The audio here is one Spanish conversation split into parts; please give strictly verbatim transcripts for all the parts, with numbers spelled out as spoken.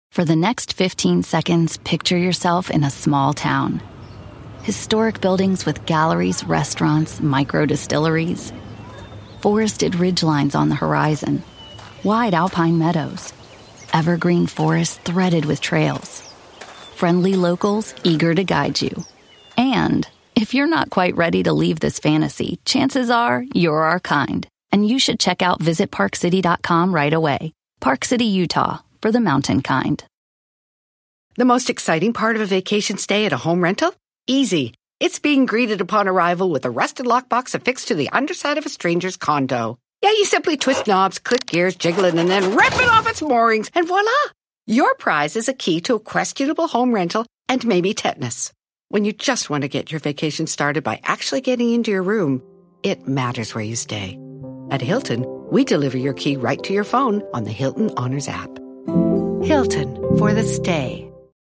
For the next fifteen seconds, picture yourself in a small town. Historic buildings with galleries, restaurants, micro-distilleries. Forested ridgelines on the horizon. Wide alpine meadows. Evergreen forests threaded with trails. Friendly locals eager to guide you. And if you're not quite ready to leave this fantasy, chances are you're our kind. And you should check out visit park city dot com right away. Park City, Utah, for the mountain kind. The most exciting part of a vacation stay at a home rental? Easy. It's being greeted upon arrival with a rusted lockbox affixed to the underside of a stranger's condo. Yeah, you simply twist knobs, click gears, jiggle it, and then rip it off its moorings, and voila! Your prize is a key to a questionable home rental and maybe tetanus. When you just want to get your vacation started by actually getting into your room, it matters where you stay. At Hilton, we deliver your key right to your phone on the Hilton Honors app. Hilton, for the stay.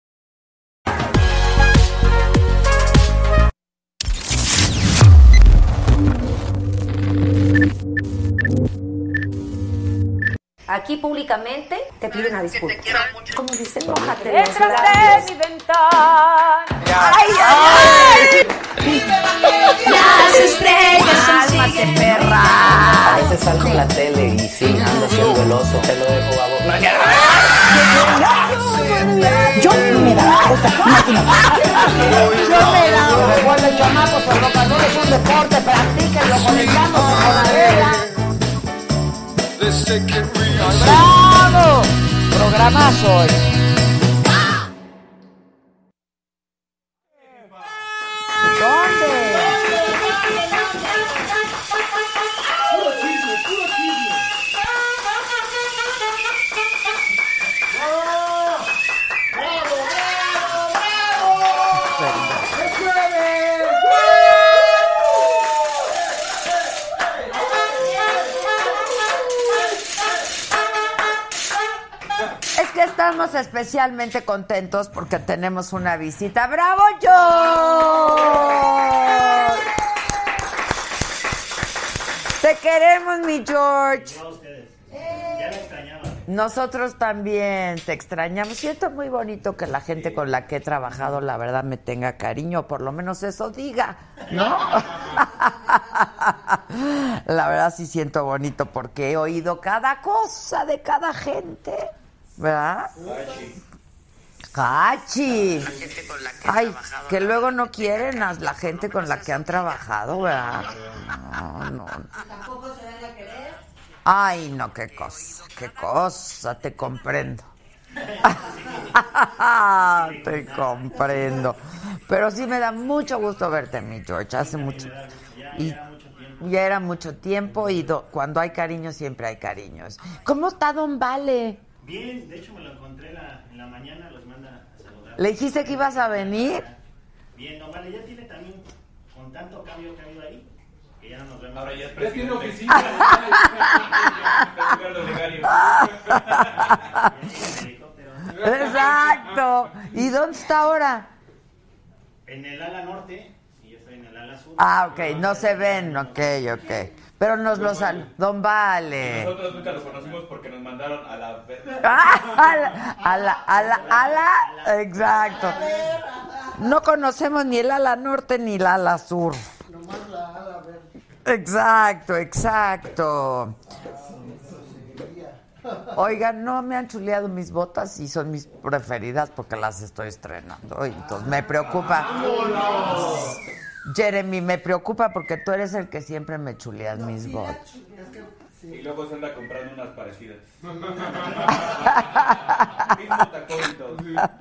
Aquí públicamente te pido una disculpa. Como dicen, mójate. Detrás de mi ventana. ¡Ay, ay, ay! Las estrellas son siguen, perra. A veces salgo en la tele y sí, ando haciendo el oso. Te lo dejo, babo. Yo me la hago. Yo me la hago. Recuerden, chamacos, el rock and roll es un deporte. Practíquenlo, conectamos con la regla. ¡Bravo! Programazo hoy. ¿Dónde? Estamos especialmente contentos porque tenemos una visita. ¡Bravo, George! Te queremos, mi George. No, ustedes. Ya me extrañaban. Nosotros también te extrañamos. Siento muy bonito que la gente con la que he trabajado, la verdad, me tenga cariño. Por lo menos eso diga, ¿no? La verdad sí siento bonito porque he oído cada cosa de cada gente. ¿Verdad? Hachi. Ay, que luego no quieren a la gente con la que han trabajado, ¿verdad? No, no. ¿Tampoco se van a querer? Ay, no, qué cosa, qué cosa, te comprendo. Te comprendo. Pero sí me da mucho gusto verte, mi George, hace mucho. Y ya era mucho tiempo y do, cuando hay cariño siempre hay cariños. ¿Cómo está Don Vale? Bien, de hecho me lo encontré la, en la mañana, los manda a saludar. ¿Le dijiste que ibas a venir? Bien, no vale, ya tiene también, con tanto cambio que ha habido ahí, que ya no nos vemos. Ahora ya es presidente. Ya tiene oficina. Exacto. ¿Y dónde está ahora? En el ala norte, y yo estoy en el ala sur. Ah, ok, no se ven, ok, ok. Pero nos lo sal... Don Vale. Nosotros nunca lo conocimos porque nos mandaron a la... Ah, a la, a la, a la, a la, exacto. No conocemos ni el ala norte ni el ala sur. Nomás la ala verde. Exacto, exacto. Oigan, no me han chuleado mis botas y son mis preferidas porque las estoy estrenando. Y entonces me preocupa. Jeremy, me preocupa porque tú eres el que siempre me chuleas mis botas. Y luego se anda comprando unas parecidas. Mismo tacón y todo.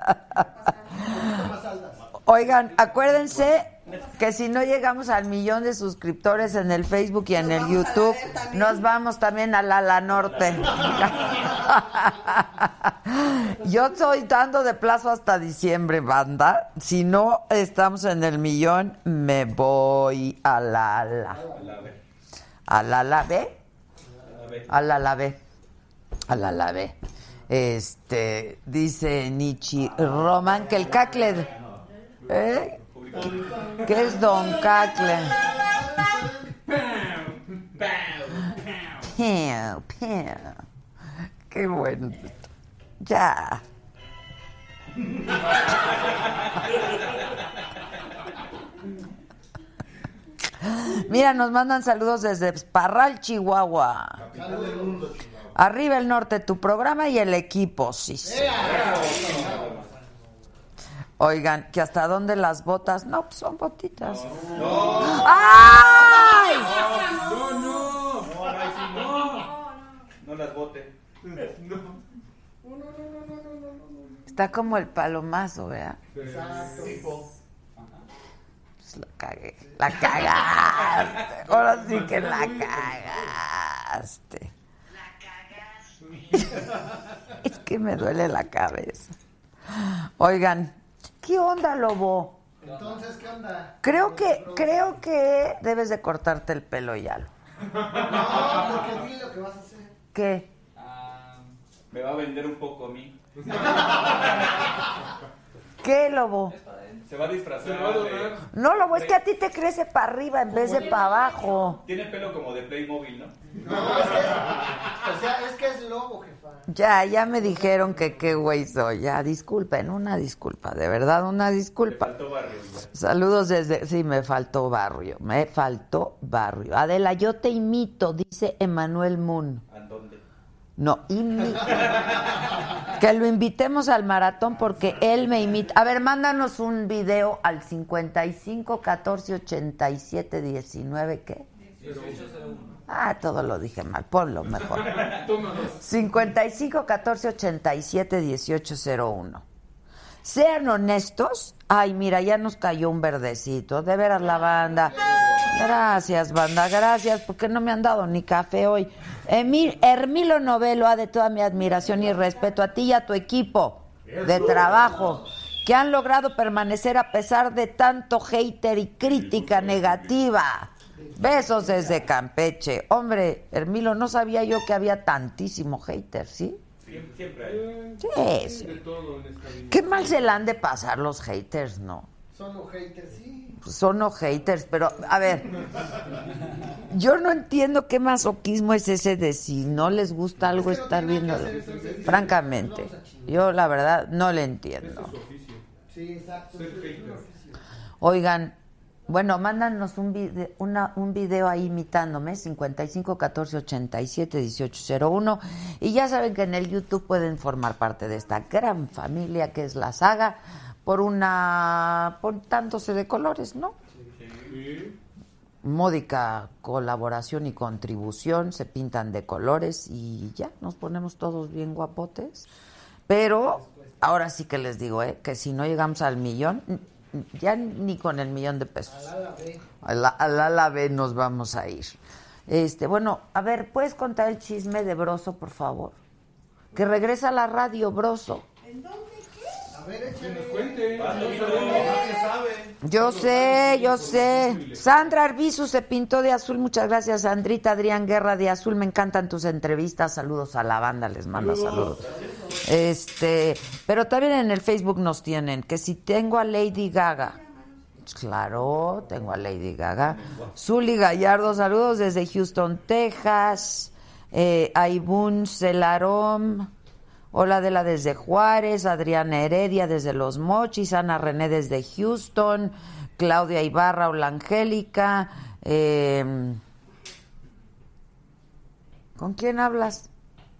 Oigan, acuérdense que si no llegamos al millón de suscriptores en el Facebook y en el YouTube, nos vamos también al ala norte. Yo estoy dando de plazo hasta diciembre, banda. Si no estamos en el millón, me voy a la ala. ¿A la ala B? A la ala B. A la ala B. Este, dice Nichi Román que el cacle... ¿Eh? ¿Qué es Don Cacle? Piu, piu. Qué bueno. Ya. Mira, nos mandan saludos desde Parral, Chihuahua. Arriba el norte, tu programa y el equipo, sí, sí. Oigan, que hasta dónde las botas, no, pues son botitas. No. ¡Ay! No, no. No, no, no. No las bote. No. Está como el palomazo, ¿verdad? Exacto. Pues la cagué. La cagaste. Ahora sí que la cagaste. La cagaste. Es que me duele la cabeza. Oigan, ¿qué onda, Lobo? Entonces, ¿qué onda? Creo que, creo que debes de cortarte el pelo ya. No, porque dile lo que vas a hacer. ¿Qué? Me va a vender un poco a mí. ¿Qué, Lobo? Se va a disfrazar. Se va a donar. No, Lobo, es que a ti te crece para arriba en vez de para abajo. Tiene pelo como de Playmobil, ¿no? No, es que, o sea, es que es lobo, jefa. Ya, ya me dijeron que qué güey soy. Ya, disculpen, una disculpa, de verdad, una disculpa. Me faltó barrio. Ya. Saludos desde... Sí, me faltó barrio, me faltó barrio. Adela, yo te imito, dice Emanuel Moon. ¿A dónde? No, imi... que lo invitemos al maratón porque él me imita. A ver, mándanos un video al cincuenta y cinco catorce ochenta y siete diecinueve, ¿qué? Ah, todo lo dije mal, ponlo mejor. cincuenta y cinco catorce ochenta y siete dieciocho cero uno. Sean honestos. Ay, mira, ya nos cayó un verdecito. De veras la banda. Gracias, banda, gracias, porque no me han dado ni café hoy. Emil, Hermilo Novelo, ha de toda mi admiración y respeto a ti y a tu equipo de trabajo, que han logrado permanecer a pesar de tanto hater y crítica negativa. Besos desde Campeche. Hombre, Hermilo, no sabía yo que había tantísimo hater, ¿sí? Siempre, siempre hay. Sí, sí. Qué mal se la han de pasar los haters, ¿no? Son los haters, sí. Pues son los haters, pero, a ver, yo no entiendo qué masoquismo es ese de si no les gusta algo Es que no estar tienen viendo. que hacer eso, sí. Francamente, Nos vamos a chingar. yo la verdad no le entiendo. Sí, exacto. sí, es un oficio. Oigan, bueno, mándanos un video, una, un video ahí imitándome, cincuenta y cinco catorce ochenta y siete dieciocho cero uno, y ya saben que en el YouTube pueden formar parte de esta gran familia que es La Saga, por una, pintándose de colores, ¿no? Sí. Módica colaboración y contribución, se pintan de colores y ya, nos ponemos todos bien guapotes, pero ahora sí que les digo, ¿eh? Que si no llegamos al millón, ya ni con el millón de pesos. Al ala B. Al, al ala B nos vamos a ir. Este, bueno, a ver, ¿puedes contar el chisme de Broso, por favor? Que regresa a la radio, Broso. ¿En dónde qué? A ver, échale. Yo sé, yo sé. Sandra Arbizu se pintó de azul. Muchas gracias, Sandrita. Adrián Guerra de azul. Me encantan tus entrevistas. Saludos a la banda. Les mando saludos. Este, pero también en el Facebook nos tienen que si tengo a Lady Gaga. Claro, tengo a Lady Gaga. Zuli Gallardo, saludos desde Houston, Texas. Eh, Aibun Celarom. Hola Adela desde Juárez, Adriana Heredia desde Los Mochis, Ana René desde Houston, Claudia Ibarra, Hola Angélica. Eh, ¿Con quién hablas?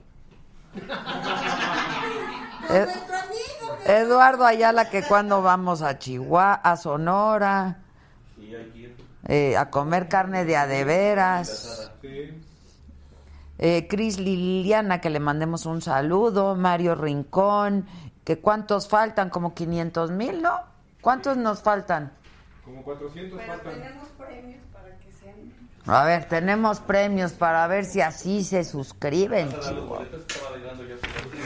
Ed- Eduardo Ayala, que cuando vamos a Chihuahua, a Sonora, Sí, hay que ir. eh, a comer carne de a de veras. Sí. Eh, Cris Liliana, que le mandemos un saludo. Mario Rincón, que cuántos faltan, como quinientos mil, ¿no? ¿Cuántos nos faltan? Como cuatrocientos faltan. Tenemos premios para que sean. A ver, tenemos premios para ver si así se suscriben, Vas a dar los chicos. boletos que estaba dando yo.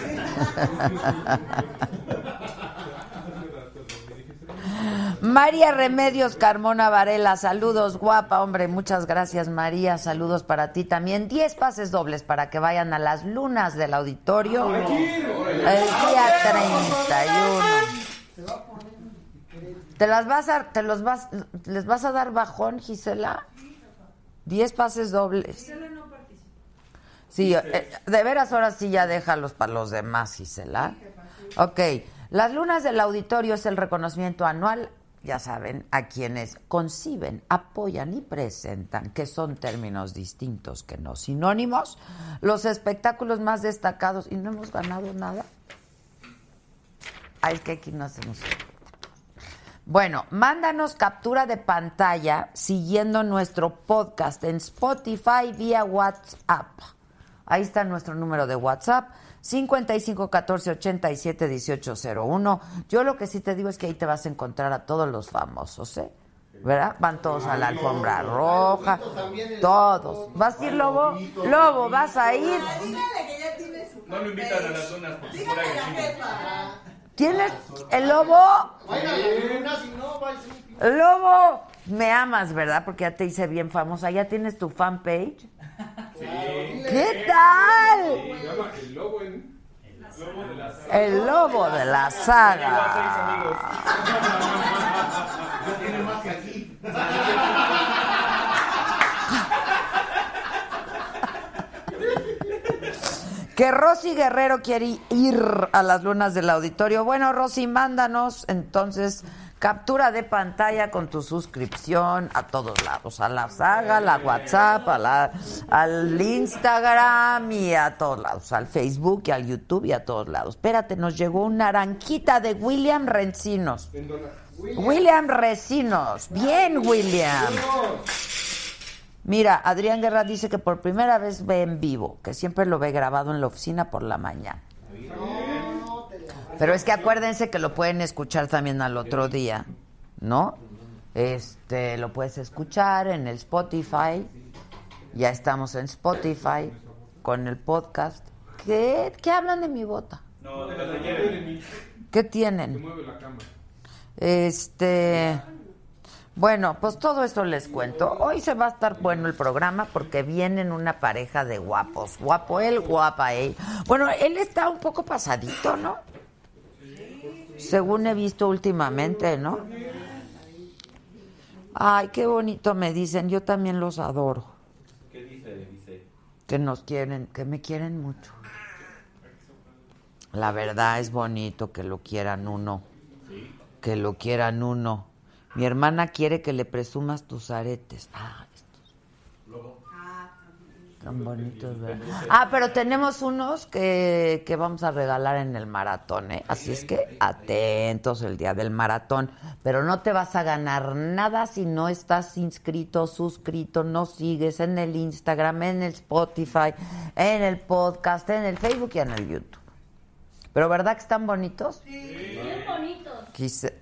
María Remedios Carmona Varela, saludos, guapa, hombre, muchas gracias, María, saludos para ti también. Diez pases dobles para que vayan a las lunas del auditorio el día treinta y uno. ¿Te las vas a, te los vas, les vas a dar bajón, Gisela? Diez pases dobles. Sí, eh, de veras ahora sí ya déjalos para los demás, Gisela. Ok, Las lunas del auditorio es el reconocimiento anual, ya saben, a quienes conciben, apoyan y presentan, que son términos distintos que no sinónimos, los espectáculos más destacados. Y no hemos ganado nada. Ay, es que aquí no hacemos. Bueno, mándanos captura de pantalla siguiendo nuestro podcast en Spotify vía WhatsApp. Ahí está nuestro número de WhatsApp, cincuenta y cinco catorce ochenta y siete dieciocho cero uno. Yo lo que sí te digo es que ahí te vas a encontrar a todos los famosos, ¿eh? ¿Verdad? Van todos a la alfombra roja, todos. ¿Vas a ir, Lobo? Lobo, ¿vas a ir? Dígale que ya tiene su No lo invitan a las zonas porque se fuera agresivo. ¿Tienes el Lobo? El Lobo, me amas, ¿verdad? Porque ya te hice bien famosa. ¿Ya tienes tu fanpage? Sí. ¿Qué tal? Se llama El Lobo en... El Lobo de la Saga. Ya tiene más que aquí. Que Rosy Guerrero quiere ir a las lunas del auditorio. Bueno, Rosy, mándanos entonces captura de pantalla con tu suscripción a todos lados, a la Saga, a la WhatsApp, a la, al Instagram y a todos lados, al Facebook y al YouTube y a todos lados. Espérate, nos llegó una naranjita de William Rencinos. William, William Recinos. Bien, William. Mira, Adrián Guerra dice que por primera vez ve en vivo, que siempre lo ve grabado en la oficina por la mañana. Pero es que acuérdense que lo pueden escuchar también al otro día, ¿no? Este, lo puedes escuchar en el Spotify. Ya estamos en Spotify con el podcast. ¿Qué, ¿Qué hablan de mi bota? No, de las de Jeremy. ¿Qué tienen? Se mueve la cama. Este... Bueno, pues todo esto les cuento. Hoy se va a estar bueno el programa porque vienen una pareja de guapos. Guapo él, guapa él. Bueno, él está un poco pasadito, ¿no? Según he visto últimamente, ¿no? Ay, qué bonito me dicen. Yo también los adoro. ¿Qué dice? Dice. Que nos quieren, que me quieren mucho. La verdad es bonito que lo quieran uno. Que lo quieran uno. Mi hermana quiere que le presumas tus aretes. Ah, estos. Tan bonitos, ¿verdad? Ah, pero tenemos unos que, que vamos a regalar en el maratón, ¿eh? Así es que atentos el día del maratón. Pero no te vas a ganar nada si no estás inscrito, suscrito, no sigues en el Instagram, en el Spotify, en el podcast, en el Facebook y en el YouTube. ¿Pero verdad que están bonitos? Sí, bien bonitos. Quise...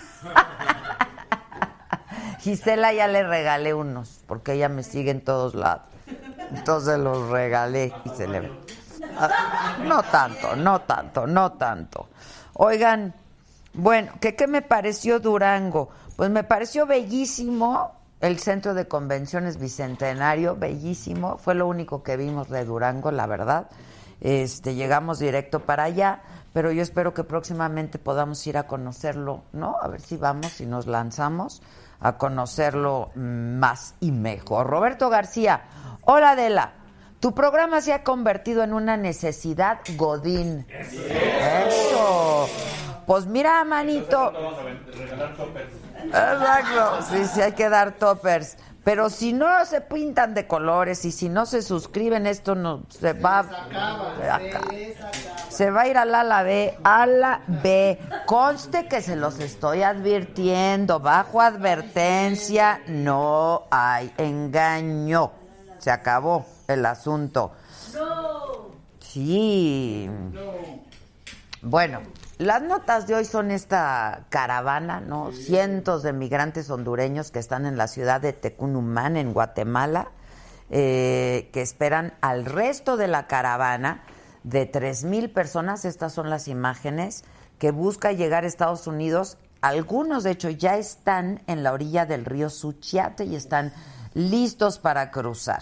Gisela ya le regalé unos, porque ella me sigue en todos lados. Entonces los regalé y se le ve. No tanto, no tanto, no tanto. Oigan, bueno, ¿qué, qué me pareció Durango? Pues me pareció bellísimo el Centro de Convenciones Bicentenario, bellísimo. Fue lo único que vimos de Durango, la verdad. Este, llegamos directo para allá, pero yo espero que próximamente podamos ir a conocerlo, ¿no? A ver si vamos y nos lanzamos a conocerlo más y mejor. Roberto García, hola Adela, tu programa se ha convertido en una necesidad godín. Eso. Pues mira, manito. Vamos a regalar toppers. Exacto, sí, sí hay que dar toppers. Pero si no se pintan de colores y si no se suscriben, esto no se va a se va a ir a la, la B, a la B. Conste que se los estoy advirtiendo. Bajo advertencia, no hay engaño. Se acabó el asunto. No. Sí. Bueno, las notas de hoy son esta caravana, ¿no? Cientos de migrantes hondureños que están en la ciudad de Tecunumán, en Guatemala, eh, que esperan al resto de la caravana de tres mil personas. Estas son las imágenes que busca llegar a Estados Unidos. Algunos, de hecho, ya están en la orilla del río Suchiate y están listos para cruzar.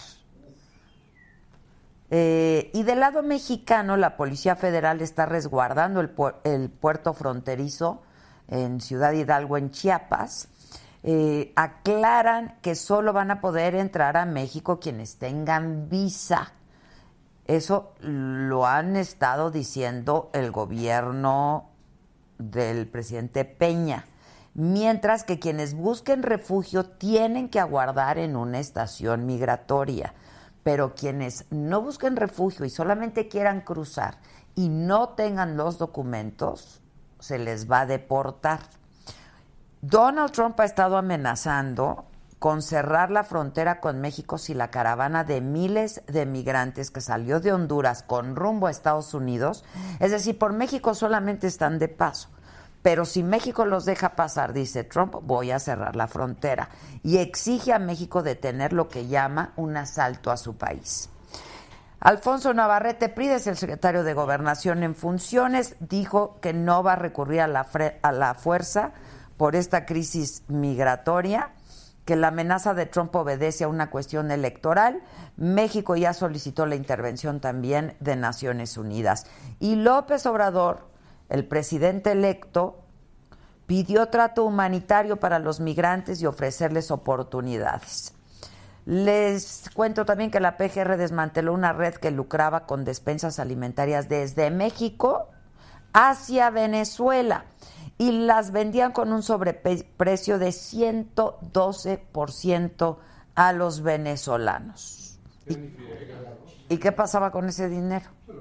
Eh, y del lado mexicano, la Policía Federal está resguardando el, pu- el puerto fronterizo en Ciudad Hidalgo, en Chiapas. Eh, aclaran que solo van a poder entrar a México quienes tengan visa. Eso lo han estado diciendo el gobierno del presidente Peña, mientras que quienes busquen refugio tienen que aguardar en una estación migratoria, pero quienes no busquen refugio y solamente quieran cruzar y no tengan los documentos, se les va a deportar. Donald Trump ha estado amenazando con cerrar la frontera con México si la caravana de miles de migrantes que salió de Honduras con rumbo a Estados Unidos, es decir, por México solamente están de paso, pero si México los deja pasar, dice Trump, voy a cerrar la frontera, y exige a México detener lo que llama un asalto a su país. Alfonso Navarrete Prides, el secretario de Gobernación en funciones, dijo que no va a recurrir a la, fre- a la fuerza por esta crisis migratoria, que la amenaza de Trump obedece a una cuestión electoral. México ya solicitó la intervención también de Naciones Unidas. Y López Obrador, el presidente electo, pidió trato humanitario para los migrantes y ofrecerles oportunidades. Les cuento también que la P G R desmanteló una red que lucraba con despensas alimentarias desde México hacia Venezuela y las vendían con un sobreprecio de ciento doce por ciento a los venezolanos. ¿Y, ¿Y qué pasaba con ese dinero?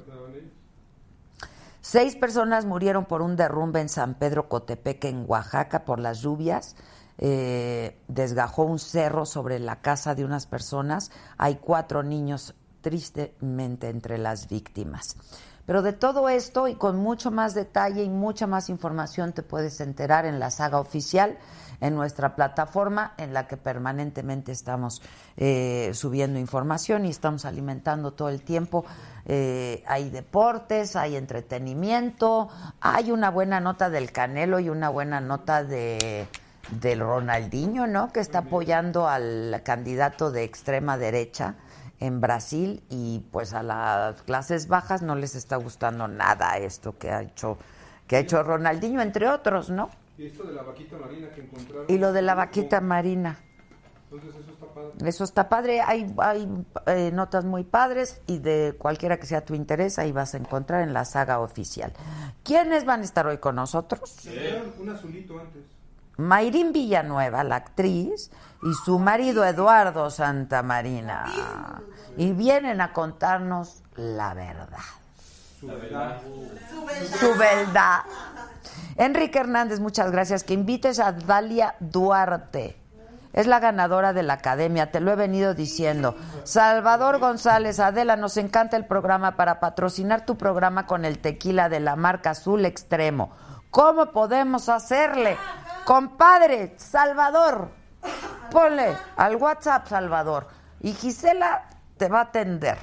Seis personas murieron por un derrumbe en San Pedro Cotepeque, en Oaxaca, por las lluvias. Eh, desgajó un cerro sobre la casa de unas personas. Hay cuatro niños tristemente entre las víctimas. Pero de todo esto y con mucho más detalle y mucha más información te puedes enterar en la Saga Oficial, en nuestra plataforma en la que permanentemente estamos eh, subiendo información y estamos alimentando todo el tiempo. Eh, hay deportes, hay entretenimiento, hay una buena nota del Canelo y una buena nota de del Ronaldinho, ¿no? Que está apoyando al candidato de extrema derecha en Brasil y pues a las clases bajas no les está gustando nada esto que ha hecho que ha hecho Ronaldinho, entre otros, ¿no? Y esto de la vaquita marina que encontraron. Y lo de la vaquita marina. Entonces eso está padre. Eso está padre, hay, hay eh, notas muy padres y de cualquiera que sea tu interés, ahí vas a encontrar en la Saga Oficial. ¿Quiénes van a estar hoy con nosotros? Sí. Un azulito antes. Mayrín Villanueva, la actriz, y su marido Eduardo Santamarina. Y vienen a contarnos la verdad. Su verdad. Su verdad. Enrique Hernández, muchas gracias. Que invites a Dalia Duarte. Es la ganadora de la academia, te lo he venido diciendo. Salvador González, Adela, nos encanta el programa. Para patrocinar tu programa con el tequila de la marca Azul Extremo. ¿Cómo podemos hacerle? Compadre, Salvador, ponle al WhatsApp, Salvador. Y Gisela te va a atender.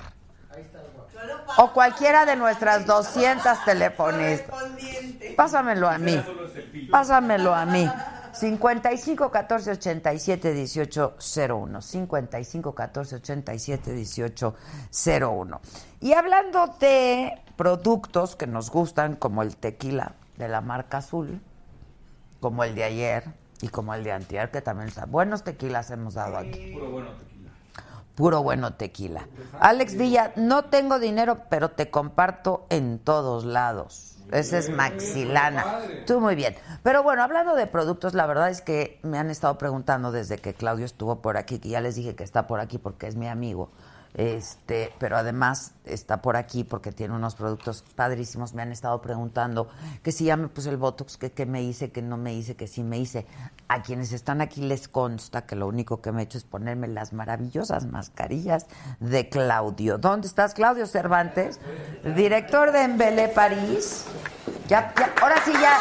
O cualquiera de nuestras doscientas telefonistas. Pásamelo a mí. Pásamelo a mí. cincuenta y cinco catorce ochenta y siete dieciocho cero uno. cincuenta y cinco catorce ochenta y siete dieciocho cero uno. Y hablando de productos que nos gustan, como el tequila de la marca Azul, como el de ayer y como el de antier, que también está. Buenos tequilas hemos dado aquí. Puro bueno tequila. Puro bueno tequila. Alex Villa, no tengo dinero, pero te comparto en todos lados. Ese es Maxilana. Tú muy bien. Pero bueno, hablando de productos, la verdad es que me han estado preguntando desde que Claudio estuvo por aquí, que ya les dije que está por aquí porque es mi amigo. Este, pero además está por aquí porque tiene unos productos padrísimos. Me han estado preguntando que si ya me puse el Botox, que qué me hice, que no me hice, que sí me hice. A quienes están aquí les consta que lo único que me he hecho es ponerme las maravillosas mascarillas de Claudio. ¿Dónde estás, Claudio Cervantes? Director de Embelé París. Ya, ya, ahora sí ya.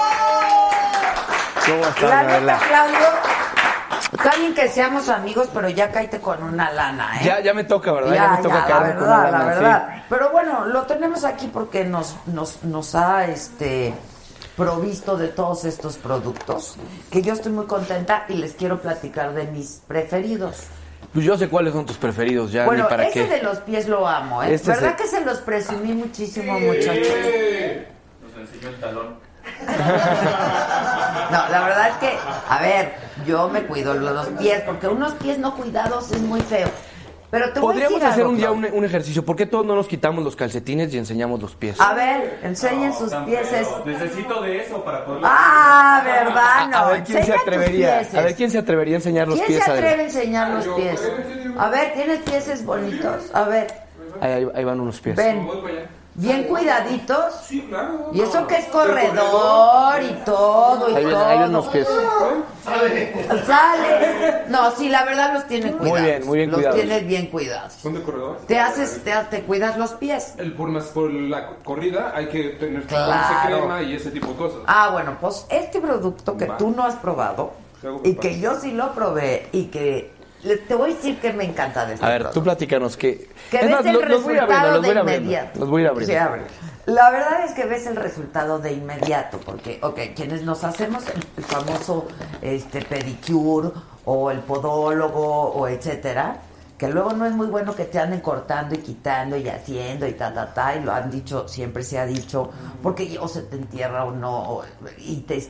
¿Cómo estás, La neta, Adela? Claudio, está bien que seamos amigos, pero ya cállate con una lana, ¿eh? Ya, ya me toca, ¿verdad? Ya, Ya, me toca ya, la caerme con verdad, una la lana, verdad. sí. Pero bueno, lo tenemos aquí porque nos, nos, nos ha este provisto de todos estos productos, que yo estoy muy contenta y les quiero platicar de mis preferidos. Pues yo sé cuáles son tus preferidos, ya Bueno, ni para ese qué. de los pies lo amo, ¿eh? Este ¿Verdad es el- que se los presumí muchísimo, muchachos? Nos enseñó el talón. No, la verdad es que, a ver, yo me cuido los pies, porque unos pies no cuidados es muy feo. Pero te voy a Podríamos decir hacer algo, un día Claudia. un, un ejercicio. ¿Por qué todos no nos quitamos los calcetines y enseñamos los pies? A ver, enseñen sus Tan pies. feo. Necesito de eso para poder... Ah, ¿verdad? No, a ver quién se enseña tus atrevería. pieses. A ver quién se atrevería a enseñar los ¿Quién pies. se Adela? atreve a enseñar los pies? A ver, ¿tienes pieses bonitos? A ver, Ahí, ahí- ahí van unos pies. ven. Voy para allá. Bien cuidaditos. Sí, claro. Y eso no. que es El corredor y todo y Ahí ven, todo. ahí ven unos pies. Sale. No, sí, la verdad los tiene cuidados. bien, muy bien los cuidados. tienes bien cuidados. ¿Son de corredor? Te haces, te, te cuidas los pies. El, por, las- por la corrida hay que tener Claro. crema y ese tipo de cosas. Ah, bueno, pues este producto que Va. tú no has probado Luego y me que pasa. yo sí lo probé y que le- te voy a decir que me encanta de este A ver, tú producto. platícanos que... Que Es ves más, el los- los voy a ir abriendo, resultado los voy a ir de abriendo. inmediato. Los voy a ir abriendo. Sí, abre. La verdad es que ves el resultado de inmediato, porque, ok, quienes nos hacemos el, el famoso este, pedicure o el podólogo o etcétera, que luego no es muy bueno que te anden cortando y quitando y haciendo y ta, ta, ta, y lo han dicho, siempre se ha dicho, porque o se te entierra o no, o- y te,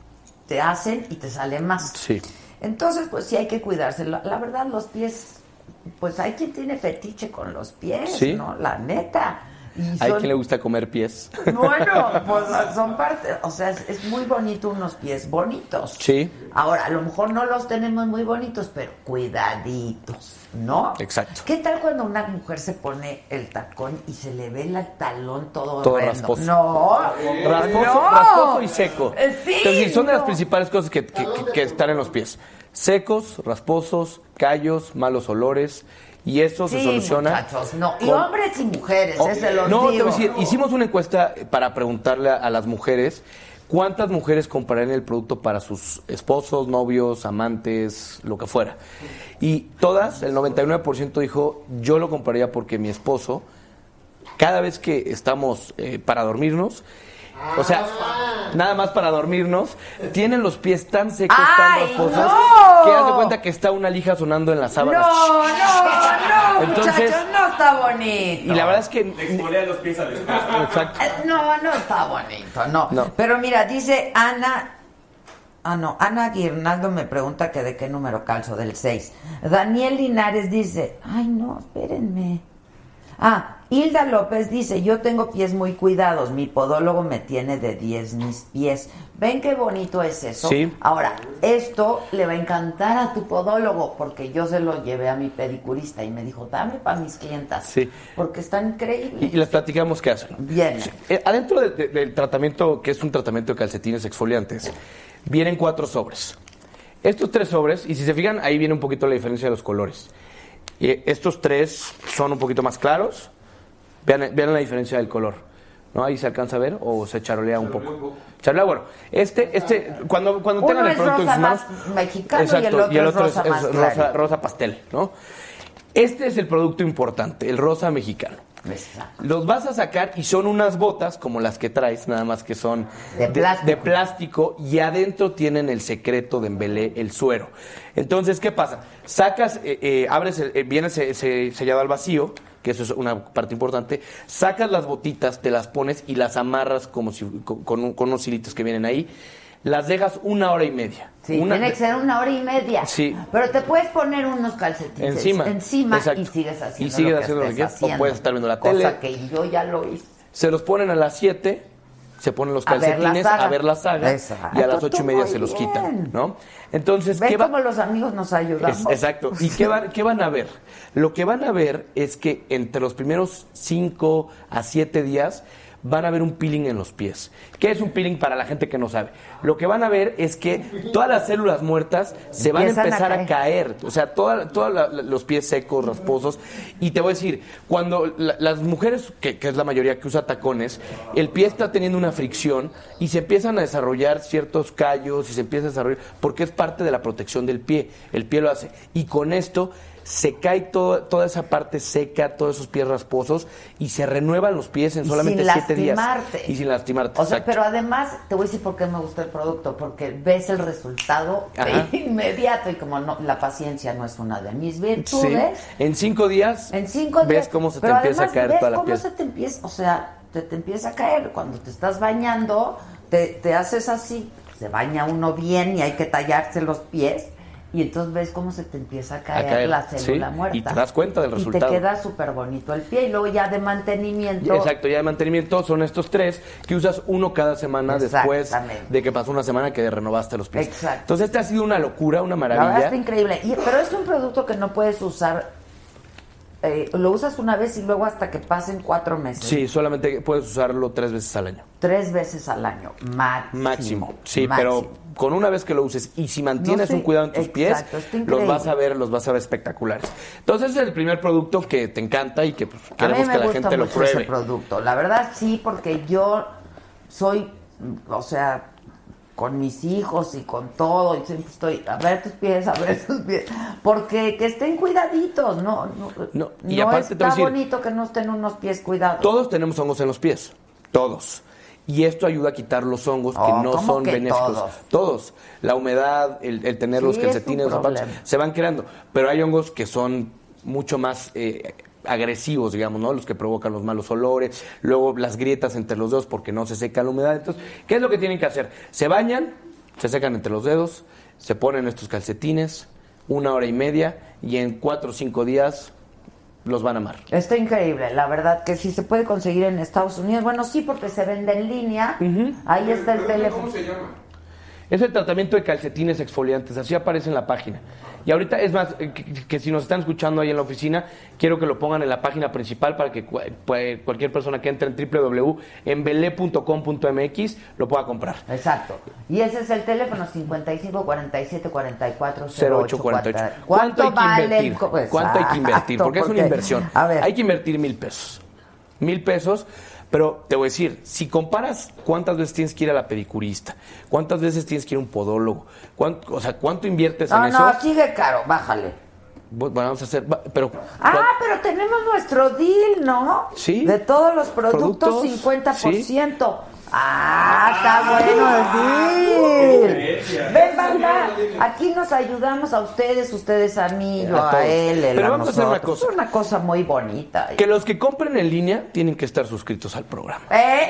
te hacen y te sale más. Sí. Entonces, pues sí hay que cuidarse. La, la verdad, los pies, pues hay quien tiene fetiche con los pies, Sí. ¿no? La neta. Y Hay son- quien le gusta comer pies. Bueno, pues son parte, o sea, es, es muy bonito unos pies bonitos. Sí. Ahora, a lo mejor no los tenemos muy bonitos, pero cuidaditos, ¿no? Exacto. ¿Qué tal cuando una mujer se pone el tacón y se le ve el talón todo, Todo horrendo? rasposo. No, Rasposo, no. rasposo y seco. Eh, sí, Entonces, son de las no. principales cosas que, que- que- que están en los pies. Secos, rasposos, callos, malos olores. Y eso se Sí, soluciona. muchachos, no. Y con- hombres y mujeres, Oh, ese los no, te digo. voy a decir, hicimos una encuesta para preguntarle a, a las mujeres cuántas mujeres comprarían el producto para sus esposos, novios, amantes, lo que fuera. Y todas, el noventa y nueve por ciento dijo, yo lo compraría porque mi esposo, cada vez que estamos eh, para dormirnos, o sea, nada más para dormirnos, tienen los pies tan secos, ¡Ay, tan rasposos, no! que haz de cuenta que está una lija sonando en las sábanas. No, no, no, Entonces- muchachos, no está bonito. Y la verdad es que... Expoliar los pies al esposo. Exacto. Eh, No, no está bonito, no. No. Pero mira, dice Ana. Ah, no, Ana Guirnaldo me pregunta que de qué número calzo, del seis. Daniel Linares dice, ay no, espérenme. Ah, Hilda López dice, yo tengo pies muy cuidados, mi podólogo me tiene de diez mis pies. ¿Ven qué bonito es eso? Sí. Ahora, esto le va a encantar a tu podólogo, porque yo se lo llevé a mi pedicurista y me dijo, dame para mis clientas. Sí. Porque están increíbles. Y, y les platicamos qué hacen. Bien. Eh, adentro de- de- del tratamiento, que es un tratamiento de calcetines exfoliantes, vienen cuatro sobres. Estos tres sobres, y si se fijan, ahí viene un poquito la diferencia de los colores. Y estos tres son un poquito más claros. Vean, vean la diferencia del color. ¿No? Ahí se alcanza a ver o se charolea un poco. Charolea, bueno. Este, este, cuando, cuando Uno tengan el es producto en rosa sus manos. más mexicano y el otro es rosa más rosa, claro. rosa pastel, ¿no? Este es el producto importante, el rosa mexicano. Exacto. Los vas a sacar y son unas botas como las que traes, nada más que son De plástico. de plástico, y adentro tienen el secreto de Embelé, el suero. Entonces, ¿qué pasa? Sacas, eh, eh, abres, el- eh, viene se- se- sellado al vacío, que eso es una parte importante, sacas las botitas, te las pones y las amarras como si, con, con un- con unos hilitos que vienen ahí, las dejas una hora y media. Sí, Una- tiene que ser una hora y media. Sí. Pero te puedes poner unos calcetines Encima. encima Exacto. y sigues haciendo Y sigues lo que haciendo lo que estés quieras, o haciendo. puedes estar viendo la Cosa tele. que yo ya lo hice. Se los ponen a las siete, se ponen los A ver la calcetines saga. a ver la saga, Exacto, y a las ocho y media muy se los bien. quitan, ¿no? Entonces, ¿Ven ¿qué va? cómo los amigos nos ayudamos? Es- exacto. ¿Y qué van, qué van a ver? Lo que van a ver es que entre los primeros cinco a siete días van a ver un peeling en los pies. ¿Qué es un peeling para la gente que no sabe? Lo que van a ver es que todas las células muertas se van a Empiezan a empezar a caer. caer. O sea, todos los pies secos, rasposos. Y te voy a decir, cuando la- las mujeres, que, que es la mayoría que usa tacones, el pie está teniendo una fricción y se empiezan a desarrollar ciertos callos y se empieza a desarrollar, porque es parte de la protección del pie. El pie lo hace. Y con esto se cae todo, toda esa parte seca, todos esos pies rasposos, y se renuevan los pies en Y solamente sin siete días. lastimarte. Y sin lastimarte. O sea, exacto. pero además, te voy a decir por qué me gusta el producto, porque ves el resultado Ajá. de inmediato, y como no, la paciencia no es una de mis Sí. virtudes, En cinco días en cinco días, ves cómo se te pero empieza a además caer ves toda la cómo piel. se te empieza, o sea, te, te empieza a caer cuando te estás bañando, te, te haces así, se baña uno bien y hay que tallarse los pies, y entonces ves cómo se te empieza a caer, A caer, la célula sí, muerta. y te das cuenta del resultado. Y te queda súper bonito el pie. Y luego ya de mantenimiento. Exacto, ya de mantenimiento son estos tres que usas uno cada semana después de que pasó una semana que renovaste los pies. Exacto. Entonces este ha sido una locura, una La verdad maravilla. está increíble. Y, pero es un producto que no puedes usar. Eh, lo usas una vez y luego hasta que pasen cuatro meses. Sí, solamente puedes usarlo tres veces al año. Tres veces al año, máximo. Máximo, sí, máximo. pero con una vez que lo uses y si mantienes No sé, un cuidado en tus exacto, está pies, increíble. los vas a ver, los vas a ver espectaculares. Entonces es el primer producto que te encanta y que pues, A mí queremos me que la gusta gente lo mucho ese pruebe. producto. La verdad sí, porque yo soy, o sea, con mis hijos y con todo, y siempre estoy, a ver tus pies, a ver tus pies, porque que estén cuidaditos, no, no, No, y no aparte te está voy a decir, bonito que no estén unos pies cuidados. Todos tenemos hongos en los pies, todos. Y esto ayuda a quitar los hongos que Oh, no ¿cómo son que benéficos. todos? Todos. La humedad, el, el tener Sí, los es calcetines, un los zapatos, problema. se van creando. Pero hay hongos que son mucho más eh, agresivos, digamos, ¿no? Los que provocan los malos olores, luego las grietas entre los dedos porque no se seca la humedad. Entonces, ¿qué es lo que tienen que hacer? Se bañan, se secan entre los dedos, se ponen estos calcetines, una hora y media, y en cuatro o cinco días los van a amar. Está increíble, la verdad que sí se puede conseguir en Estados Unidos. Bueno, sí, porque se vende en línea. Ahí está el teléfono. ¿Cómo se llama? Es el tratamiento de calcetines exfoliantes, así aparece en la página. Y ahorita, es más, eh, que, que si nos están escuchando ahí en la oficina, quiero que lo pongan en la página principal para que cu- pues, cualquier persona que entre en doble u doble u doble u punto embele punto com punto m x lo pueda comprar. Exacto. Y ese es el teléfono cincuenta y cinco cuarenta y siete cuarenta y cuatro cero ocho cuarenta y ocho. ¿Cuánto, hay que vale invertir? el co- pues, ¿Cuánto hay que invertir? exacto, Porque es una inversión. A ver, Hay que invertir mil pesos. Mil pesos, pero te voy a decir, si comparas cuántas veces tienes que ir a la pedicurista, cuántas veces tienes que ir a un podólogo, cuánto, o sea, cuánto inviertes no, en eso. no, sigue caro, bájale. Bu- Vamos a hacer, va- pero Ah, pero tenemos nuestro deal, ¿no? Sí. De todos los productos, Productos, cincuenta por ciento. Ah, está bueno el deal. Ven, banda, aquí nos ayudamos a ustedes, ustedes a mí, yo A a, todos. él, él Pero a vamos a hacer una nosotros. cosa. Es una cosa muy bonita. que los que compren en línea tienen que estar suscritos al programa. ¡Eh!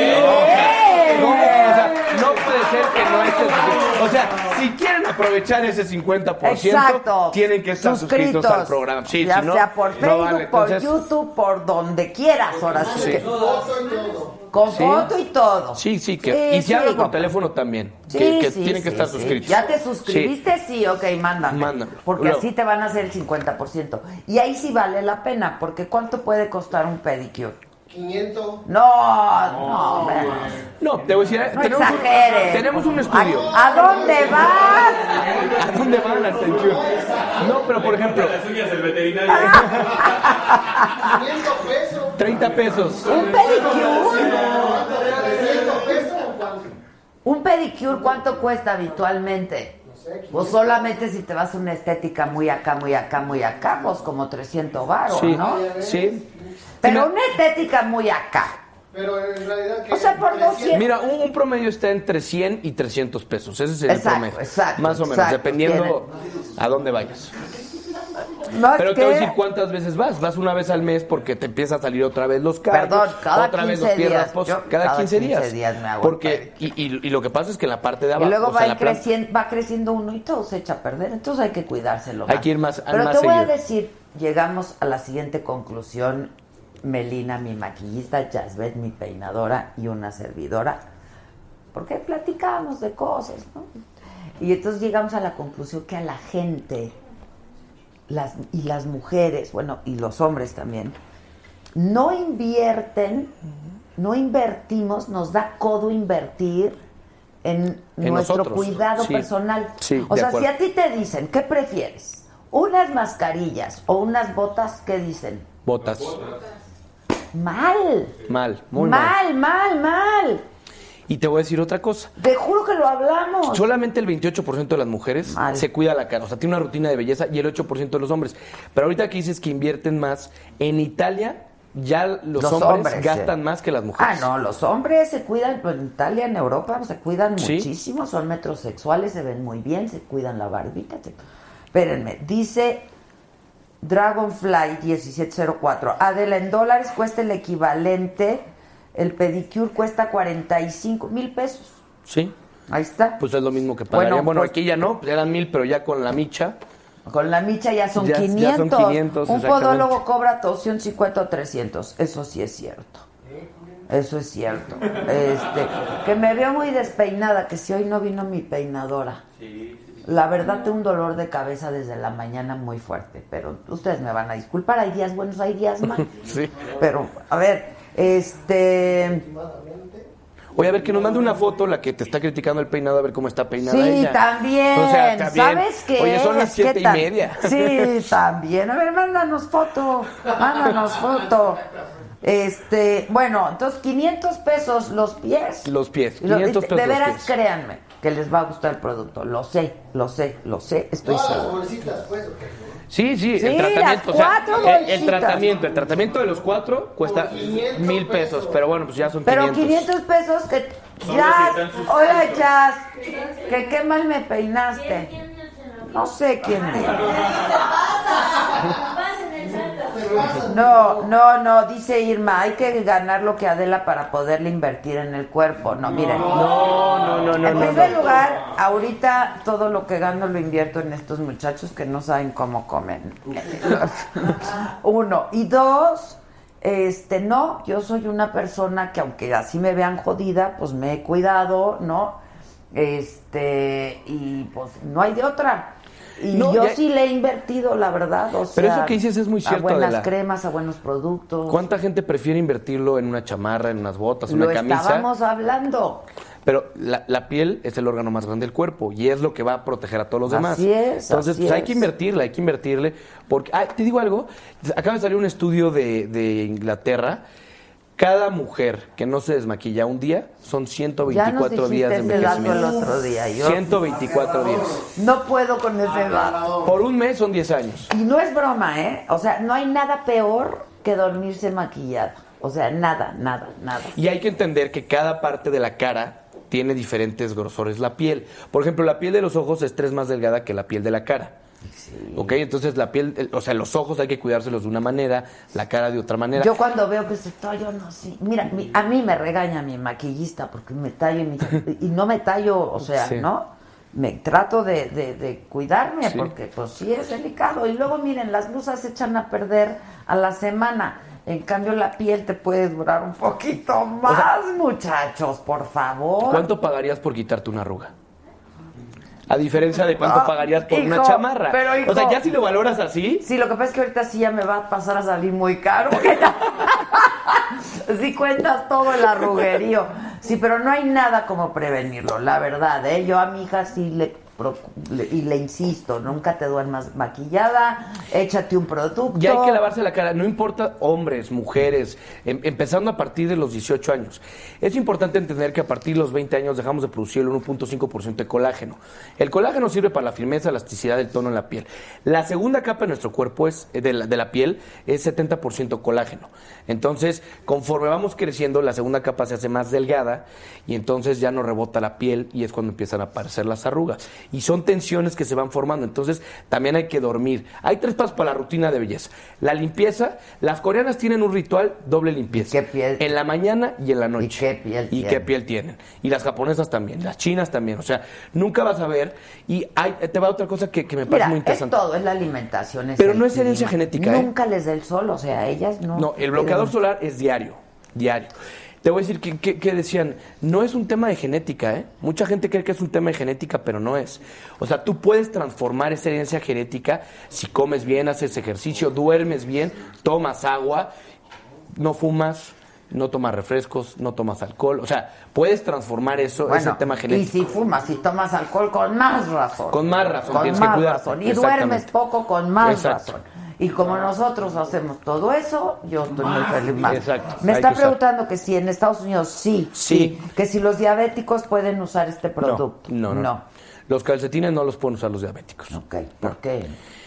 ¡Eh! No, o sea, no puede ser que no estén suscritos. O sea, si quieren aprovechar ese cincuenta por ciento, Exacto. tienen que estar suscritos, al programa. Sí, ya si no, sea por no Facebook, vale. por Entonces, YouTube, por donde quieras, ahora sí. Sí. que- Foto y todo. Con Sí. foto y todo. Sí, sí, que, Sí, y si sí, hablo por compa. teléfono también, Sí, que, que sí, tienen que sí, estar sí. suscritos. ¿Ya te suscribiste? Sí, ok, mándame. Mándame. Porque Luego. así te van a hacer el cincuenta por ciento. Y ahí sí vale la pena, porque ¿cuánto puede costar un pedicure? quinientos. No, no, hombre. No, te voy a decir, No tenemos, un, exageres. tenemos un estudio. ¿A, a dónde vas? ¿A dónde van las tensiones? No, pero por ejemplo, Las uñas del veterinario. quinientos pesos. treinta pesos. ¿Un pedicure? trescientos pesos o cuánto? ¿Un pedicure cuánto cuesta habitualmente? Pues solamente si te vas a una estética muy acá, muy acá, muy acá, pues como trescientos baros, Sí, ¿no? sí. Pero Mira, una estética muy acá. Pero en realidad que O sea, por doscientos. Mira, un, un promedio está entre cien y trescientos pesos. Ese es el Exacto, promedio. exacto, Más o menos, exacto. dependiendo a dónde vayas. No, es Pero que... te voy a decir cuántas veces vas. Vas una vez al mes porque te empieza a salir otra vez los cargos. Perdón, cada otra vez quince los pies días. rasposos. Yo Cada, cada quince quince días. días me hago el Porque, y, y, y lo que pasa es que en la parte de abajo, Y luego o sea, va, en la planta- creciendo, va creciendo uno y todo se echa a perder. Entonces hay que cuidárselo. Hay que ir más- Pero más te voy a seguido. decir, llegamos a la siguiente conclusión. Melina, mi maquillista, Jasbet, mi peinadora y una servidora. Porque platicamos de cosas, ¿no? Y entonces llegamos a la conclusión que a la gente, las, y las mujeres, bueno, y los hombres también, no invierten, no invertimos, nos da codo invertir en, En nuestro nosotros. cuidado Sí. personal. Sí, o de sea, si acuerdo. a ti te dicen, ¿qué prefieres? ¿Unas mascarillas o unas botas? ¿Qué dicen? Botas. Mal. Mal, muy mal. mal, mal, mal. Y te voy a decir otra cosa. Te juro que lo hablamos. Solamente el veintiocho por ciento de las mujeres Mal. se cuida la cara, o sea, tiene una rutina de belleza, y el ocho por ciento de los hombres. Pero ahorita que dices que invierten más, en Italia ya los, Los hombres, hombres, gastan sí. más que las Ah, mujeres. no, los hombres se cuidan, pues en Italia, en Europa, se cuidan Sí. muchísimo, son metrosexuales, se ven muy bien, se cuidan la barbita. se- Espérenme, dice Dragonfly diecisiete cero cuatro. Adela, en dólares cuesta el equivalente, el pedicure cuesta cuarenta y cinco mil pesos. Sí. Ahí está. Pues es lo mismo que pagarían. Bueno, Bueno, pues- aquí ya no, pues eran mil, pero ya con la micha. Con la micha ya son Ya- ya son quinientos. quinientos, Un exactamente. podólogo cobra doscientos cincuenta o trescientos. Eso sí es cierto. Eso es cierto. Este, que me veo muy despeinada, que si hoy no vino mi peinadora. La verdad tengo un dolor de cabeza desde la mañana muy fuerte, pero ustedes me van a disculpar, hay días buenos, hay días malos. Sí. Pero, a ver, este... Oye, a ver, que nos mande una foto la que te está criticando el peinado, a ver cómo está peinada Sí, ella. también. O sea, también. ¿Sabes qué? Oye, son las Es que siete y tam- media. Sí, también. A ver, mándanos foto. Mándanos foto. Este, bueno, entonces quinientos pesos los pies. Los pies, Y lo- quinientos de, pesos de los veras, pies. créanme, que les va a gustar el producto. Lo sé, lo sé, lo sé, estoy Todas las seguro. bolsitas, pues, ¿o qué? Sí, sí, Sí, el tratamiento, las o sea, cuatro el, el bolsitas. tratamiento, el tratamiento de los cuatro cuesta quinientos mil pesos, pesos. pero bueno, pues ya son Pero quinientos. quinientos pesos que... Son Jazz, los que están sus- hola Jazz, que qué mal me peinaste. No sé quién es. No, no, no, dice Irma, hay que ganar lo que Adela para poderle invertir en el cuerpo. No, miren. No, no, no, no, En no, primer no. lugar, ahorita todo lo que gano lo invierto en estos muchachos que no saben cómo comen. Uno. Y dos, este, no, yo soy una persona que aunque así me vean jodida, pues me he cuidado, ¿no? Este, y pues no hay de otra. Y No, yo ya- sí le he invertido, la verdad, o Pero sea, eso que dices es muy cierto, a buenas Adela. cremas, a buenos productos. ¿Cuánta gente prefiere invertirlo en una chamarra, en unas botas, en Lo una camisa? estábamos hablando. Pero la, la piel es el órgano más grande del cuerpo y es lo que va a proteger a todos los demás. Así es, Entonces, así pues hay es. que invertirle, hay que invertirle. Porque, ah, te digo algo, acaba de salir un estudio de, de Inglaterra. Cada mujer que no se desmaquilla un día son ciento Ya nos veinticuatro dijiste días de ese dato el envejecimiento. otro día. Yo ciento veinticuatro días. no puedo con ese dato. Por un mes son diez años. Y no es broma, ¿eh? O sea, no hay nada peor que dormirse maquillada. O sea, nada, nada, nada. Y hay que entender que cada parte de la cara tiene diferentes grosores la piel. Por ejemplo, la piel de los ojos es tres más delgada que la piel de la cara. Sí. ¿Ok? Entonces la piel, el- o sea, los ojos hay que cuidárselos de una manera, la cara de otra manera. Yo cuando veo que se tallo, no sé. Mira, mi- a mí me regaña mi maquillista porque me tallo y, me- y no me tallo, o sea, Sí. ¿no? Me trato de, de- de cuidarme Sí. porque pues sí es delicado. Y luego miren, las blusas se echan a perder a la semana. En cambio la piel te puede durar un poquito más, muchachos, por favor. ¿Cuánto pagarías por quitarte una arruga? A diferencia de cuánto Ah, pagarías por una hijo, chamarra. pero, hijo. O sea, ya si lo valoras así, Sí, lo que pasa es que ahorita sí ya me va a pasar a salir muy caro. Si cuentas todo el arruguerío. Sí, pero no hay nada como prevenirlo, la verdad, ¿eh? Yo a mi hija sí le, procu- le- y le insisto, nunca te duermas maquillada, échate un producto. ya hay que lavarse la cara. No importa hombres, mujeres, em- empezando a partir de los dieciocho años. Es importante entender que a partir de los veinte años dejamos de producir el uno punto cinco por ciento de colágeno. El colágeno sirve para la firmeza, elasticidad del tono en la piel. La segunda capa de nuestro cuerpo es eh, de la, de la piel es setenta por ciento colágeno. Entonces, conforme vamos creciendo, la segunda capa se hace más delgada y entonces ya no rebota la piel y es cuando empiezan a aparecer las arrugas. Y son tensiones que se van formando. Entonces, también hay que dormir. Hay tres pasos para la rutina de belleza. La limpieza, las coreanas tienen un ritual doble limpieza. ¿Qué piel? En la mañana y en la noche. ¿Y qué piel ¿Y tienen? qué piel tienen? Y las japonesas también, las chinas también. O sea, nunca vas a ver. Y hay, te va otra cosa que, que me parece Mira, muy es interesante. todo, es la alimentación. Es Pero el no es herencia clima. genética, ¿eh? Nunca les da el sol, o sea, ellas no. No, el bloqueador Pero- solar es diario, diario. Te voy a decir que, que- que decían, no es un tema de genética, ¿eh? Mucha gente cree que es un tema de genética, pero no es. O sea, tú puedes transformar esa herencia genética si comes bien, haces ejercicio, duermes bien, tomas agua, no fumas, no tomas refrescos, no tomas alcohol. O sea, puedes transformar eso, Bueno, ese tema y genético. si fumas, si tomas alcohol, con más razón. Con más razón, Con tienes que más cuidarte. razón. Y Exactamente. duermes poco, con más Exacto. razón. Y como nosotros hacemos todo eso, yo estoy muy feliz. Más. Exacto. Me Hay está que usar. preguntando que si en Estados Unidos sí, Sí. sí, que si los diabéticos pueden usar este producto. No, no, no. Los calcetines no los pueden usar los diabéticos. Ok, ¿por qué?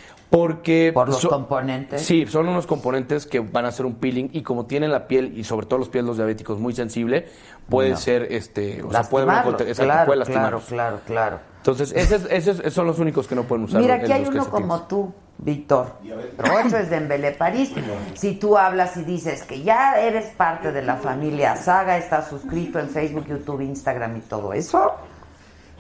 Porque ¿Por los so- componentes? Sí, son unos componentes que van a hacer un peeling y como tienen la piel y sobre todo los pies los diabéticos muy sensible, puede No. ser este, o sea, puede, Lastimarlos, exacto, claro, puede claro, lastimarlos. claro, claro. Entonces, esos, esos son los únicos que no pueden usar. Mira, los- aquí hay los uno calcetines. como tú, Víctor. Rocho es de Embelé, París. Si tú hablas y dices que ya eres parte de la familia Saga, estás suscrito en Facebook, YouTube, Instagram y todo eso,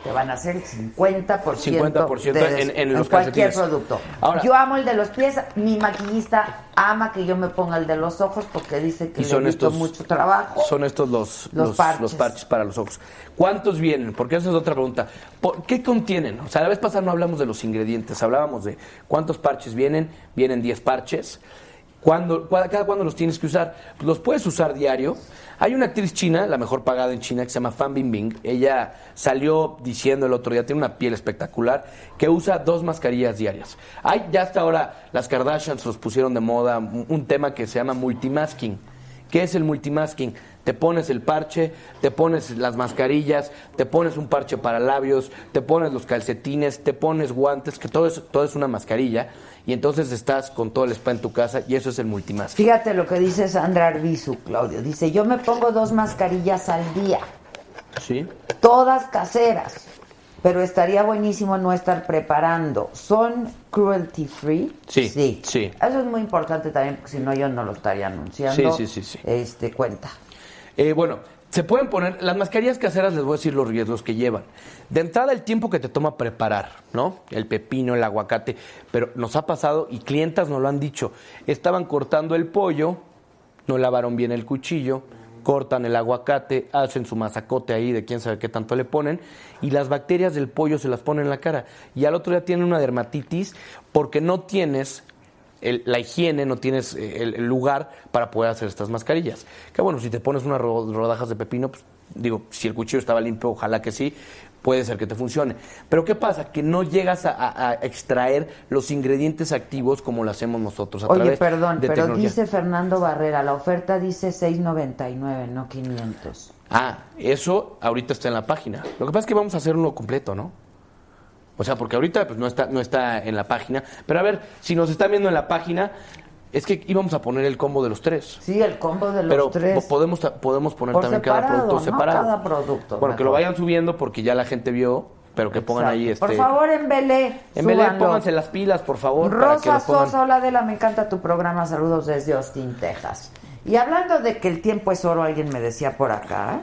te van a hacer el cincuenta por ciento, cincuenta por ciento de des- en, en los cualquier calcetines. producto. Ahora, yo amo el de los pies, mi maquillista ama que yo me ponga el de los ojos porque dice que y le son evito estos, mucho trabajo. Son estos los, Los los, parches. los parches para los ojos. ¿Cuántos vienen? Porque esa es otra pregunta. ¿Por qué contienen? O sea, la vez pasada no hablamos de los ingredientes, hablábamos de cuántos parches vienen. Vienen diez parches. ¿Cuándo, cua- ¿Cada cuándo los tienes que usar? Pues los puedes usar diario. Hay una actriz china, la mejor pagada en China, que se llama Fan Bingbing. Ella salió diciendo el otro día, tiene una piel espectacular, que usa dos mascarillas diarias. Hay, ya hasta ahora las Kardashians los pusieron de moda, un, un tema que se llama multimasking. ¿Qué es el multimasking? Te pones el parche, te pones las mascarillas, te pones un parche para labios, te pones los calcetines, te pones guantes, que todo es, todo es una mascarilla, y entonces estás con todo el spa en tu casa, y eso es el multimasking. Fíjate lo que dice Sandra Arbizu, Claudio. Dice, yo me pongo dos mascarillas al día, ¿Sí? todas caseras, pero estaría buenísimo no estar preparando. ¿Son cruelty free? Sí, sí. Eso es muy importante también, porque si no yo no lo estaría anunciando. Sí, sí, sí, sí. Este, cuenta. Eh, bueno, se pueden poner, las mascarillas caseras les voy a decir los riesgos que llevan. De entrada, el tiempo que te toma preparar, ¿no? El pepino, el aguacate, pero nos ha pasado y clientas nos lo han dicho. Estaban cortando el pollo, no lavaron bien el cuchillo, cortan el aguacate, hacen su masacote ahí de quién sabe qué tanto le ponen, y las bacterias del pollo se las ponen en la cara. Y al otro día tienen una dermatitis porque no tienes el- la higiene, no tienes eh, el, el lugar para poder hacer estas mascarillas. Que bueno, si te pones unas ro- rodajas de pepino, pues digo, si el cuchillo estaba limpio, ojalá que sí, puede ser que te funcione. Pero ¿qué pasa? Que no llegas a, a- a extraer los ingredientes activos como lo hacemos nosotros a Oye, través perdón, de pero tecnología. dice Fernando Barrera, la oferta dice seis noventa y nueve, no quinientos. Ah, eso ahorita está en la página. Lo que pasa es que vamos a hacer uno completo, ¿no? O sea, porque ahorita pues no está no está en la página. Pero a ver, si nos están viendo en la página, es que íbamos a poner el combo de los tres. Sí, el combo de los Pero tres. po- podemos ta- podemos poner Por también cada separado, producto ¿no? separado. Cada producto, Bueno, que mejor. lo vayan subiendo porque ya la gente vio, pero que pongan ahí este. Por favor, en Belé, En Belén, súbanlo. pónganse las pilas, por favor, para que Rosa los pongan. Sosa, hola Adela, me encanta tu programa, saludos desde Austin, Texas. Y hablando de que el tiempo es oro, alguien me decía por acá,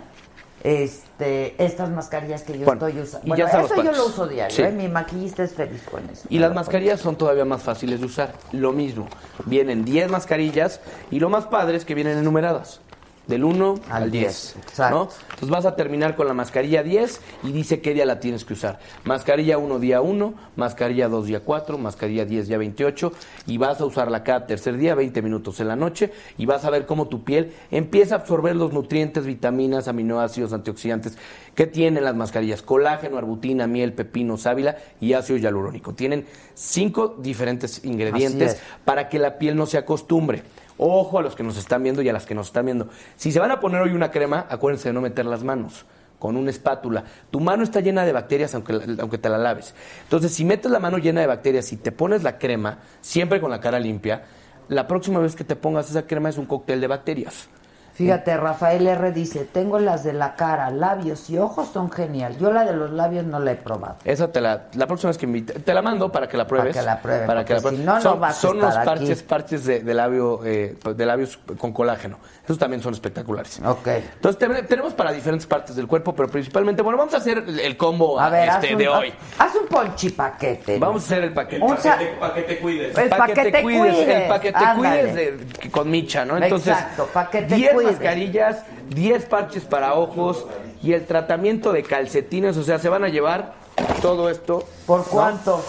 este, estas mascarillas que yo Bueno, estoy usando. y Bueno, ya están los eso yo parches. lo uso diario, Sí. ¿eh? Mi maquillista es feliz con eso. Y las mascarillas son todavía más fáciles de usar. Lo mismo, vienen diez mascarillas y lo más padre es que vienen enumeradas. Del uno Al al diez, diez. exacto. ¿no? Entonces vas a terminar con la mascarilla diez y dice qué día la tienes que usar. Mascarilla uno día uno, mascarilla dos día cuatro, mascarilla diez día veintiocho, y vas a usarla cada tercer día, veinte minutos en la noche, y vas a ver cómo tu piel empieza a absorber los nutrientes, vitaminas, aminoácidos, antioxidantes que tienen las mascarillas: colágeno, arbutina, miel, pepino, sábila y ácido hialurónico. Tienen cinco diferentes ingredientes Así es. para que la piel no se acostumbre. Ojo a los que nos están viendo y a las que nos están viendo. Si se van a poner hoy una crema, acuérdense de no meter las manos con una espátula. Tu mano está llena de bacterias aunque, la- aunque te la laves. Entonces, si metes la mano llena de bacterias y te pones la crema, siempre con la cara limpia, la próxima vez que te pongas esa crema es un cóctel de bacterias. Fíjate, Rafael R. dice, tengo las de la cara, labios y ojos son genial. Yo la de los labios no la he probado. Esa te la, la próxima vez que invite, te la mando para que la pruebes. Para que la pruebe, Para que la porque pruebes. si no, no son vas a son los estar parches, aquí. parches de, de labio, eh, de labios con colágeno. Esos también son espectaculares. Ok. Entonces te- tenemos para diferentes partes del cuerpo, pero principalmente, bueno, vamos a hacer el, el combo A ver, este, haz un, de hoy. Haz un ponchipaquete. ¿no? Vamos a hacer el paquete. Un sa- Para que te cuides. El Pa' que paquete te cuides, cuides, el paquete ándale. cuides de- con micha, ¿no? Entonces, Exacto, pa' que te diez cuides. mascarillas, diez parches para ojos y el tratamiento de calcetines, o sea, se van a llevar todo esto. ¿Por cuánto?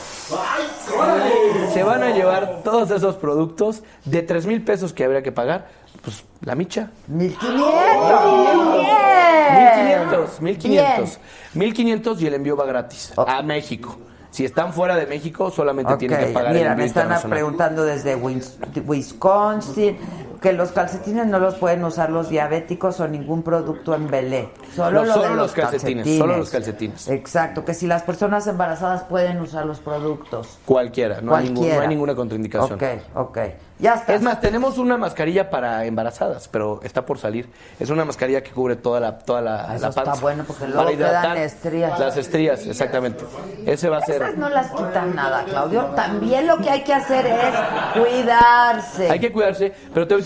Se van a llevar todos esos productos de tres mil pesos que habría que pagar, pues la micha. Mil quinientos. Mil quinientos, mil quinientos. Mil quinientos y el envío va gratis a México. Si están fuera de México, solamente Ok, tienen que pagar mira, el me envío están internacional. preguntando desde Wis- Wisconsin que los calcetines no los pueden usar los diabéticos o ningún producto en Belé. Solo, No, lo solo de los calcetines, solo los calcetines. Exacto, que si las personas embarazadas pueden usar los productos. Cualquiera, no hay, ningún- Cualquiera. no hay ninguna contraindicación. Ok, ok. Ya está. Es más, tenemos una mascarilla para embarazadas, pero está por salir. Es una mascarilla que cubre toda la, toda la, Eso la panza. está bueno, porque luego Para quedan hidratar estrías. Las estrías, exactamente. Ese va a ser. Esas no las quitan nada, Claudio. También lo que hay que hacer es cuidarse. Hay que cuidarse, pero te voy a decir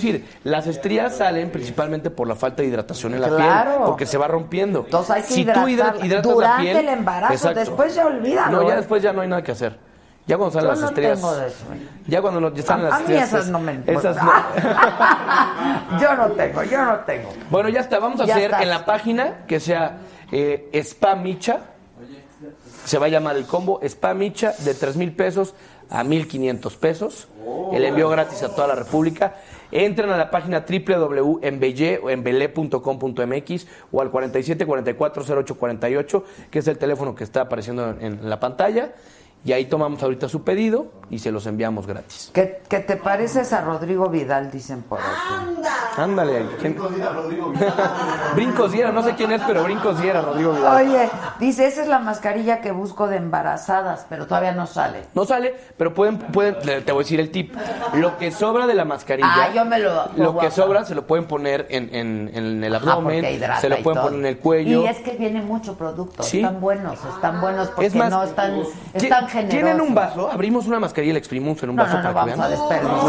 decir, las estrías salen principalmente por la falta de hidratación en la Claro. piel, porque se va rompiendo. Entonces hay que si tú hidra- hidratarla hidratas durante la piel, el embarazo, exacto. después ya olvídalo. No, ya ¿eh? después ya no hay nada que hacer. Ya cuando salen Yo las no estrías. tengo de eso, ¿eh? Ya cuando no, ya están A- las a mí estrías. esas es- no me- esas no. Yo no tengo, yo no tengo. Bueno, ya está. Vamos a Ya hacer estás. en la página que sea eh, Spa Micha. Se va a llamar el combo Spa Micha de tres mil pesos a mil quinientos pesos. El envío gratis a toda la República. Entren a la página doble u doble u doble u punto embelle o embele punto com punto m x o al cuarenta y siete cuarenta y cuatro cero ocho cuarenta y ocho, que es el teléfono que está apareciendo en, en la pantalla. Y ahí tomamos ahorita su pedido y se los enviamos gratis. ¿Qué, qué te pareces a Rodrigo Vidal, dicen por aquí? Ándale. ¿quién? Brincos Diera, no sé quién es, pero Brincos Diera, Rodrigo Vidal. Oye, dice, esa es la mascarilla que busco de embarazadas, pero todavía no sale. No sale, pero pueden, pueden, te te voy a decir el tip. Lo que sobra de la mascarilla, Ah, yo me lo- lo lo que guardo. sobra se lo pueden poner en, en, en el Ah, abdomen, porque hidrata se lo y pueden todo. poner en el cuello. Y es que viene mucho producto, Sí. están buenos, están buenos porque Es más, no están, ¿ti- están generosos. ¿tienen un vaso? Abrimos una mascarilla y la exprimimos en un No, vaso no, no, para que vamos a vean.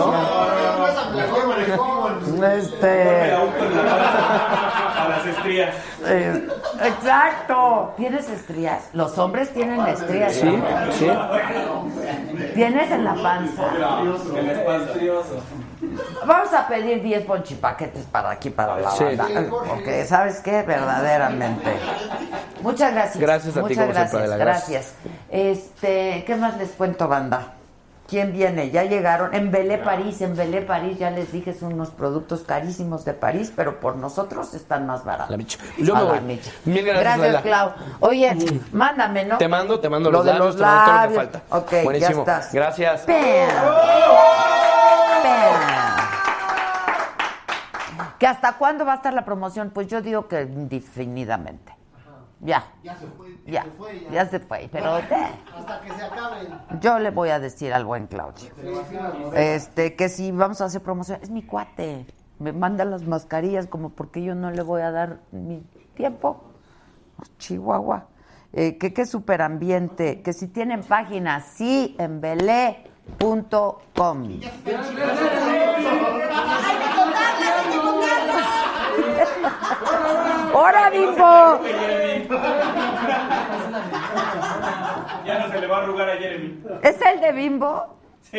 desperdiciar. Este... A las estrías. Eh, exacto. ¿Tienes estrías? Los hombres tienen estrías. Sí, ¿no? sí. ¿Tienes en la panza? El espastrioso. Vamos a pedir diez ponchipaquetes para aquí, para la Sí. banda. Porque, ¿sabes qué? Verdaderamente. Muchas gracias. Gracias a ti, Muchas como gracias, siempre, Adela, gracias. Este, ¿qué más les cuento, banda? ¿Quién viene? Ya llegaron. En Belé París, en Belé París, ya les dije, son unos productos carísimos de París, pero por nosotros están más baratos. La Micha. Yo me A la voy. Micha. Mil gracias, Gracias, Adela. Clau. Oye, mándame, ¿no? Te mando, te mando Lo los de labios, los te mando todo lo que labios. falta. Ok, Buenísimo. ya estás. Gracias. ¡Pam! ¡Pam! ¿Que hasta cuándo va a estar la promoción? Pues yo digo que indefinidamente. Ya. Ya se fue. Ya, se fue, ya se fue, pero eh, Hasta que se acabe. yo le voy a decir al buen Claudio. Este, que si vamos a hacer promoción, es mi cuate. Me manda las mascarillas como porque yo no le voy a dar mi tiempo. Chihuahua. Eh, que qué superambiente, que si tienen página, sí, en belé punto com. ¡Hora, Bimbo! Ya no se le va a arrugar a Jeremy. ¿Es el de Bimbo?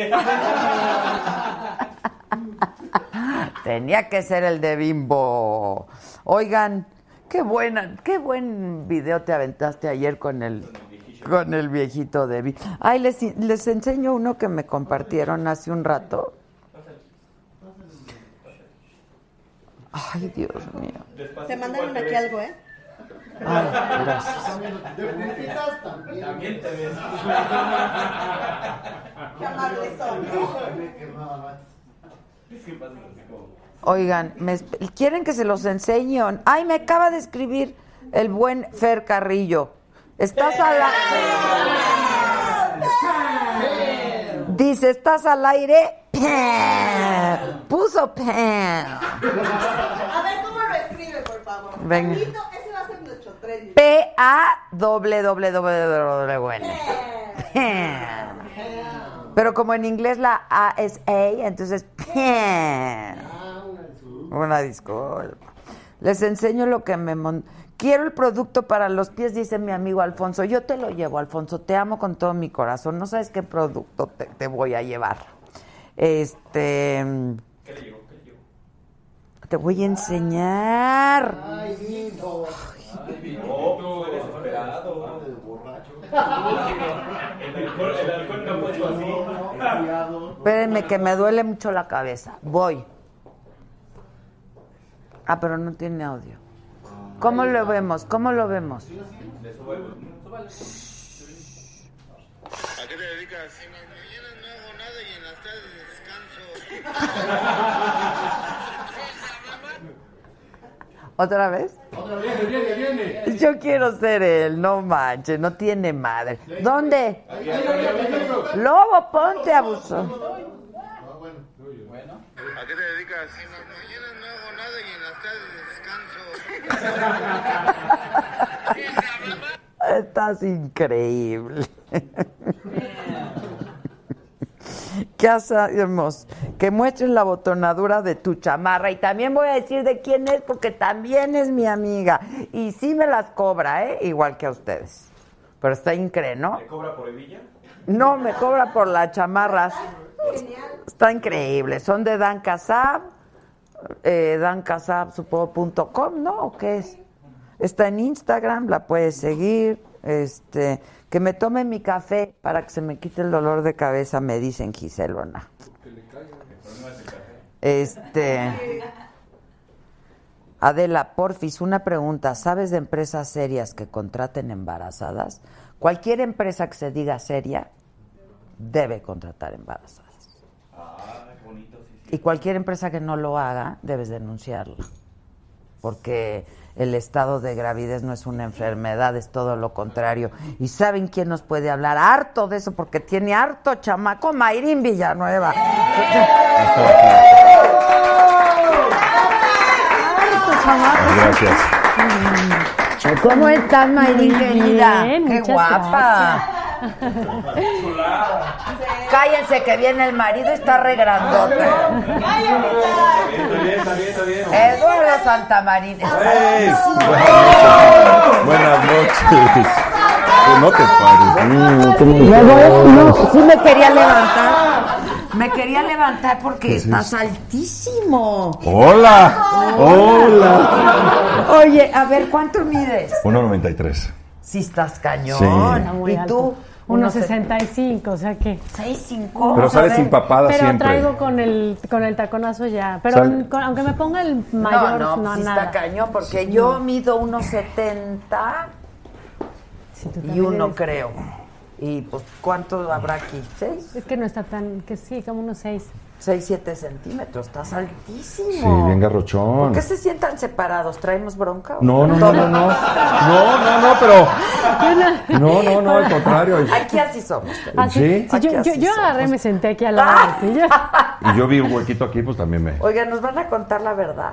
Tenía que ser el de Bimbo. Oigan, qué buena, qué buen video te aventaste ayer con el con el viejito de Bimbo. Ay, les, les enseño uno que me compartieron hace un rato. Ay, Dios mío. Te mandaron aquí algo, ¿eh? Ay, gracias. De puntitas también. También te ves. Qué amables son, ¿no? Oigan, me, ¿quieren que se los enseñe? Ay, me acaba de escribir el buen Fer Carrillo. Estás al aire. Dice, ¿estás al aire? Puso pen. A ver, ¿cómo lo escribe, por favor? Venga. Carlito, ese va a ser nuestro trending. P A W W W N. Pero como en inglés la A es A, entonces pen. Una disculpa. Les enseño lo que me... Mon... Quiero el producto para los pies, dice mi amigo Alfonso. Yo te lo llevo, Alfonso. Te amo con todo mi corazón. No sabes qué producto te, te voy a llevar. Este... ¿Qué le llegó? ¿Qué le llegó? Te voy a enseñar. Ay, lindo. Oh, tú eres desesperado. El alcohol, el alcohol me ha puesto así. Espérenme que me duele mucho la cabeza. Voy. Ah, pero no tiene audio. ¿Cómo lo vemos? ¿Cómo lo vemos? ¿A qué te dedicas? En las mañanas no hago nada y en las tardes descanso. ¿Otra vez? Otra vez, viene, viene. Yo quiero ser él, no manches, no tiene madre. ¿Dónde? Lobo, ponte, abuso. ¿A qué te dedicas? En las mañanas no hago nada y en las tardes descanso. Estás increíble. ¿Qué hacemos? Que muestres la botonadura de tu chamarra. Y también voy a decir de quién es, porque también es mi amiga. Y sí me las cobra, ¿eh? Igual que a ustedes. Pero está increíble, ¿no? ¿Me cobra por hebilla? No, me cobra por las chamarras. Está increíble. Son de Dan Casab, eh, dan casab supongo punto com, ¿no? ¿O qué es? Está en Instagram, la puedes seguir. Este, que me tome mi café para que se me quite el dolor de cabeza, me dicen Giselona. Este, Adela, porfis, una pregunta. ¿Sabes de empresas serias que contraten embarazadas? Cualquier empresa que se diga seria debe contratar embarazadas. Y cualquier empresa que no lo haga, debes denunciarla. Porque el estado de gravidez no es una enfermedad, es todo lo contrario. ¿Y saben quién nos puede hablar harto de eso? Porque tiene harto chamaco, Mayrín Villanueva. Gracias. ¿Cómo estás, Mayrín, querida? Bien, ¡Qué muchas guapa! Cállense que viene el marido y está re grandote. Está bien, está bien, está bien. Eduardo Santamarín. Hey, buenas noches. No te pares. Me voy, no, sí me quería levantar. Me quería levantar porque estás altísimo. Hola, hola. Oye, a ver, ¿cuánto mides? uno noventa y tres. Sí estás cañón. Sí. ¿Y tú? uno sesenta y cinco, o sea que... seis cinco. Pero sales empapada pero siempre. Pero traigo con el, con el taconazo ya. Pero Sal... con, aunque me ponga el mayor, no, no, no, sí nada. está cañón, porque sí. yo mido uno setenta sí, y uno eres... creo. Y pues, ¿cuánto habrá aquí? ¿Seis? Es que no está tan... que sí, como unos seis. Seis, siete centímetros, estás altísimo. Sí, bien garrochón. ¿Por qué se sientan separados? ¿Traemos bronca? ¿O no, no, no, no, no. No, no, no, pero... No, no, no, al contrario. Aquí así somos. ¿Ah, sí? ¿Sí? Sí, yo, yo, yo agarré y me senté aquí al lado de ti. Y yo vi un huequito aquí, pues también me... Oigan, ¿nos van a contar la verdad?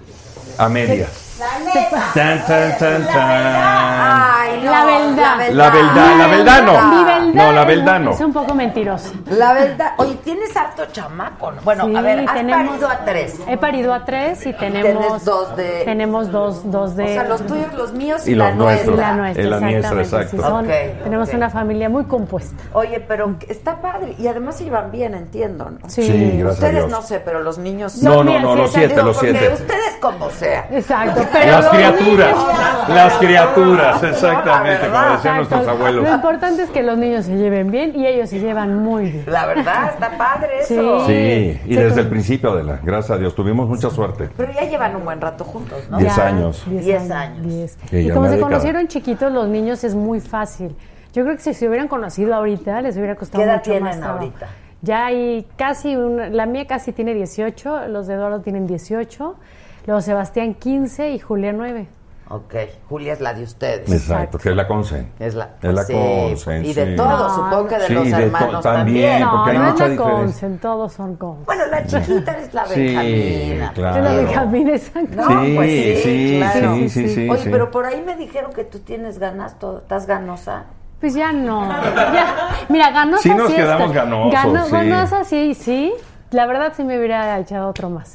A medias. La neta. Tan, tan, tan, tan. Ay, no, la verdad. La verdad, la verdad no. Mi verdad No, la verdad no. Es un poco mentirosa. La verdad. Oye, tienes harto chamaco, ¿no? Bueno, Sí, a ver, has tenemos- parido a tres. He parido a tres y tenemos... Tienes dos de- Tenemos dos, dos de... O sea, los tuyos, los míos y, Y la los nuestros. y nuestra. la nuestra, Y la nuestra, exactamente. exacto. Sí, son- Ok, tenemos ok. una familia muy compuesta. Oye, pero está padre. Y además se llevan bien, entiendo, ¿no? Sí. Sí, gracias a Ustedes Dios. no sé, pero los niños... No, no, mira, no, sí, lo está- siente, Digo, lo porque siente. ustedes como sea. Exacto. Pero Las los criaturas, niños- las criaturas, exactamente, como ¿verdad? decían nuestros Exacto. abuelos. Lo importante es que los niños se lleven bien y ellos se llevan muy bien. La verdad, está padre eso. Sí, y Se desde con- el principio, Adela, gracias a Dios, tuvimos mucha suerte. Pero ya llevan un buen rato juntos, ¿no? Diez Ya, años. Diez años. diez. Sí, Y ya como una se década. conocieron chiquitos los niños es muy fácil. Yo creo que si se hubieran conocido ahorita les hubiera costado ¿Qué edad mucho tienen más trabajo. ahorita? Ya hay casi, una, la mía casi tiene dieciocho, los de Eduardo tienen dieciocho, luego Sebastián quince y Julia nueve. Ok, Julia es la de ustedes. Exacto, que es la Consen. Es la, Es la sí, Consen, y de sí. todos, No, supongo que de sí, los de to- hermanos también. también. porque hay no, no mucha es la diferencia. Consen, todos son Consen. Bueno, la chiquita es la Sí, Benjamina. claro. Es la Benjamín, exacto. No, Sí, pues sí, sí, claro. sí, sí, sí, Oye, sí. pero por ahí me dijeron que tú tienes ganas, todo, estás ganosa. Pues ya no. Ya. Mira, ganosa Sí nos sí quedamos está. ganosos, Gano- sí. Ganosa sí, sí. La verdad sí me hubiera echado otro más.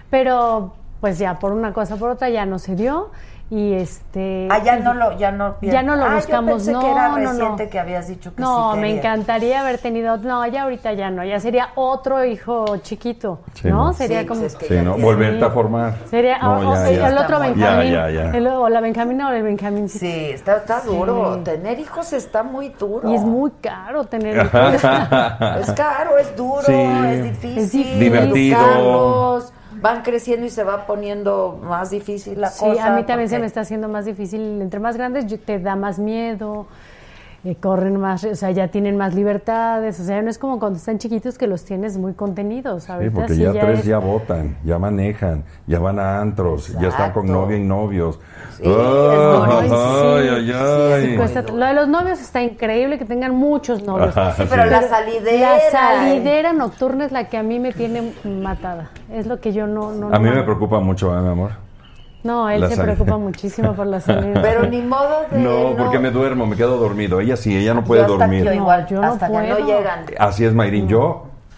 Pero pues ya, por una cosa por otra ya no se dio. Y este... Ah, ya no lo, ya no Ya no lo ah, buscamos, yo pensé no, que era no, no. reciente que habías dicho que No, sí me querías. encantaría haber tenido... No, ya ahorita ya no. Ya sería otro hijo chiquito, Sí, ¿no? no. Sería Sí, como... pues es que Sí, ya ¿no? tiene- Volverte a formar. Sería No, o- o ya, el, ya. el otro Está muy- Benjamín. Ya, ya, ya. El- o la Benjamina o el Benjamín. Sí, está, está Sí. duro. Tener hijos está muy duro. Y es muy caro tener hijos. Es caro, es duro, Sí. es difícil. Es difícil. Divertido. educarlos, van creciendo y se va poniendo más difícil la Sí, cosa. a mí también se porque- me está haciendo más difícil. Entre más grandes yo- te da más miedo, eh, corren más, o sea, ya tienen más libertades. O sea, no es como cuando están chiquitos que los tienes muy contenidos. Sí, Ahorita porque sí ya tres es- ya votan, ya manejan, ya van a antros, ya están con Exacto. novia y novios. Sí, es durísimo. ay, ay, Sí, ay. sí, cuesta- lo de los novios está increíble, que tengan muchos novios. Ajá, Sí, pero sí. la salidera. La salidera nocturna es la que a mí me tiene matada. Es lo que yo no... no A mí no- me preocupa mucho, ¿eh, mi amor? No, él la se salida. preocupa muchísimo por la salida. Pero ni modo de. No, porque me duermo, me quedo dormido. Ella sí, ella no puede Yo hasta dormir. yo igual, No, yo no hasta que no puedo. llegan. Así es, Mayrín. Yo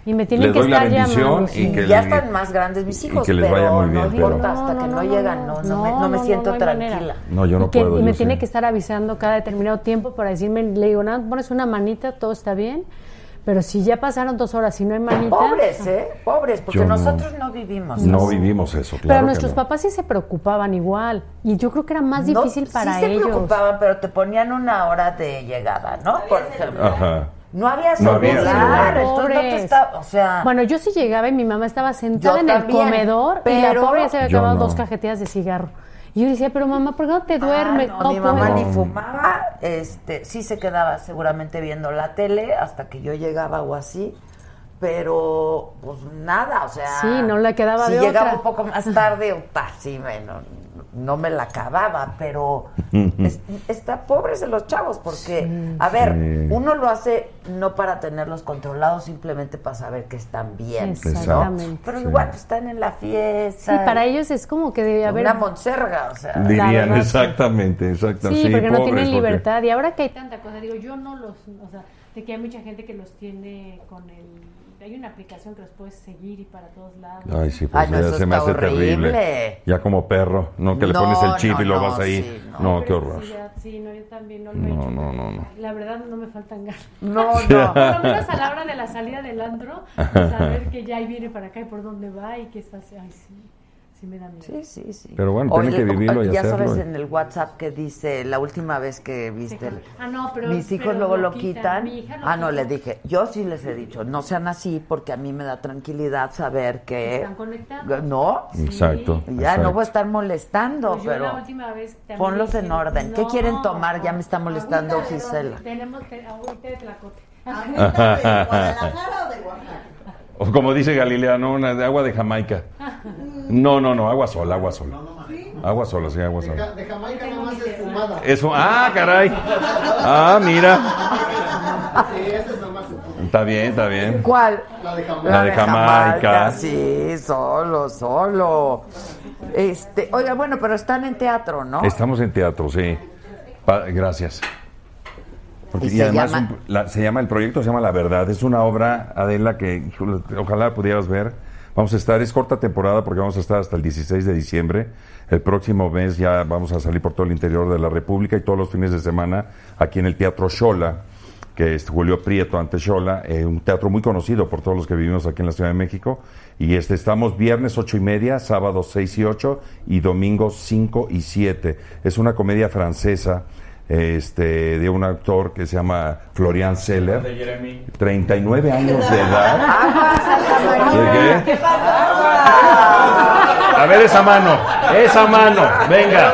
Y me tienen les que doy la estar bendición llamando. y sí. que Ya les- están más grandes mis hijos, que les pero vaya muy bien, no pero- importa, hasta No, que no, no, no, llegan, no, no, me, no me siento no hay manera. tranquila. No, yo no y que, puedo, Y me yo tiene sé. que estar avisando cada determinado tiempo para decirme, le digo, nada, pones una manita, todo está bien. Pero si ya pasaron dos horas y no hay manita... Pobres, ¿eh? Pobres, porque Yo no- nosotros no, vivimos. No eso. vivimos eso, claro. Pero que nuestros no. papás sí se preocupaban igual. Y yo creo que era más No, difícil para sí se ellos. preocupaban, pero te ponían una hora de llegada, ¿no? Por ejemplo. Ajá. No había No había celular, celular. entonces no te Pobres. estaba, o sea... Bueno, yo sí llegaba y mi mamá estaba sentada Yo en el también, comedor y la pero- pobre ya se había Yo acabado no. dos cajetillas de cigarro. Y yo decía, pero mamá, ¿por qué no te Ah, duermes? no, mi mamá puedo". ni fumaba, este, sí se quedaba seguramente viendo la tele hasta que yo llegaba o así, pero pues nada, o sea... Sí, no le quedaba si de llegaba otra. un poco más tarde, upa, sí, bueno, no me la acababa, pero es- está pobres de los chavos, porque, a ver, Sí. uno lo hace no para tenerlos controlados, simplemente para saber que están bien, ¿no? Exactamente. Pero Sí. igual pues, están en la Sí, fiesta. para ellos es como que debe haber... Una monserga, o sea... Dirían, verdad, sí. exactamente, exactamente. Sí, porque no pobres, tienen porque- libertad. Y ahora que hay tanta cosa, digo, yo no los... O sea, de que hay mucha gente que los tiene con el... Hay una aplicación que los puedes seguir y para todos lados. Ay, sí, pues Ay, no, ya eso se me está hace terrible. horrible. Ya como perro, ¿no? Que le No, pones el chip no, y lo no, vas ahí. sí, no, no. qué Pero horror. Sí, ya- sí, no, yo también no lo he No, hecho. no, no, no. La verdad no me faltan ganas. No, Por no. lo menos a la hora de la salida del antro, pues, saber que ya ahí viene para acá y por dónde va y que está... Ay, sí, sí me da miedo. Sí, sí, sí. Pero bueno, Oye, tienen que vivirlo y ya hacerlo. sabes en el WhatsApp que dice, la última vez que viste, el- Ah, no, pero... mis hijos pero luego lo quitan. quitan. Mi hija lo Ah, no, quita. les dije, yo sí les he dicho, no sean así porque a mí me da tranquilidad saber que... Están conectados. No, Exacto. ya exacto. no voy a estar molestando, Pues yo pero... la última vez también Ponlos dije, en orden. ¿Qué no, quieren tomar? Ya me está molestando agüita de Gisela. ron, Tenemos te- agüita de tlacote. ¿Agüita de Guadalajara o de Oaxaca? O como dice Galilea, no, una de agua de Jamaica. No, no, no, agua sola, agua sola. Agua sola, sí, agua De, sola. Ja- de Jamaica nada más es fumada. Eso, ah, caray. Ah, mira. Sí, esa es nada más fumada. Está bien, está bien. ¿Cuál? La de Jamaica. La de Jamaica. Sí, solo, solo. Este, oiga, bueno, pero están en teatro, ¿no? Estamos en teatro, sí. Pa- gracias. Porque- Y y se además llama- un- la- se llama, el proyecto se llama La Verdad. Es una obra, Adela, que híjole, ojalá pudieras ver. Vamos a estar, es corta temporada porque vamos a estar hasta el dieciséis de diciembre. El próximo mes ya vamos a salir por todo el interior de la República y todos los fines de semana aquí en el Teatro Xola, que es Julio Prieto ante Xola, eh, un teatro muy conocido por todos los que vivimos aquí en la Ciudad de México. Y este estamos viernes ocho y media, sábado seis y ocho y domingo cinco y siete. Es una comedia francesa este, de un actor que se llama Florian Zeller, treinta y nueve años de edad. ¿De qué? A ver esa mano, esa mano, venga.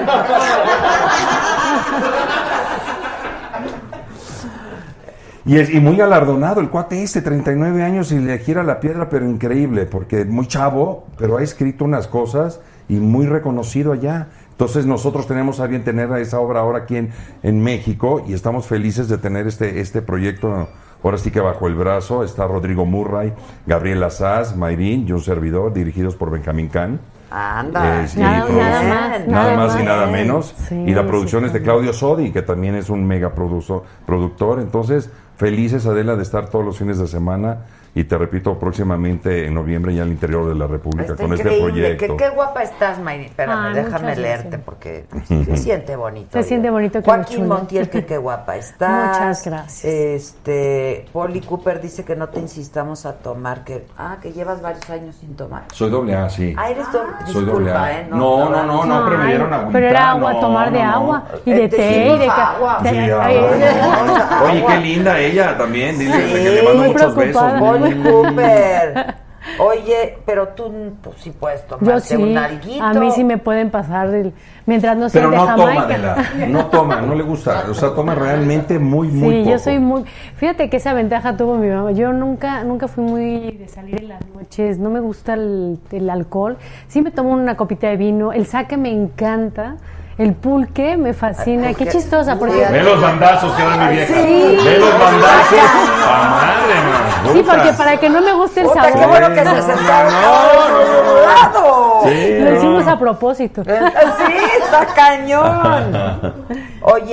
Y, es, y muy galardonado el cuate este, treinta y nueve años y le gira la piedra, pero increíble, porque muy chavo, pero ha escrito unas cosas y muy reconocido allá. Entonces nosotros tenemos a bien tener esa obra ahora aquí en, en México y estamos felices de tener este, este proyecto ahora sí que bajo el brazo. Está Rodrigo Murray, Gabriela Sass, Mayrín y un servidor, dirigidos por Benjamín Can. Anda, Eh, sí, Nada- produce- nada más, nada nada más y más. nada menos. Sí, y la producción sí, es de sí. Claudio Sodi, que también es un mega produso- productor. Entonces, felices, Adela, de estar todos los fines de semana. Y te repito, próximamente en noviembre ya al interior de la República Está con este increíble. proyecto. Qué, qué guapa estás, Mayri. Espérame, Ay, déjame muchas leerte gracias. porque se siente bonito. Se oye. siente bonito que me Joaquín chulen. Montiel, que qué guapa estás. Muchas gracias. Este, Poli Cooper dice que no te insistamos a tomar, que ah, que llevas varios años sin tomar. Soy doble A, sí. Ah, eres doble. Soy Disculpa, doble A. ¿eh? No, no, no, no, pero me Ay, dieron agüita. pero era agua, no, tomar de no, no. agua y de Eh, te té y dimos de ca- agua. de- Sí, ay, agua. Oye, Oye, qué linda ella también. Dile Sí, que le mando muy muchos besos. preocupada. Poli Cooper. Oye, pero tú pues, sí puedes Yo tomarte sí, un alguito. a mí sí me pueden pasar del- mientras no sea Pero de no toma, Jamaica. Adela. No toma, no le gusta. O sea, toma realmente muy, muy Sí, poco. yo soy muy... Fíjate que esa ventaja tuvo mi mamá. Yo nunca nunca fui muy de salir en las noches, no me gusta el, el alcohol. Sí me tomo una copita de vino, el sake me encanta, el pulque me fascina. El Qué pulque. chistosa, porque... Ve los bandazos que da mi vieja. Sí. Ve los bandazos. ¡A madre, man! Sí, porque para que no me guste el Puta, sabor... qué bueno que se No, sentaron no, todos no, a un lado. Sí, Lo no. hicimos a propósito. Eh, Sí, está cañón. Oye,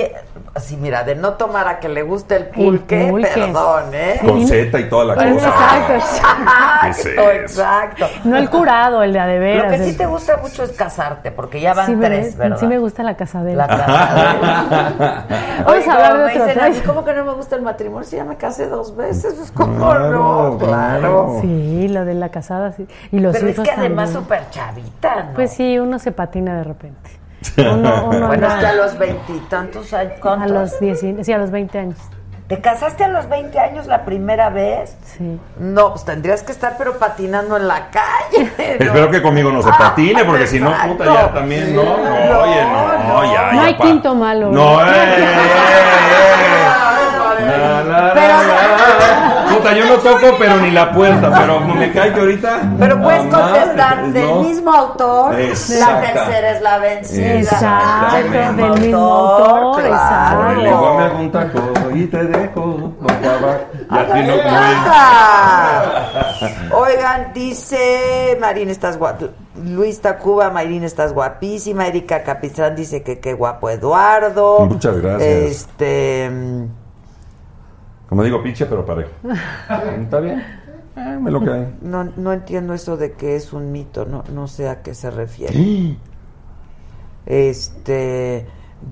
así mira, de no tomar a que le guste el pulque, El pulque. perdón, ¿eh? Con Z y toda la Pues, cosa. exacto. ¿Qué es Exacto, eso? exacto. No el curado, el de a de veras. Lo que sí el- te gusta mucho es casarte, porque ya van sí, me- tres, ¿verdad? Sí me gusta la casadera. La casadera. Vamos Oye, a hablar de me otro dicen a mí, tema. ¿cómo que no me gusta el matrimonio? Si ya me casé dos veces, pues ¿cómo Claro, no? Claro. Sí, lo de la casada, sí. Y los Pero es hijos que además también. súper chavita, ¿no? Pues sí, uno se patina de repente. Uno, uno Bueno, es anda que a los veintitantos años, a ¿cuántos? los diez, sí, a los veinte años. ¿Te casaste a los veinte años la primera vez? Sí. No, pues tendrías que estar pero patinando en la calle. ¿no? Espero que conmigo no se patine, porque si no, exacto. puta, ya también, no, no, No, oye, no, no. ya, No ya, hay pa- quinto malo. No, ¿eh? eh, eh, eh. La, la, la, la. Puta, yo no toco, pero ni la puerta, pero me cae que ahorita. Pero puedes mamá, contestar del no. mismo autor, la Exacta. tercera es la vencida. Exacto, Exactamente. del mismo autor, claro. Porque luego me hago un taco y te dejo boca abajo. Y así no ¡Anda! Oigan, dice Marín, estás guapo. Luis Tacuba, Marín, estás guapísima. Erika Capistrán dice que qué guapo Eduardo. Muchas gracias. Este. Como digo, pinche, pero parejo. ¿Está bien? Eh, me lo cae. No, no entiendo eso de que es un mito, no, no sé a qué se refiere. Este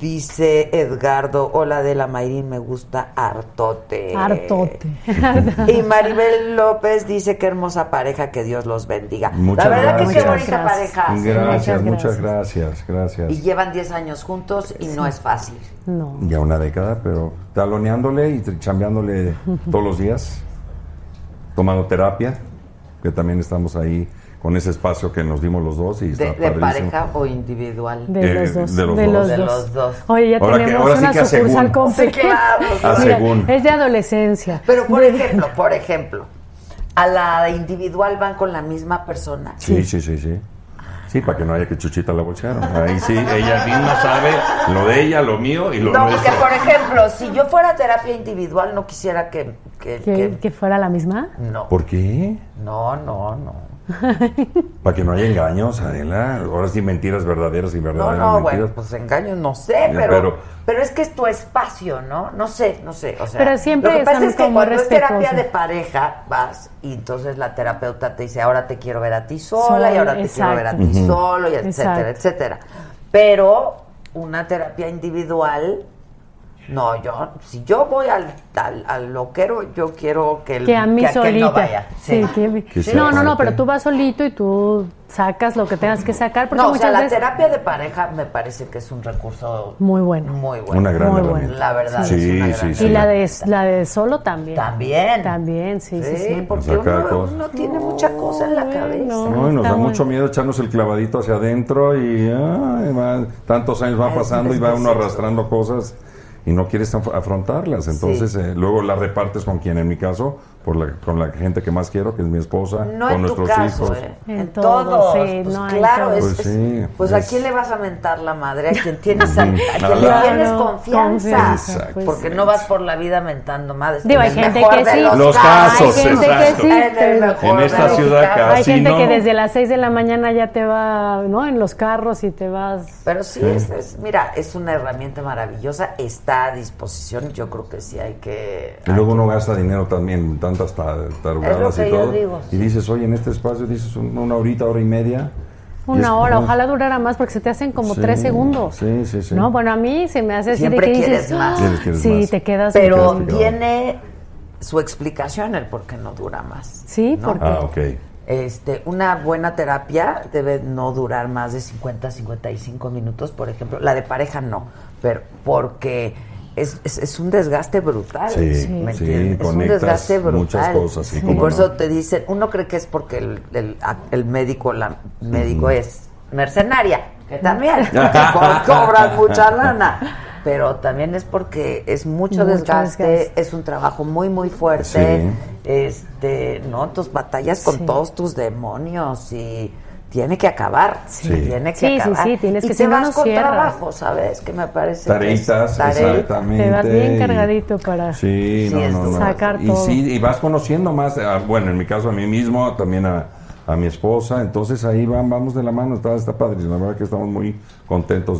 dice Edgardo, hola de la Mayrín, me gusta hartote. Hartote. Y Maribel López dice qué hermosa pareja, que Dios los bendiga. Muchas la verdad gracias. que qué bonita Gracias. pareja. hacen. Gracias, Muchas muchas gracias, gracias. Y llevan diez años juntos y no es fácil. No. Ya una década, pero taloneándole y chambeándole todos los días, tomando terapia, que también estamos ahí con ese espacio que nos dimos los dos y está ¿De, de padrísimo. pareja o individual? De Eh, los dos. de los de dos. los De dos. los dos. Oye, ya Ahora que- tenemos ahora sí una que a sucursal según. completa. Sí, claro. A Mira, según. es de adolescencia. Pero por De- ejemplo, por ejemplo, a la individual van con la misma persona. Sí, sí, sí, sí. Sí, para que no haya que Chuchita la bolsearon. Ahí sí, ella misma sabe lo de ella, lo mío y lo No, nuestro. porque por ejemplo, si yo fuera a terapia individual, no quisiera que... que, ¿Que, que- que fuera la misma? no, ¿Por qué? no, no, no. Para que no haya engaños, Adela. Ahora sí, mentiras verdaderas y No, verdaderas no, mentiras. bueno, pues engaños no sé, Ya, pero, pero pero- es que es tu espacio, ¿no? No sé, no sé, o sea, Pero siempre lo que pasa son es que como cuando es terapia respetuosos. de pareja vas y entonces la terapeuta te dice, ahora te quiero ver a ti sola Sola, y ahora te quiero ver a ti exacto. solo y etcétera, Exacto. etcétera. Pero una terapia individual, no, yo, si yo voy al, al, al loquero, yo quiero que el Que a mí aquel solita. no vaya. Sí, que- Que sea no, no, no, aparte. pero tú vas solito y tú sacas lo que tengas que sacar. Porque No, o muchas sea, la veces... terapia de pareja me parece que es un recurso Muy bueno. muy bueno. Una gran Muy herramienta. bueno. La verdad Sí, es una sí, gran sí. Y la de, la de solo también. También. También, sí, sí, Sí, sí. porque Sacar uno, cosas. uno tiene mucha cosa en la Ay, cabeza. no. No, y nos Está da muy- mucho miedo echarnos el clavadito hacia adentro y ay, va- tantos años van Es- pasando es y va que uno es eso. arrastrando cosas y no quieres af- afrontarlas. Entonces Sí. eh, luego las repartes con quien, en mi caso, por la, con la gente que más quiero, que es mi esposa, No con en tu nuestros caso, hijos. ¿eh? En En todo, todos. sí, Pues no, en claro, todo. es, Pues es- sí, pues a es- quién le vas a mentar la madre, a quien tienes a, a quien Nada. le tienes Claro, confianza. confianza, pues. Porque no vas por la vida mentando madres. Digo, En hay el gente mejor que de sí. los Los casos. casos, Hay gente que exacto. sí, En el pero- mejor En de esta los ciudad casos. Hay casi gente no. que desde las seis de la mañana ya te va, ¿no? En los carros y te vas. Pero sí, Es, es- mira, es una herramienta maravillosa, está a disposición, yo creo que sí hay que... Y luego uno gasta dinero también en tantas ta- tarugadas que y yo todo. digo, Y sí. dices, oye, en este espacio dices un- una horita, hora y media. y es- Una hora, no, ojalá durara más porque se te hacen como Sí, tres segundos. sí, sí, sí. No, bueno, a mí se me hace así Siempre de que quieres dices, más. "Ah", Quieres, quieres sí, más. te quedas. Pero te quedas tiene su explicación el por qué no dura más. Sí, ¿no? porque Ah, ok. Este, una buena terapia debe no durar más de cincuenta, cincuenta y cinco minutos, por ejemplo. La de pareja no, pero porque es, es, es un desgaste brutal. Sí, ¿me sí, entiendes? Es un conectas desgaste brutal. muchas cosas, sí, y cómo por no. eso te dicen, uno cree que es porque el, el, el médico, la médico es mercenaria, que también que co- cobran mucha lana. Pero también es porque es mucho, Mucho desgaste, desgaste. es un trabajo muy, muy fuerte. Sí. Este, ¿no? Tus batallas con Sí. todos tus demonios y tiene que acabar. Sí. Tiene que Sí, sí, acabar. sí, tienes y que te si no, vas no con cierras. trabajo, ¿sabes? Que me parece que es Tareitas, tarea. exactamente. te vas bien y- cargadito para. Sí, Sí, no, es no, duro. no. Sacar y todo. sí, y vas conociendo más, a- bueno, en mi caso a mí mismo, también a, a mi esposa, entonces ahí van, vamos de la mano, está, está padre, la verdad que estamos muy contentos de,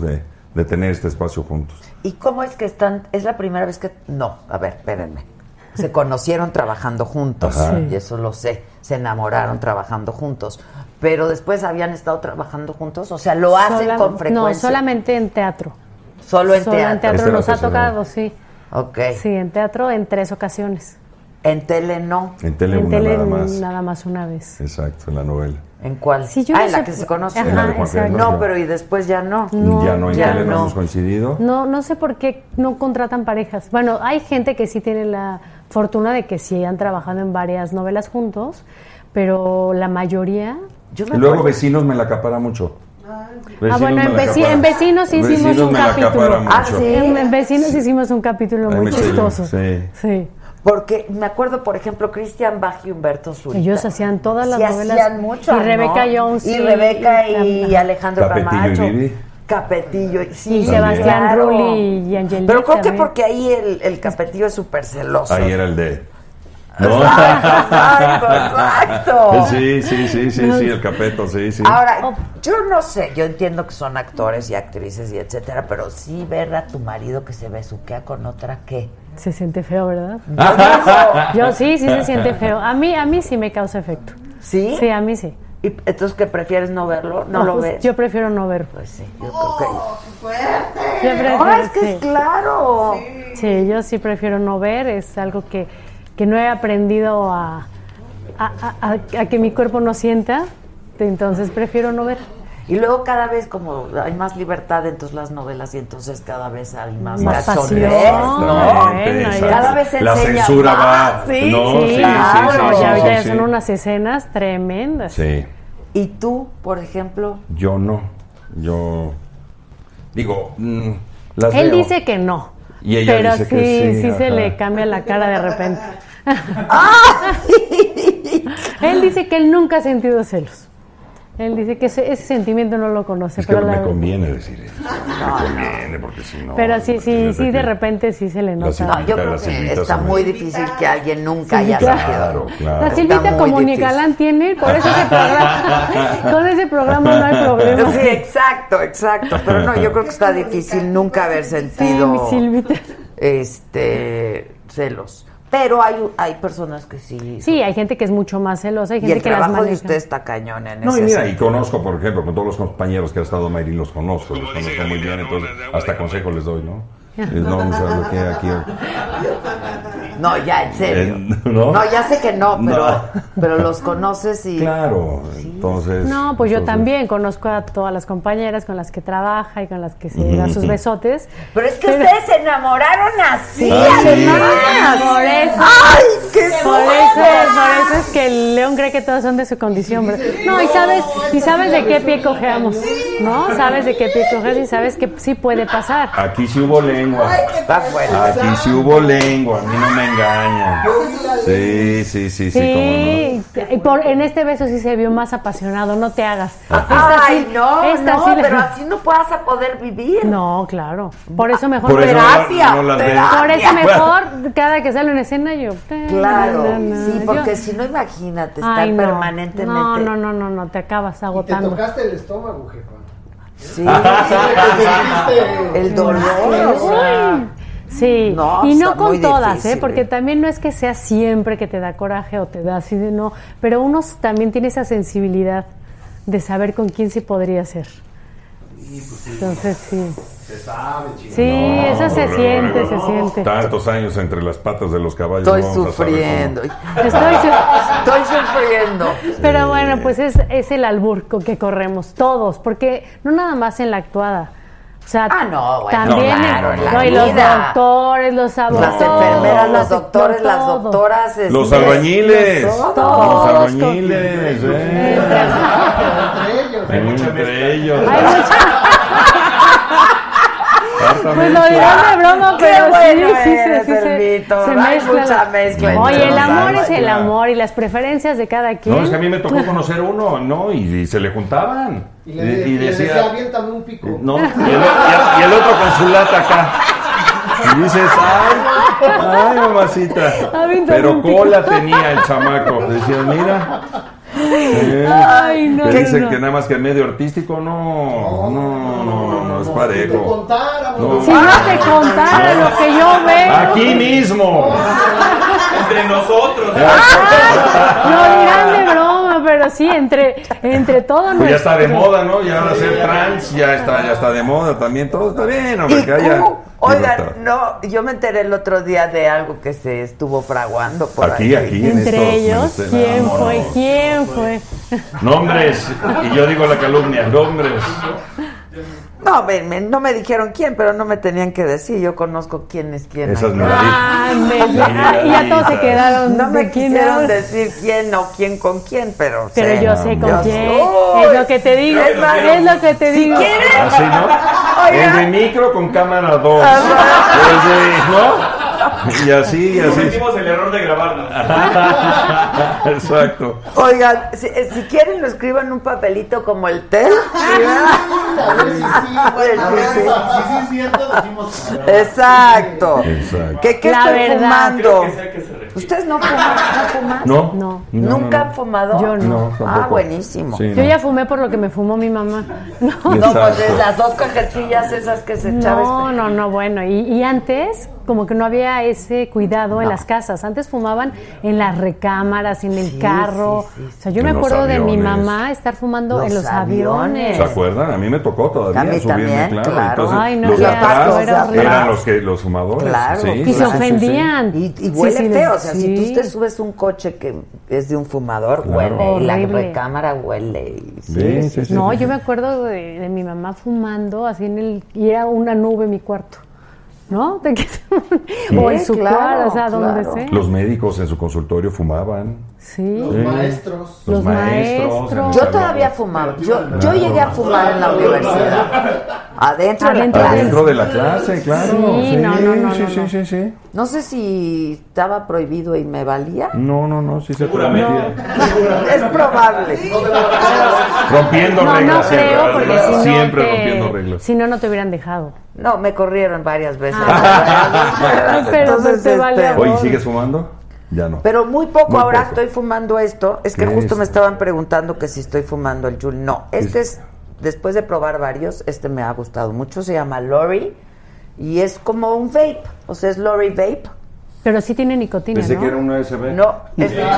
de tener este espacio juntos. ¿Y cómo es que están? Es la primera vez que... No, a ver, espérenme. Se conocieron trabajando juntos, Ajá. y eso lo sé. Se enamoraron trabajando juntos. Pero después habían estado trabajando juntos, o sea, lo hacen Sola- con frecuencia. No, solamente en teatro. Solo en Solo teatro. en teatro Esta es la nos ha tercera. tocado, sí. Ok. Sí, en teatro en tres ocasiones. En tele no. En tele en una tele nada más. nada más una vez. Exacto, en la novela. ¿En cuál? Sí, yo ah, no en la sé que por- se conoce. Ajá, En la de Juan exacto. Carlos, No, pero y después ya no. No, ya no, en ya tele no no. hemos coincidido. No, no sé por qué no contratan parejas. Bueno, hay gente que sí tiene la fortuna de que sí han trabajado en varias novelas juntos, pero la mayoría... Yo Y luego Vecinos me la acapara mucho. Ah, Vecinos bueno, me en, la veci- acapara. en Vecinos sí hicimos Vecinos un me la acapara capítulo. mucho. Ah, ¿sí? En, en Vecinos hicimos un capítulo Ay, muy me chillo, chistoso. sí. Sí. Porque me acuerdo, por ejemplo, Cristian Bach y Humberto Zurita. Ellos hacían todas las Sí, novelas. hacían mucho, y Rebeca ¿no? Jones. Y sí, Rebeca y, y- Alejandro Capetillo y Camacho. Vivi. Capetillo. Sí, Y Sebastián claro. Rulli y Angelique Pero creo que también. porque ahí el, el Capetillo es súper celoso. Ahí era el de... ¿No? Exacto, exacto. Sí, sí, sí, sí, sí, el Capeto, sí, sí. Ahora, yo no sé, yo entiendo que son actores y actrices y etcétera, pero sí ver a tu marido que se besuquea con otra, ¿qué? Se siente feo, ¿verdad? Yo digo, Yo sí, sí se siente feo. A mí, a mí sí me causa efecto. ¿sí? Sí, a mí sí. ¿Y entonces qué prefieres no verlo? ¿No, lo pues, ves? Yo prefiero no verlo. Pues sí, yo creo que... Yo prefiero, Ah, es que sí. es claro. Sí, yo sí prefiero no ver. Es algo que, que no he aprendido a, a, a- a- a que mi cuerpo no sienta. Entonces prefiero no ver. Y luego cada vez como hay más libertad en todas las novelas y entonces cada vez hay más, Más cachondez, pasión. ¿no? Bueno, exacto. Cada vez se La enseña censura más. va... Sí, no, Sí, sí, sí, claro, sí, sí, ya, sí, ya sí. son unas escenas tremendas. Sí. ¿Y tú, por ejemplo? Yo no. Yo... Digo, mm, las Él veo. dice que no. Y ella pero dice sí, que sí, sí se ajá. le cambia la cara de repente. Él dice que él nunca ha sentido celos. Él dice que ese, ese sentimiento no lo conoce. Es que pero me la- conviene decir eso. Me conviene porque si no... Pero sí, sí, imagínate sí, de que- repente sí se le Las nota. No, yo creo Las que Silvitas está son- muy difícil que alguien nunca Sí, haya claro. sentido. Claro, La Está Silvita muy como ni difícil. galán tiene, por eso ese programa, con ese programa no hay problema. Sí, exacto, exacto. Pero no, yo creo que está difícil nunca haber Sí, sentido mi Silvita. este celos. Pero hay, hay personas que sí. Sí, hay gente que es mucho más celosa, hay Y gente el que las trabajo de maneja. usted está cañón en No, ese y mira, y sentido. conozco, por ejemplo, con todos los compañeros que ha estado Mayrin, los conozco, los conozco muy bien, entonces hasta consejo les doy, ¿no? Es, no, no sabes lo que aquí... No, ya, en serio. Eh, ¿no? No, ya sé que no, pero, No. pero los conoces y... Claro, entonces... No, pues yo entonces- también conozco a todas las compañeras con las que trabaja y con las que se da sus besotes. Pero es que ustedes se enamoraron así, Ah, sí. además. Por eso. ¡Ay, qué Por suerte! eso, por eso es que el león cree que todos son de su condición. ¿verdad? No, y sabes, y sabes de qué pie cojeamos, ¿no? Sabes de qué pie cojeas y sabes que sí puede pasar. Aquí sí hubo lengua. Está bueno. Aquí sí hubo lengua, a mí no me engañan. Sí, sí, sí, sí, Sí, y por, en este beso sí se vio más apasionado, no te hagas. Ay, sí- no, esta no, sí la- pero así no vas a poder vivir. No, claro. Por eso mejor. Por eso no- terapia, no las ves. terapia. Por eso mejor, cada que sale una escena yo... Claro, na, na, na. sí, porque Yo- si no, imagínate, estar Ay, no. permanentemente... No, no, no, no, no, te acabas Y te agotando. tocaste el estómago, jefa. Sí, Sentiste- el dolor, o sea... Uy. Sí, No, y no está muy con todas, difícil, ¿eh? Porque ¿eh? también no es que sea siempre que te da coraje o te da así de no, pero uno también tiene esa sensibilidad de saber con quién sí podría ser. Entonces, sí. Se sabe, chingada. Sí, eso se No, siente, no, se no. siente. Tantos años entre las patas de los caballos. Estoy no vamos a saber sufriendo. Estoy su- Estoy sufriendo. Pero bueno, pues es, es el albur con que corremos todos, porque no nada más en la actuada. O sea, Ah, no, bueno, también claro, en la no, y los vida. doctores, los abogados, Las enfermeras, los las- doctores, las todo. doctoras... cómo. Los este, albañiles. todos. Los albañiles. eh. Entre ellos. Entre ellos. Hay mucha- Harta Pues lo mezcla. dirán de broma, Qué pero bueno sí, sí, eres, sí, sí, se, Elvito. se Hay mezcla. mucha mezcla entre Oye, el los amor es el albañiles. amor y las preferencias de cada quien. No, es que a mí me tocó conocer uno, ¿no? Y, y se le juntaban. Y le, y le decía, aviéntame un pico. No, y el, y el- y el otro con su lata acá. Y dices, ay, ay, mamacita. Aviéntame Pero un pico. cola tenía el chamaco. Decías, mira. Sí. Ay, no, que no, dicen no. que nada más que medio artístico, no, no, no, no, no es parejo. No. Si no te contara lo que yo veo. Aquí mismo. Entre nosotros. Lo dirán de broma, pero sí, entre, entre todos. Pues ya está de moda, ¿no? Ya ahora ser trans ya está, ya está de moda también. Todo está bien, hombre, que haya. Oigan, no, yo me enteré el otro día de algo que se estuvo fraguando por Aquí, ahí. aquí, en Entre estos ellos, menesteres. ¿quién No, fue? no. ¿Quién fue? Nombres, y yo digo la calumnia, nombres. No, me, me- no me dijeron quién, pero no me tenían que decir. Yo conozco quién es quién. Esas aquí. me Ah, me- ya, y ya todos se quedaron. No me ¿de quién quisieron hablas? decir quién o quién con quién, pero Pero sé. yo sé con Yo quién. sé. Uy, Es lo que te digo. es más, Es lo que te si digo. quieres- Así, ¿no? Oiga. El de micro con cámara dos. El de, ¿no? Y así, y así. Cometimos el error de grabarlo. Exacto. Oigan, si, eh, si quieren lo escriban en un papelito como el tel. A ver si sí, bueno, a ver si sí es cierto, decimos. Exacto. Exacto. ¿Qué, qué La estoy verdad. fumando? Creo que sé a qué se refiere. ¿Ustedes no fuman? ¿No fuman? No. No. No, ¿Nunca no, han fumado? Yo no. No, tampoco. Ah, buenísimo. Sí, Yo no. ya fumé por lo que me fumó mi mamá. No. No, pues Exacto. es las dos cajetillas esas que se echaban. No, no, no, bueno, y, y antes como que no había ese cuidado en las casas, antes fumaban en las recámaras, en el Sí, carro, sí, sí, sí. o sea, yo En me los acuerdo de mi aviones. mamá estar fumando Los en los aviones. aviones. ¿Se acuerdan? A mí me tocó todavía A mí subirme, también, claro. claro. Entonces, Ay, no, los de qué atrás asco, era horrible. eran los que los fumadores. Claro. Sí, Y sí, se sí, sí. ofendían. Y, y Sí, huele sí, feo, o sea, sí. si tú te subes un coche que es de un fumador, Claro. huele, y la Horrible. recámara huele. Y, sí, Sí, sí, sí, sí. No, sí. yo me acuerdo de, de mi mamá fumando así en el y era una nube mi cuarto. ¿No? De que- o en su claro, cuarto, o sea, donde claro. sea. Los médicos en su consultorio fumaban. Sí. Los Sí. maestros. Los Los maestros. maestros. en el Yo salón. todavía fumaba. Yo, yo llegué a fumar en la universidad. Adentro de la Adentro clase. Adentro de la clase, claro. Sí, no, no, no, sí, no, sí, no. sí, sí. No sé si estaba prohibido y me valía. No, no, no, sí se Seguramente. permitía. Es probable. Rompiendo No, reglas no siempre. creo, porque ¿verdad? si no, Siempre te- rompiendo reglas. si no, no te hubieran dejado. No, me corrieron varias veces. Ah. Pero Entonces, te vale este, Oye, ¿sigues fumando? Ya no. Pero muy poco, Muy ahora poco. estoy fumando esto. Es que ¿Qué justo es? me estaban preguntando que si estoy fumando el Juul. No, este es, después de probar varios, este me ha gustado mucho. Se llama Lori y es como un vape. O sea, es Lori Vape. Pero sí tiene nicotina, Pensé ¿no? que era un U S B. No, es... Sí,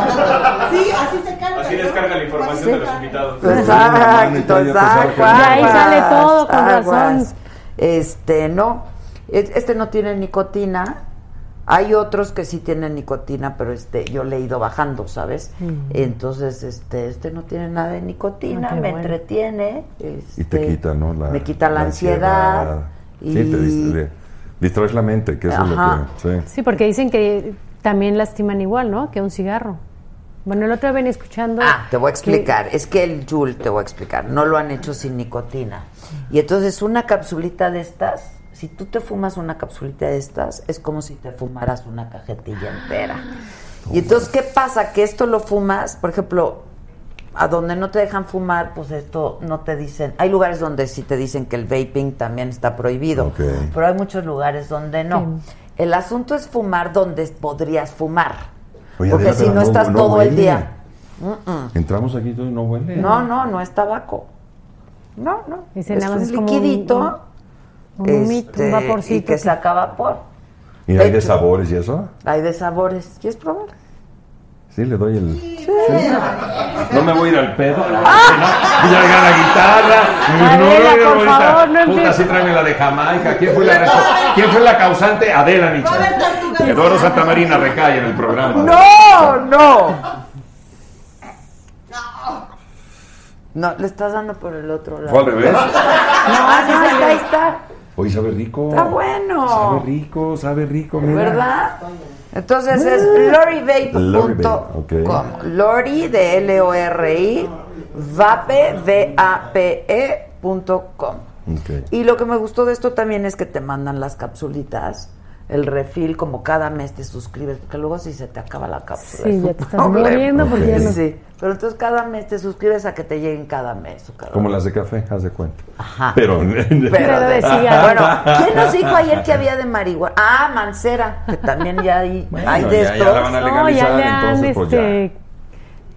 así se carga. Así descarga la información de los invitados. Exacto, exacto. De ahí sale todo, con aguas. razón. Este, no, es- este no tiene nicotina. Hay otros que sí tienen nicotina, pero este, yo le he ido bajando, ¿sabes? Mm. Entonces, este, este no tiene nada de nicotina, Ah, qué me bueno. entretiene. Y te este, quita, ¿no? La, me quita la, ansiedad. Sí, te distra- distraes la mente, que eso Ajá. es lo que... Sí. Sí, porque dicen que también lastiman igual, ¿no? Que un cigarro. Bueno, el otro día venía escuchando... Ah, te voy a que- explicar. Es que el Juul, te voy a explicar, no lo han hecho sin nicotina. Y entonces una capsulita de estas, si tú te fumas una capsulita de estas, es como si te fumaras una cajetilla entera. Y entonces, ¿qué pasa? Que esto lo fumas, por ejemplo, a donde no te dejan fumar, pues esto no te dicen. Hay lugares donde sí te dicen que el vaping también está prohibido, Ok. pero hay muchos lugares donde no. El asunto es fumar donde podrías fumar. Oye, Porque Adela, si pero no estás todo huele. el día. Mm-mm. Entramos aquí todo y no huele. No, no, no es tabaco. No, no. Dice, es nada más un es como un- liquidito. un humito, un este, vaporcito Y que que- saca vapor. ¿Y hay de hecho. sabores y eso? Hay de sabores. ¿Quieres probar? Sí, le doy el... Sí. No me voy a ir al pedo. No, y ya haga la guitarra. Adela, no, no, por ahorita, favor, no puta, empieces. sí tráeme la de Jamaica. ¿Quién fue la, respo- ¿Quién fue la causante? Adela Michel. Eduardo Santamarina recae en el programa. ¡No, no! No, le estás dando por el otro lado. ¿Fue al revés? No, ah, sí, ahí está, ahí está. Oye, sabe rico. Está bueno. Sabe rico, sabe rico, mira. ¿Verdad? Entonces es lorivape punto com. Lorivape, ok. Lori de L O R I, vape, V A P E punto com. Ok. Y lo que me gustó de esto también es que te mandan las capsulitas, el refill, como cada mes te suscribes, porque luego si se te acaba la cápsula. Sí, es ya un te estás problema. muriendo porque ya no... Sí, pero entonces cada mes te suscribes a que te lleguen cada mes. O cada Como las de café, haz de cuenta. Ajá. Pero... Pero de de- cigarro. bueno, ¿quién nos dijo ayer que había de marihuana? Ah, Mancera, que también ya hay, Bueno, hay de ya- ya estos. la van a No, legalizar, ya le han entonces, pues ya. este,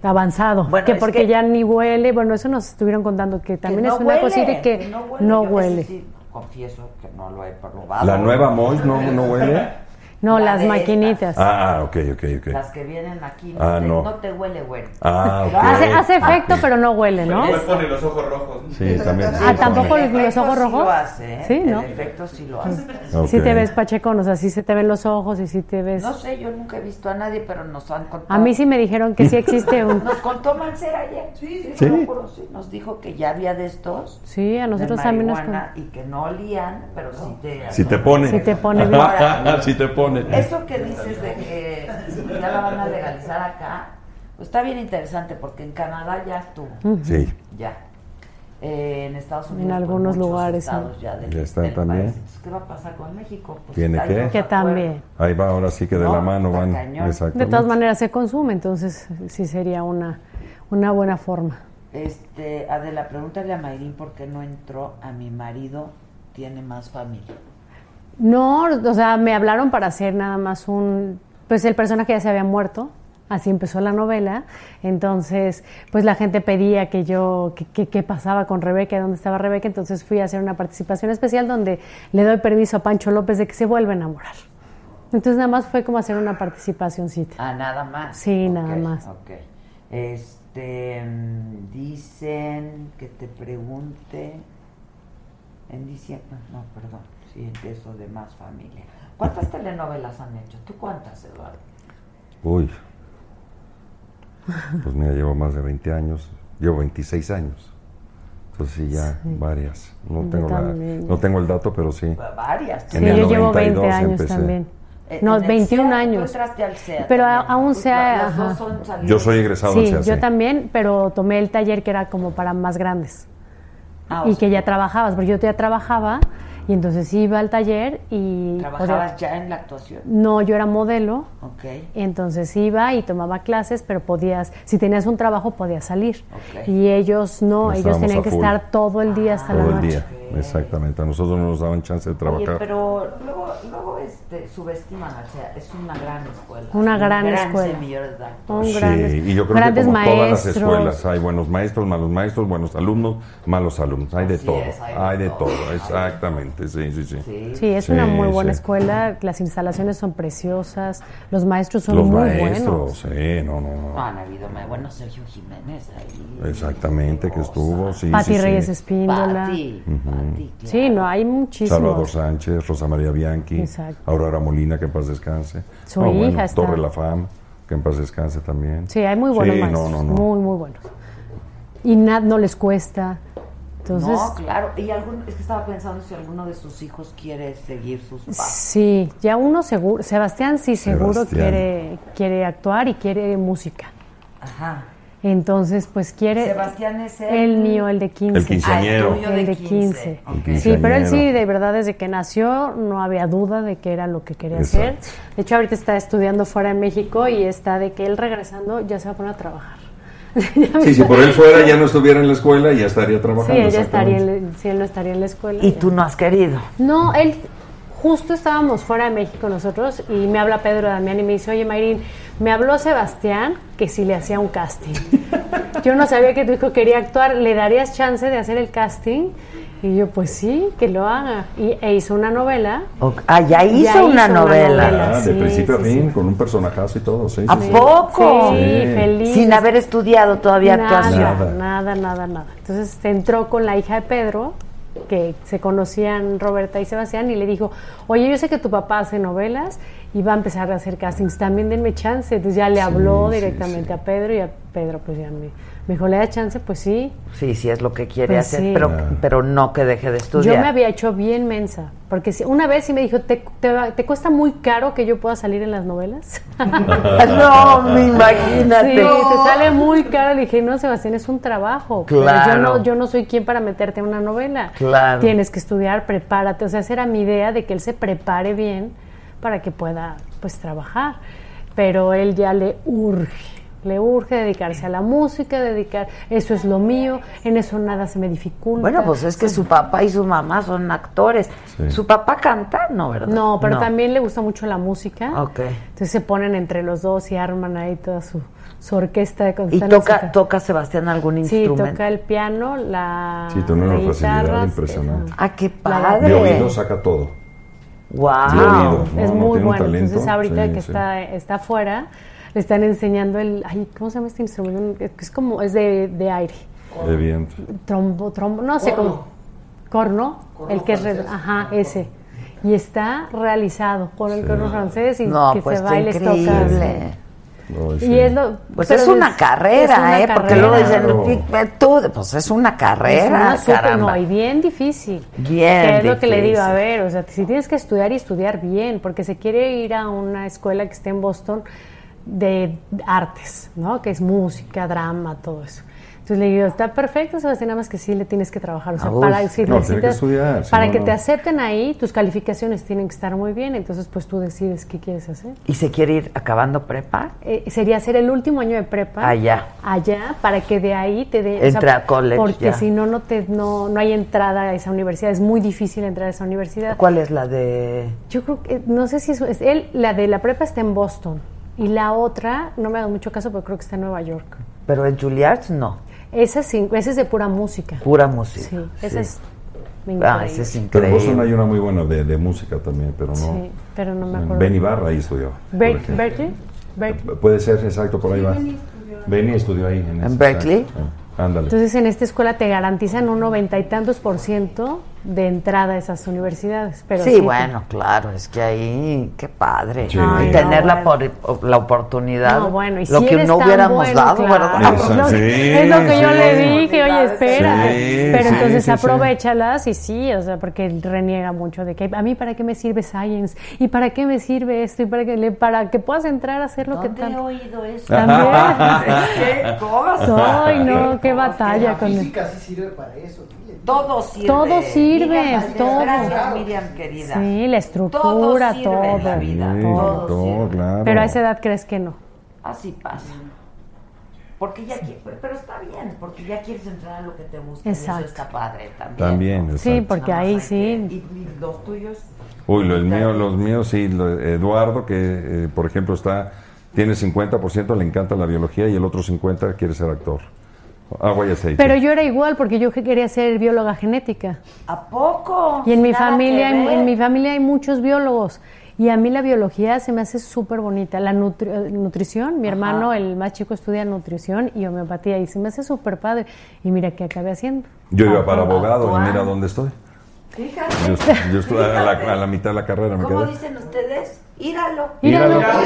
avanzado, Bueno, que es porque que- ya ni huele, bueno, eso nos estuvieron contando que también Que no es una huele, cosita que, que no no huele. Yo huele. ese sí confieso que no lo he probado. La nueva Mois no, no huele. No, La las de maquinitas. Ah, ah, ok, ok, ok. Las que vienen aquí no, Ah, te, no. no te huele, güey. Ah, ok. Hace, hace Ah, efecto, ok. pero no huele, ¿no? Igual pone los ojos rojos. Sí, también. Ah, sí, tampoco El los efecto ojos sí rojos. lo hace, ¿eh? Sí, ¿no? El efecto sí lo hace. Ok. Sí te ves pachecón, o sea, sí se te ven los ojos y sí te ves... No sé, yo nunca he visto a nadie, pero nos han contado. A mí sí me dijeron que sí existe un... Nos contó Mancera ayer. Sí, sí, ¿Sí? te lo juro, sí. Nos dijo que ya había de estos. Sí, a nosotros de también nos... marihuana, y que no olían, pero sí te... Si te pone. Sí te pone bien. Ahora, Si te pone. eso que dices de que ya la van a legalizar acá, pues está bien interesante porque en Canadá ya estuvo. Sí. Ya. Eh, en Estados Unidos. En pues, algunos muchos lugares, estados sí. ya del- Ya están del también. país. Entonces, ¿qué va a pasar con México? Pues, ¿Tiene hay qué? unos Que acuerdos. también. Ahí va, ahora sí que de No, la mano está van. cañón. Exactamente. De todas maneras se consume, entonces sí sería una, una buena forma. Este, Adela, pregúntale a Mayrín por qué no entró a mi marido, tiene más familia. No, o sea, me hablaron para hacer nada más un... Pues el personaje ya se había muerto, así empezó la novela, entonces pues la gente pedía que yo, que, que, que pasaba con Rebeca, dónde estaba Rebeca, entonces fui a hacer una participación especial donde le doy permiso a Pancho López de que se vuelva a enamorar. Entonces nada más fue como hacer una participacióncita. Ah, nada más. Sí, Ok, nada más. Ok. Este, mm, dicen que te pregunte en diciembre, no, perdón, sí, empiezo de más familia. ¿Cuántas telenovelas han hecho? ¿Tú cuántas, Eduardo? Uy. Pues mira, llevo más de veinte años. Llevo veintiséis años. Entonces sí, ya Sí. varias. No Yo tengo, la, también. no tengo el dato, pero sí. Varias. Sí, En el yo llevo noventa y dos veinte años empecé. también. Eh, No, en el veintiún SEA, años. Tú entraste al SEA Pero a- también. aún Pues, SEA, la- las dos ajá. son salidas. Yo soy egresado del Sí, C A C. yo también, pero tomé el taller que era como para más grandes. Ah, o y sea, que ya trabajabas, porque yo ya trabajaba y entonces iba al taller y... ¿Trabajabas podía- ya en la actuación? No, yo era modelo, Ok. entonces iba y tomaba clases, pero podías, si tenías un trabajo podías salir. Ok. Y ellos no, ellos Estábamos tenían a que full. estar todo el día hasta Todo la el noche. día. Exactamente. A nosotros no nos daban chance de Oye, trabajar. pero luego, luego este, subestiman al SEA. Es una gran escuela. Una gran Un escuela. semillero de actores. Un Sí, grandes- y yo creo grandes que como todas las maestros. escuelas hay buenos maestros, malos maestros, buenos alumnos, malos alumnos, hay de Así todo, es, hay de hay de todo, todo, hay de exactamente, sí, sí, sí. Sí. Sí, es una Sí, muy buena sí. escuela, las instalaciones son preciosas, los maestros son Los muy maestros, buenos. sí, no, no, no. No, han habido, muy- bueno, Sergio Jiménez ahí. Exactamente, que estuvo, sí, Pati sí, Reyes sí. Espíndola. Pati, Ujú. Pati, claro. Sí, no, hay muchísimos. Salvador Sánchez, Rosa María Bianchi, Exacto. Aurora Molina, que en paz descanse. Su No, bueno, hija está- Torre La Fam, que en paz descanse también. Sí, hay muy buenos Sí, maestros, no, no, no. muy, muy buenos. Y nada, no les cuesta. Entonces, No, claro. Y algún, es que estaba pensando si alguno de sus hijos quiere seguir sus pasos. sí, ya uno seguro, Sebastián sí seguro Sebastián. quiere, quiere actuar y quiere música. Ajá. Entonces, pues quiere... Sebastián es el... El mío, el de quince. El quinceañero. Ah, el tuyo El de de quince. quince. Ok. El Sí, pero él sí, quinceañero. de verdad, desde que nació no había duda de que era lo que quería Exacto. hacer. De hecho, ahorita está estudiando fuera de México y está de que él regresando ya se va a poner a trabajar. Sí, si por él fuera ya no estuviera en la escuela y ya estaría Sí, trabajando. él ya estaría, exactamente. en, sí, él no estaría en la escuela. Y ya. tú no has querido. No, él, justo estábamos fuera de México nosotros y me habla Pedro Damián y me dice, oye Mayrín, me habló Sebastián que si le hacía un casting. Yo no sabía que tu hijo quería actuar, ¿le darías chance de hacer el casting? Y yo, pues sí, que lo haga. Y, e hizo una novela. Ok. Ah, ya hizo, Ya hizo una, una novela. novela. Ah, de Sí, principio sí, a fin, sí. con un personajazo y todo, sí. ¿A sí, sí. poco? Sí, Sí. feliz. Sin haber estudiado todavía actuación. Nada, Nada. nada, nada, nada. Entonces entró con la hija de Pedro, que se conocían Roberta y Sebastián, y le dijo, oye, yo sé que tu papá hace novelas y va a empezar a hacer castings, también denme chance. Entonces ya le habló sí, directamente sí. a Pedro y a Pedro pues ya me, me dijo, ¿le da chance? Pues sí. Sí, sí es lo que quiere Pues hacer, sí. pero, Ah. pero no que deje de estudiar. Yo me había hecho bien mensa, porque si- una vez sí me dijo, ¿te, te, va- ¿te cuesta muy caro que yo pueda salir en las novelas? No, me imagínate. Sí, te sale muy caro. Le dije, no, Sebastián, es un trabajo. Pero Claro. yo no, yo no soy quien para meterte en una novela. Claro. Tienes que estudiar, prepárate. O sea, esa era mi idea de que él se prepare bien para que pueda, pues, trabajar. Pero él ya le urge, Le urge dedicarse a la música, dedicar, eso es lo mío, en eso nada se me dificulta. Bueno, pues es que su papá y su mamá son actores. Sí. Su papá canta, ¿no, verdad? No, pero no. también le gusta mucho la música. Okay. Entonces se ponen entre los dos y arman ahí toda su, su orquesta de ¿Y toca, toca Sebastián algún instrumento? Sí, toca el piano, la Sí, tiene una facilidad impresionante. Eh, ¡Ah, qué padre! De oído saca todo. ¡Wow! Oído, no, es no, muy bueno. Talento. Entonces ahorita sí, que sí. está, está afuera, le están enseñando el, ay, ¿cómo se llama este instrumento? Es como, es de, de aire. De viento. Trombo, trombo, no sé cómo. Corno, corno el que francés. es, ajá, ese. Y está realizado por el sí. corno francés y no, que pues se va y les toca. No, sí. Y es lo, pues es una es, carrera, es una ¿eh? Carrera. Porque luego dicen, claro. tú, pues es una carrera, es una super, no, y bien difícil. Bien que es difícil. lo que le digo, a ver, o sea, si tienes que estudiar y estudiar bien, porque se quiere ir a una escuela que esté en Boston de artes, ¿no? Que es música, drama, todo eso. Entonces le digo, está perfecto, Sebastián, nada más que sí le tienes que trabajar. O sea, Uy, para, si no, necesitas, que estudiar, si para no, que no. te acepten ahí, tus calificaciones tienen que estar muy bien, entonces pues tú decides qué quieres hacer. ¿Y se quiere ir acabando prepa? Eh, sería hacer el último año de prepa. Allá. Allá, para que de ahí te dé... Entra o sea, a college, porque ya. si no, no, te, no, no hay entrada a esa universidad, es muy difícil entrar a esa universidad. ¿Cuál es la de...? Yo creo que, no sé si es, es él, la de la prepa está en Boston, y la otra, no me ha dado mucho caso, pero creo que está en Nueva York. ¿Pero en Juilliard no? Esa sí, esa es de pura música. Pura música. Sí, esa es increíble. Ah, esa es increíble. Pero en Boston hay una muy buena de, de música también, pero no. Sí, pero no me acuerdo. Benny Barra ahí estudió. Ber ¿Berkeley? Berkeley. Puede ser, exacto, por ahí va. Benny estudió ahí. ¿En, ¿En Berkeley? Ah, ándale. Entonces en esta escuela te garantizan un noventa y tantos por ciento de entrada a esas universidades. Pero sí, sí, bueno, te... claro, es que ahí, qué padre. Sí. Y tener no, la, bueno. por, la oportunidad, no, bueno, y lo si que no hubiéramos bueno, dado, claro. ¿verdad? Eso, no, sí, es lo que sí. yo le dije, oye, espera. Sí, pero sí, entonces sí, aprovéchalas sí. y sí, o sea, porque él reniega mucho de que a mí para qué me sirve Science y para qué me sirve esto y para que, para que puedas entrar a hacer lo que tanto. tanto. ¿Dónde he oído eso? También. ¿Qué cosa? Ay, no, qué batalla con él. La física sí sirve para eso. Todo sirve. Todo sirve, Miriam, todo. Gracias, Miriam, querida. Sí, la estructura, todo. todo. Sirve en la vida. Sí, todo, todo sirve. claro. Pero a esa edad crees que no. Así pasa. Porque ya quiere, pero está bien, porque ya quieres entrar a lo que te gusta. Exacto. Y eso está padre también. También, ¿no? Sí, porque Nada ahí hay sí. Que, ¿Y los tuyos? Uy, lo, el mío, los míos sí. Lo, Eduardo, que eh, por ejemplo está, tiene cincuenta por ciento, le encanta la biología y el otro cincuenta por ciento quiere ser actor. Agua y aceite. Pero yo era igual porque yo quería ser bióloga genética. ¿A poco? Y en mi Nada familia, que en, ver. en mi familia hay muchos biólogos. Y a mí la biología se me hace súper bonita. La nutri nutrición, mi Ajá. hermano, el más chico, estudia nutrición y homeopatía y se me hace súper padre. Y mira qué acabé haciendo. Yo iba para abogado y mira dónde estoy. Fíjate. Yo, yo estuve a la, a la mitad de la carrera. Me ¿Cómo quedé. dicen ustedes? Íralo. Íralo. Íralo.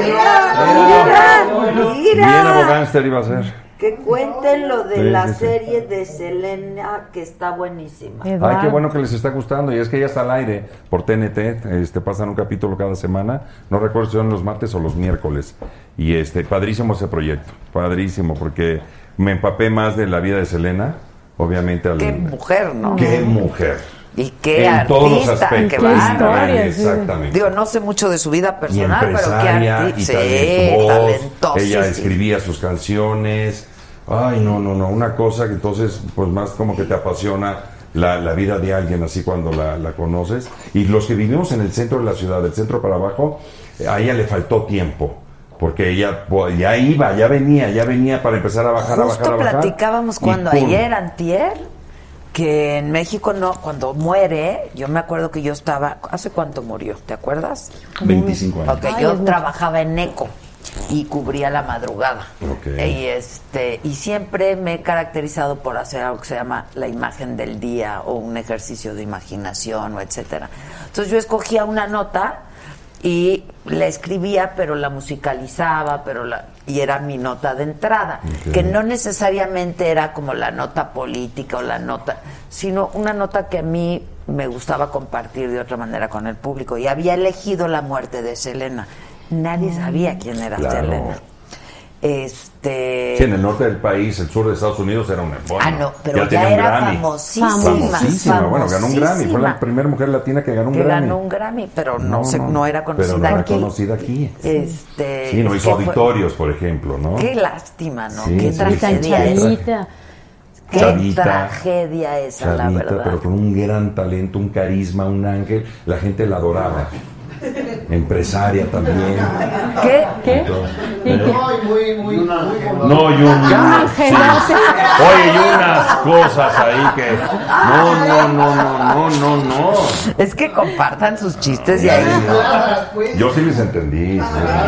Íralo. Bien abogánster iba a ser. Que cuenten lo de sí, la sí, sí. serie de Selena, que está buenísima. Ay, qué bueno que les está gustando. Y es que ya está al aire por T N T. Este, pasan un capítulo cada semana. No recuerdo si son los martes o los miércoles. Y este, padrísimo ese proyecto. Padrísimo, porque me empapé más de la vida de Selena. Obviamente. Al, qué mujer, ¿no? Qué mujer. Y qué en artista, todos los aspectos. qué historia, exactamente. Digo, no sé mucho de su vida personal, y pero qué artista. Sí, talentosa. Ella escribía sus canciones. Ay, no, no, no. Una cosa que entonces, pues más como que te apasiona la, la vida de alguien así cuando la, la conoces. Y los que vivimos en el centro de la ciudad, del centro para abajo, a ella le faltó tiempo. Porque ella pues, ya iba, ya venía, ya venía para empezar a bajar, Justo a bajar, a bajar. platicábamos cuando ayer, antier, que en México no, cuando muere, yo me acuerdo que yo estaba, ¿hace cuánto murió? ¿Te acuerdas? veinticinco años. Porque yo trabajaba en ECO y cubría la madrugada. Okay. Y este y siempre me he caracterizado por hacer algo que se llama la imagen del día o un ejercicio de imaginación o etcétera. Entonces yo escogía una nota y la escribía, pero la musicalizaba, pero la y era mi nota de entrada, okay. que no necesariamente era como la nota política o la nota, sino una nota que a mí me gustaba compartir de otra manera con el público. Y había elegido la muerte de Selena. Nadie sabía quién era claro. Selena. Este... Sí, en el norte del país, el sur de Estados Unidos era una... Bueno, ah, no, pero ya, tenía un era Grammy. famosísima. Famosísima, bueno, ganó un Grammy. Fue la primera mujer latina que ganó un que Grammy. ganó un Grammy, pero no, No, se, no, no era conocida pero no era aquí. conocida aquí. Este, Sí, no hizo ¿qué fue? auditorios, por ejemplo, ¿no? Qué lástima, ¿no? Sí, Qué sí, tragedia sí, sí. esa. Qué Chavita, tragedia esa, la Chavita, verdad. pero con un gran talento, un carisma, un ángel. La gente la adoraba. Empresaria también. ¿Qué? ¿Qué? Muy, muy, muy, muy bonito. No, y unas, sí. Oye, y unas cosas ahí que... No, no, no, no, no, no, no. Es que compartan sus chistes y ahí. Yo sí les entendí. Sí,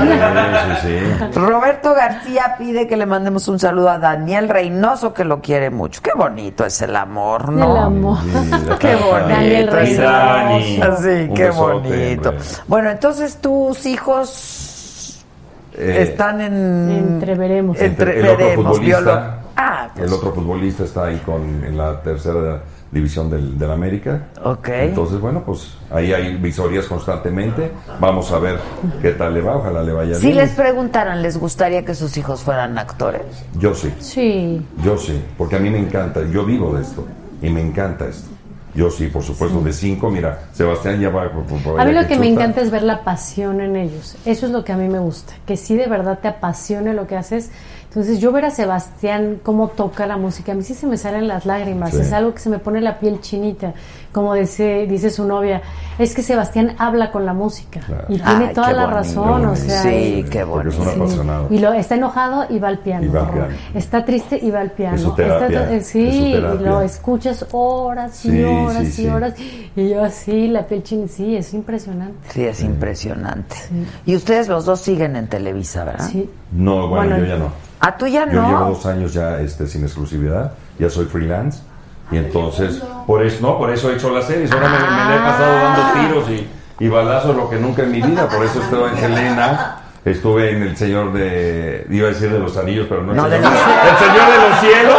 sí, sí. Roberto García pide que le mandemos un saludo a Daniel Reynoso, que lo quiere mucho. Qué bonito es el amor, ¿no? El amor. Qué bonito. Daniel es el Dani. amor. Sí, Un qué besote, bonito. hombre. Bueno, entonces tus hijos Eh, están en... Entreveremos. Entre el otro veremos, futbolista, biolo- Ah, pues. el otro futbolista está ahí con, en la tercera división del, del América. Ok. Entonces, bueno, pues ahí hay visorías constantemente. Vamos a ver qué tal le va. Ojalá le vaya Si bien. les preguntaran, ¿les gustaría que sus hijos fueran actores? Yo sí. Sí. Yo sí, porque a mí me encanta, yo vivo de esto y me encanta esto. Yo sí, por supuesto, de cinco, mira, Sebastián ya va por, por, por A mí allá lo que me chuta. encanta es ver la pasión en ellos. Eso es lo que a mí me gusta. Que sí de verdad te apasione lo que haces. Entonces yo ver a Sebastián cómo toca la música, a mí sí se me salen las lágrimas. Sí. Es algo que se me pone la piel chinita. Como dice, dice su novia, es que Sebastián habla con la música. Claro. Y tiene Ay, toda qué la bonito. razón. O sea, Sí, qué Porque es un bonito. apasionado. y lo está enojado y va al piano. Y va al piano. Está triste y va al piano. Es su terapia, Está- eh, sí, es su y terapia. lo escuchas horas y Sí, horas sí, y sí. horas. Y yo así, la piel chinita, sí, es impresionante. Sí, es impresionante. Y ustedes los dos siguen en Televisa, ¿verdad? Sí. No, bueno, Bueno, yo ya no. ¿A tú ya Yo no? llevo dos años ya este, sin exclusividad, ya soy freelance. Y entonces, por eso, no, por eso he hecho las series. Ahora me, me la he pasado dando tiros y, y balazos lo que nunca en mi vida. Por eso estuve en Selena, estuve en El Señor de... Iba a decir de los Anillos, pero no, No, el, de señor, los- el Señor de los Cielos.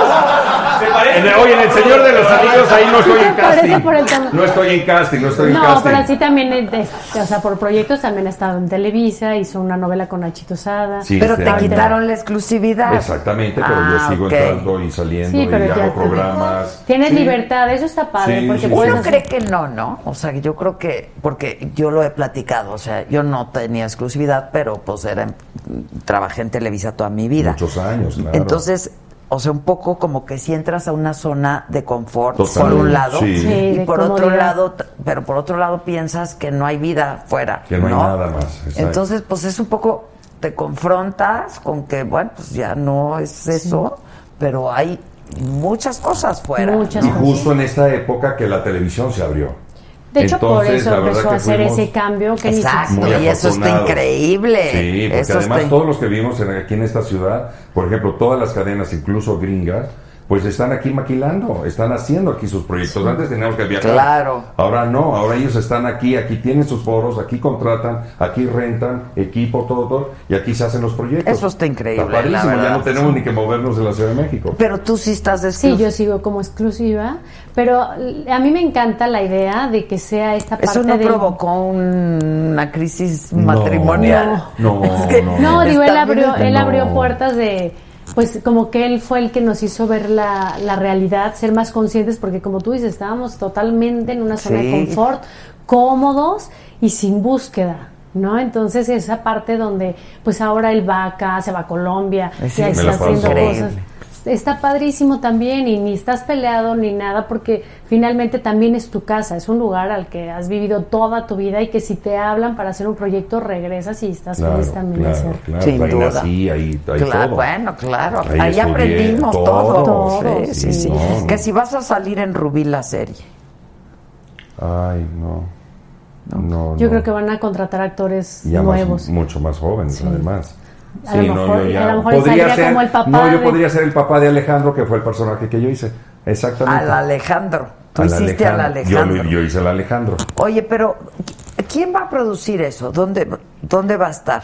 En el- oye, en El Señor de los Anillos ahí no estoy en Parece casting. por el tono. No estoy en casting, no estoy en No, casting. pero así también, es- es- o sea, por proyectos también ha estado en Televisa, hizo una novela con Nachito Sada. Sí, Pero este te año. quitaron la exclusividad. Exactamente, pero Ah, yo sigo ok. entrando y saliendo Sí, y pero hago ya- programas. Tienes Sí. libertad, eso está padre, Sí, porque sí, puedes Uno hacer- cree que no, ¿no? O sea, yo creo que, porque yo lo he platicado, o sea, yo no tenía exclusividad, pero pues era, en- trabajé en Televisa toda mi vida. Muchos años, claro. Entonces, o sea, un poco como que si entras a una zona de confort, por Totalmente, un lado, sí. Sí, y de por otro comodidad. lado, t- pero por otro lado piensas que no hay vida fuera. Que no hay nada más, exacto. Entonces, pues es un poco, te confrontas con que, bueno, pues ya no es eso, pero hay muchas cosas fuera. Muchas Y cosas. justo en esta época que la televisión se abrió. De hecho, por Entonces, eso la verdad empezó que a hacer fuimos ese cambio que ni Exacto, muy y eso está afortunados. increíble. Sí, porque Eso además está- todos los que vivimos en- aquí en esta ciudad, por ejemplo, todas las cadenas, incluso gringas, pues están aquí maquilando, están haciendo aquí sus proyectos. Antes teníamos que viajar. Claro. Ahora no, ahora ellos están aquí, aquí tienen sus foros, aquí contratan, aquí rentan equipo, todo, todo, y aquí se hacen los proyectos. Eso está increíble, Está padrísimo, la verdad. ya no tenemos ni que movernos de la Ciudad de México. Pero tú sí estás de Sí, yo sigo como exclusiva, pero a mí me encanta la idea de que sea esta parte ¿Eso no del- provocó un- una crisis No, matrimonial? No, Es que- no, No, digo, él Está abrió, bien. él No. abrió puertas de, pues como que él fue el que nos hizo ver la, la realidad, ser más conscientes, porque como tú dices, estábamos totalmente en una zona Sí. de confort, cómodos y sin búsqueda, ¿no? Entonces esa parte donde, pues ahora él va acá, se va a Colombia, Sí, ya me está la paso haciendo increíble. cosas. Está padrísimo también y ni estás peleado ni nada porque finalmente también es tu casa, es un lugar al que has vivido toda tu vida y que si te hablan para hacer un proyecto regresas y estás Claro, feliz también de claro, hacerlo. claro. Sin Ahí duda. nací, ahí, ahí Claro, todo. bueno, claro. Ahí Ahí, estudié, aprendimos todo, todo. todo, Sí, sí, sí. sí. No, Que no. si vas a salir en Rubí la serie. Ay, no. No, Yo no. creo que van a contratar actores Ya más- nuevos. mucho más jóvenes, Sí. además. A lo mejor- yo ya- a lo mejor él saldría como el papá No, yo de- podría ser el papá de Alejandro, que fue el personaje que yo hice. Exactamente. Al Alejandro. Tú Al hiciste al Alejandro. Alejandro. Yo, lo- yo hice al Alejandro. Oye, pero ¿qui- ¿quién va a producir eso? ¿Dónde, dónde va a estar?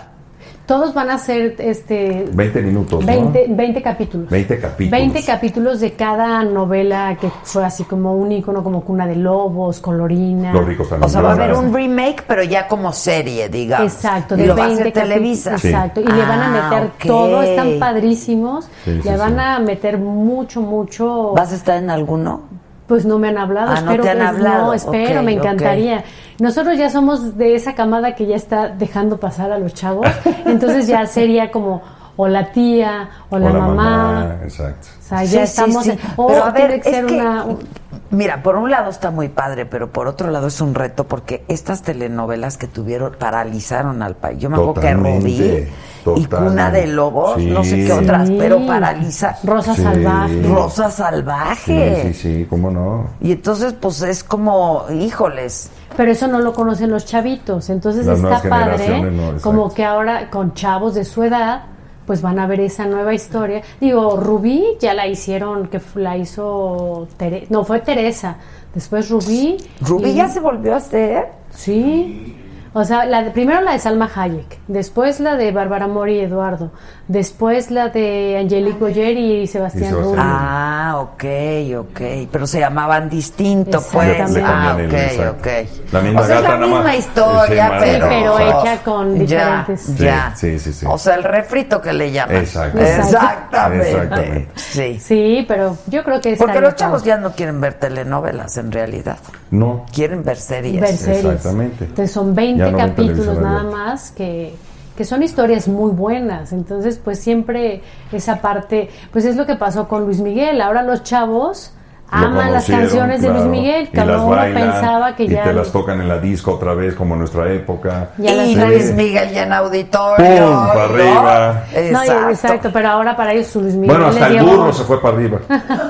Todos van a ser este veinte minutos, veinte, ¿no? veinte capítulos. veinte capítulos. veinte capítulos de cada novela que fue así como un ícono, como Cuna de Lobos, Colorina. Los ricos también. O sea, va a haber un remake, pero ya como serie, digamos. Exacto, y de lo va a veinte hacer Televisa. Sí. Exacto, y ah, le van a meter okay. todo, están padrísimos. Sí, le sí, van sí. a meter mucho, mucho. ¿Vas a estar en alguno? Pues no me han hablado, Ah, espero no te han que hablado. no, espero, Ok, me ok. encantaría. Nosotros ya somos de esa camada que ya está dejando pasar a los chavos, entonces ya sería como o la tía o la, o la mamá. mamá. Exacto. O sea, ya Sí, estamos sí, en- sí. o Pero a tiene ver, que ser es que, una un- mira, por un lado está muy padre, pero por otro lado es un reto porque estas telenovelas que tuvieron paralizaron al país. Yo me acuerdo que Totalmente, Rubí y Cuna de Lobos, Sí. no sé qué otras, Sí. pero paraliza. Rosa Sí. Salvaje. Rosa Sí, Salvaje. sí, sí, cómo no. Y entonces, pues es como, híjoles. Pero eso no lo conocen los chavitos, entonces Las está nuevas padre, generaciones no, exacto. como que ahora con chavos de su edad, pues van a ver esa nueva historia. Digo, Rubí ya la hicieron, que f- la hizo, Tere- no, fue Teresa, después Rubí. ¿Rubí y- ya se volvió a hacer? Sí. O sea, la de- primero la de Salma Hayek, después la de Bárbara Mori y Eduardo, después la de Angelique Boyer y Sebastián Rulli. Ah, ok, ok. Pero se llamaban distinto, pues. Exactamente. Ah, Le ok, cambian el- ok. La misma o sea, es gata, la nada misma más. historia, Sí, pero... Sí, pero hecha con Ya, diferentes. Ya. Sí, sí, sí. O sea, el refrito que le llaman. Exacto. Exactamente. Exactamente. Sí. Sí, pero yo creo que Porque estaría los chavos padre. ya no quieren ver telenovelas, en realidad. No. Quieren ver series. Ver series. Exactamente. Entonces son veinte Ya no ven capítulos televisión nada abierta. más que, que son historias muy buenas. Entonces, pues siempre esa parte, pues es lo que pasó con Luis Miguel. Ahora los chavos Lo aman las conocieron, canciones de Luis claro, Miguel, y que las uno bailan, pensaba que y ya... te las tocan en la disco otra vez como en nuestra época. Ya las Y saben. Luis Miguel ya en auditorio. ¡Pum! Para ¿no? arriba. No, y- Exacto. exacto, pero ahora para ellos su Luis Miguel Bueno, hasta les el llevó- burro se fue para arriba.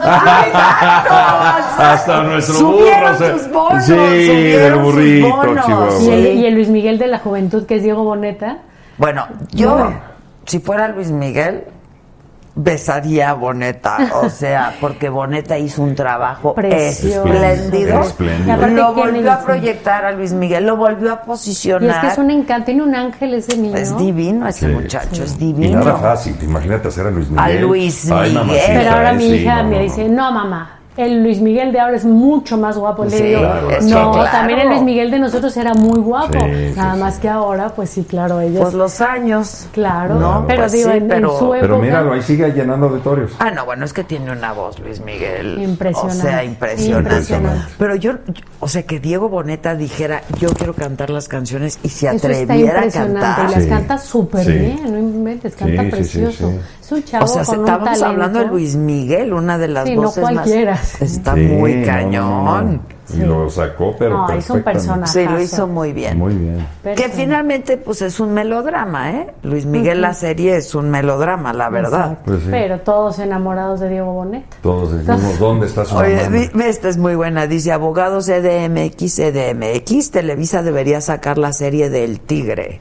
Exacto. Hasta nuestro Subieron burro se... sus bonos, Sí, subieron del sus burrito, bonos. chihuahua. y, el, y el Luis Miguel de la juventud, que es Diego Boneta. Bueno, yo, No. si fuera Luis Miguel, besaría a Boneta. O sea, porque Boneta hizo un trabajo Precioso. espléndido. Espléndido. Y aparte Lo tiene volvió a el- proyectar a Luis Miguel, lo volvió a Y posicionar. es que es un encanto, tiene un ángel ese niño. Es divino ese Sí. muchacho, es Y divino. nada fácil, imagínate hacer a Luis Miguel. A Luis Ay, Miguel. mamacita, Pero ahora eh, mi sí, hija no, me no, dice, no. no mamá, el Luis Miguel de ahora es mucho más guapo. Le Sí, digo, claro, no, claro. también el Luis Miguel de nosotros era muy guapo. Sí, sí, Nada sí. más que ahora, pues sí, claro, ellos. Pues los años. claro, No, pero pues digo, sí, en, en pero- su época. Pero míralo, ahí sigue llenando auditorios. Ah, no, bueno, es que tiene una voz, Luis Miguel. Impresionante. O sea, impresionante. Impresionante. Pero yo, yo- o sea, que Diego Boneta dijera, yo quiero cantar las canciones y se Eso está atreviera a impresionante. cantar. Y las Sí. canta súper Sí. bien, no inventes, canta Sí, sí, sí, precioso. sí. Es un chavo O sea, con un estábamos talento. hablando de Luis Miguel, una de las Sí, no voces cualquiera. más... Está Sí, muy no, cañón. no, no. Y lo sacó, pero No, es un perfectamente. personaje. Sí, lo hizo muy bien. Muy bien. Que Persona. finalmente, pues es un melodrama, ¿eh? Luis Miguel, la serie es un melodrama, la verdad. Exacto. Pues sí. Pero todos enamorados de Diego Boneta. Todos decimos, ¿dónde está su Oye, mamá? di- esta es muy buena. Dice, abogados E D M X, E D M X, Televisa debería sacar la serie del Tigre.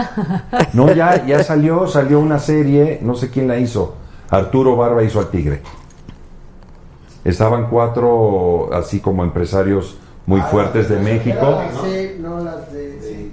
No, ya, ya salió, salió una serie, no sé quién la hizo. Arturo Barba hizo al Tigre. Estaban cuatro, así como empresarios muy fuertes de México. Sí, no las de...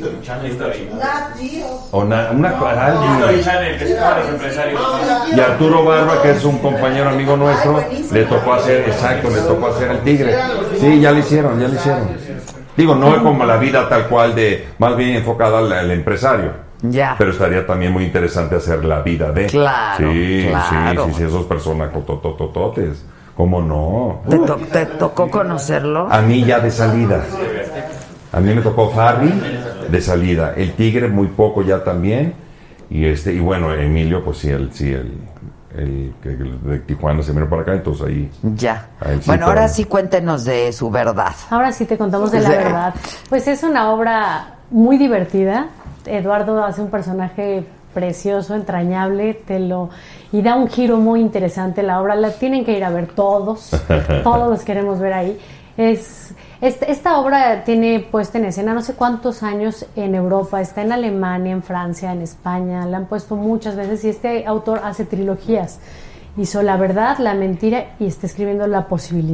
Nat Geo. O na- una, alguien- History Channel, que se llama los empresarios. y Arturo Barba, que es un compañero amigo nuestro, le tocó hacer, exacto, le tocó hacer al Tigre. Sí, ya lo hicieron, ya lo hicieron. Digo, no es como la vida tal cual de, más bien enfocada al, al empresario. Ya. Pero estaría también muy interesante hacer la vida de. Claro, Sí, claro. sí, sí, sí, esos personajes tototototes. ¿Cómo no? ¿Te, to- te tocó conocerlo? A mí ya de salida. A mí me tocó Harry de salida. El Tigre muy poco ya también. Y este y bueno, Emilio, pues sí, el, sí, el, el, que el de Tijuana se vino para acá, entonces ahí. Ya. a él sí, Bueno, pero- ahora sí cuéntenos de su verdad. Ahora sí te contamos de la Sí. verdad. Pues es una obra muy divertida. Eduardo hace un personaje precioso, entrañable, te lo y da un giro muy interesante la obra. La tienen que ir a ver todos, todos los queremos ver ahí. Es esta, esta obra tiene puesta en escena no sé cuántos años en Europa, está en Alemania, en Francia, en España, la han puesto muchas veces y este autor hace trilogías. Hizo La Verdad, La Mentira y está escribiendo La Posibilidad.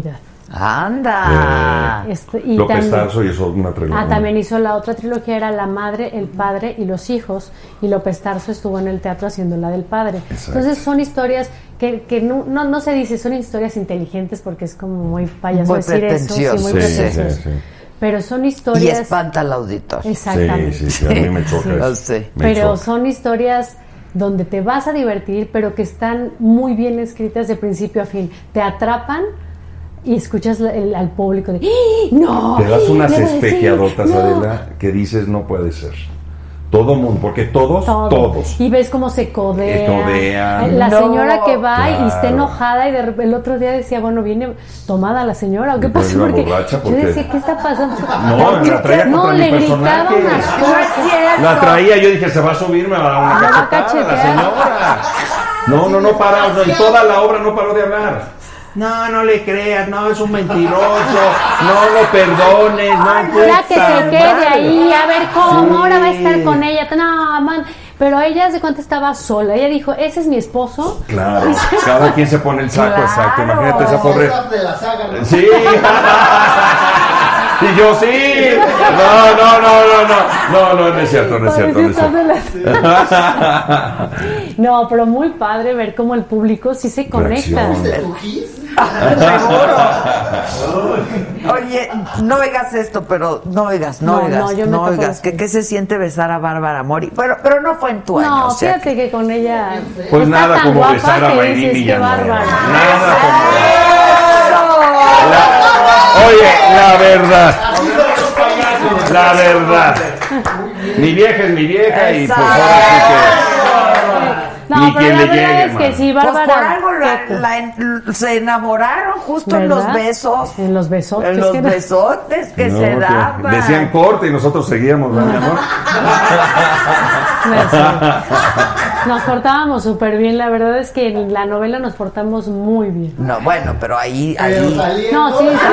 ¡Anda! Eh, Este, y López también- Tarso y eso, una trilogía. Ah, también hizo la otra trilogía, era La Madre, el Padre y los Hijos, y López Tarso estuvo en el teatro haciendo la del Padre. Exacto. Entonces son historias que, que no, no, no se dice, son historias inteligentes porque es como muy payaso Muy decir eso, sí, pretencioso. muy Sí, pretencioso. sí, sí. Pero son Y historias... espanta al auditor. Exactamente. Sí, sí, sí, a mí me choca eso. Sí. Me Pero choca. son historias donde te vas a divertir, pero que están muy bien escritas de principio a fin. Te atrapan y escuchas la- el- al público de ¡Ah! ¡No! Te das unas Le voy a decir, espejeadotas, no. Adela, que dices no puede ser. Todo mundo, porque todos, Todo. todos. Y ves cómo se codea. Se codean. La No, señora que va y está claro. enojada y de repente el otro día decía, bueno, viene tomada la señora, ¿o qué Pues pasó? iba Porque borracha, yo porque- decía, ¿qué está pasando? No, la traía no, contra le mi gritaba personaje. unas No es cosas. cierto. La traía, yo dije, se va a subir, me va a dar una Me va a cachetada la cachetear. señora. No, no, no paró, no, en toda la obra no paró de hablar. No, no le creas, no, es un mentiroso, no lo perdones, no Ya que se quede madre. ahí, a ver cómo, Sí. ahora va a estar con ella. No, man. Pero ella se cuenta estaba sola. Ella dijo, ese es mi esposo. Claro, cada quien se pone el saco, Claro. exacto. Imagínate esa pobre. Esa de la saga, ¿no? Sí. Y yo sí. No, no, no, no, no. No, no, no es cierto, no es cierto, no es cierto. No, pero muy padre ver cómo el público sí se conecta. Reacciona. ¿De tu Kiss? Oye, no oigas esto, pero no oigas, no, No, oigas, no, yo me no tapo oigas. los ¿Qué, oídos. ¿Qué se siente besar a Bárbara Mori? Pero, pero no fue en tu año. No, o sea fíjate que con ella. Pues está nada tan como guapa besar a que Maylin dices, qué Villanueva. bárbara. Nada como. La- Oye, la verdad. La verdad. Mi vieja es mi vieja y pues ahora sí que. No, Ni pero quien la le verdad llegue, es que mano. sí, Pues por Bárbara. algo la- la- se enamoraron justo en los ¿Verdad? besos. En los besotes. En los que no- besotes que No, se que daban. decían corte y nosotros seguíamos, ¿verdad, mi amor? Sí. Nos portábamos súper bien. La verdad es que en la novela nos portamos muy bien. No, bueno, pero ahí, Pero ahí. saliendo. No, sí, sí.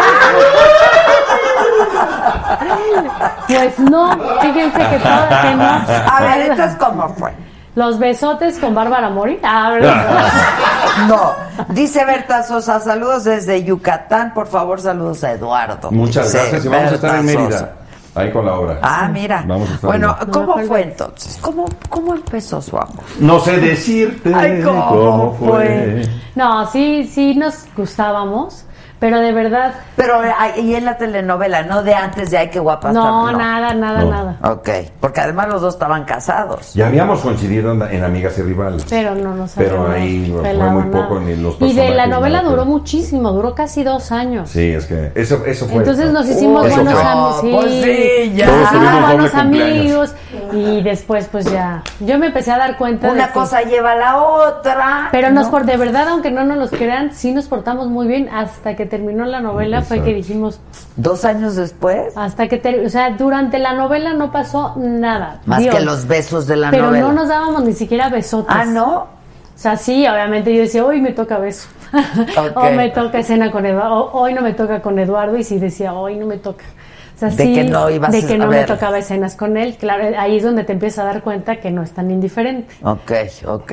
Pues no, fíjense que todo, que no. A ver, entonces, ¿cómo fue? Los besotes con Bárbara Mori. Ah, ¿verdad? No, dice Berta Sosa, saludos desde Yucatán, por favor, saludos a Eduardo. Muchas Dice gracias y vamos a estar en Berta Mérida. Sosa. Ahí con la obra. Ah, mira. Vamos a estar Bueno, ahí. ¿cómo No me fue acuerdo. entonces? ¿Cómo, cómo empezó su amor? No sé decirte Ay, ¿cómo cómo fue? fue. No, sí, sí nos gustábamos, pero de verdad, Pero ahí en la telenovela, no de antes de Ay, qué guapa no, está, nada, nada, No. nada. Ok, porque además los dos estaban casados. Ya habíamos coincidido en, en Amigas y Rivales. Pero no nos Pero habíamos ahí fue pelado muy nada. poco ni los Y de la personajes, novela nada, duró pero- muchísimo, duró casi dos años. Sí, es que eso, eso fue. Entonces nos hicimos Eso buenos fue. amigos. Sí, Pues sí, ya. Todos Nos hicimos tuvimos doble buenos cumpleaños. amigos. Y después, pues ya. Yo me empecé a dar cuenta de Una que- cosa lleva a la otra. Pero nos ¿no? por de verdad, aunque no nos los crean, sí nos portamos muy bien hasta que terminó la novela. Fue Exacto. que dijimos, Dos años después, hasta que, ter- o sea, durante la novela no pasó nada. más Dios. que los besos de la Pero novela. no nos dábamos ni siquiera besotes. Ah, ¿no? O sea, sí, obviamente yo decía, hoy me toca beso. Ok. O me toca escena con Eduardo. O, hoy no me toca con Eduardo. Y sí decía, hoy no me toca. O sea, De sí, que no ibas de que a no me ver. tocaba escenas con él. Claro, ahí es donde te empiezas a dar cuenta que no es tan indiferente. Ok, ok.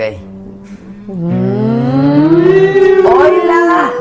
¡Hola!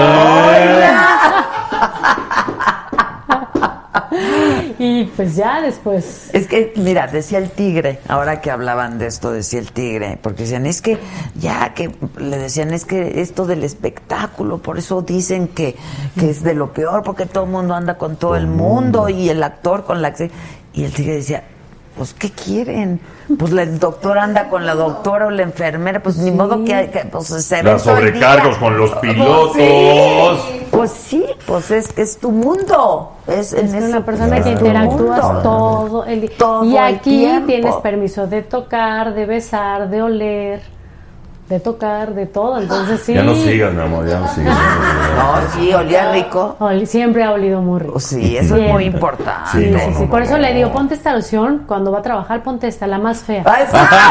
Y pues ya después. Es que, mira, decía el tigre, ahora que hablaban de esto, decía el tigre, porque decían, es que, ya que, le decían, es que esto del espectáculo, por eso dicen que, que es de lo peor, porque todo el mundo anda con todo el mundo, y el actor con la actriz. Y el tigre decía, pues, ¿qué quieren? Pues el doctor anda con la doctora o la enfermera, pues ni modo que, que, pues, se ven Las todo el sobrecargos día. con los Pues pilotos. sí, pues sí, pues es que es tu mundo. Es, Es en una ese- persona es que tu interactúas mundo. todo el día. Todo Y el aquí tiempo. tienes permiso de tocar, de besar, de oler, de tocar, de todo. Entonces sí. Ya no sigas, mi amor, ya no sigas. ya no sigas. No, sí, olía rico. Oli- siempre ha olido muy rico. Sí, eso es Siempre. muy importante. Sí, Sí, no, sí, no, sí. no, Por eso no, le no. digo, ponte esta loción cuando va a trabajar, ponte esta, la más fea. ¡Ay,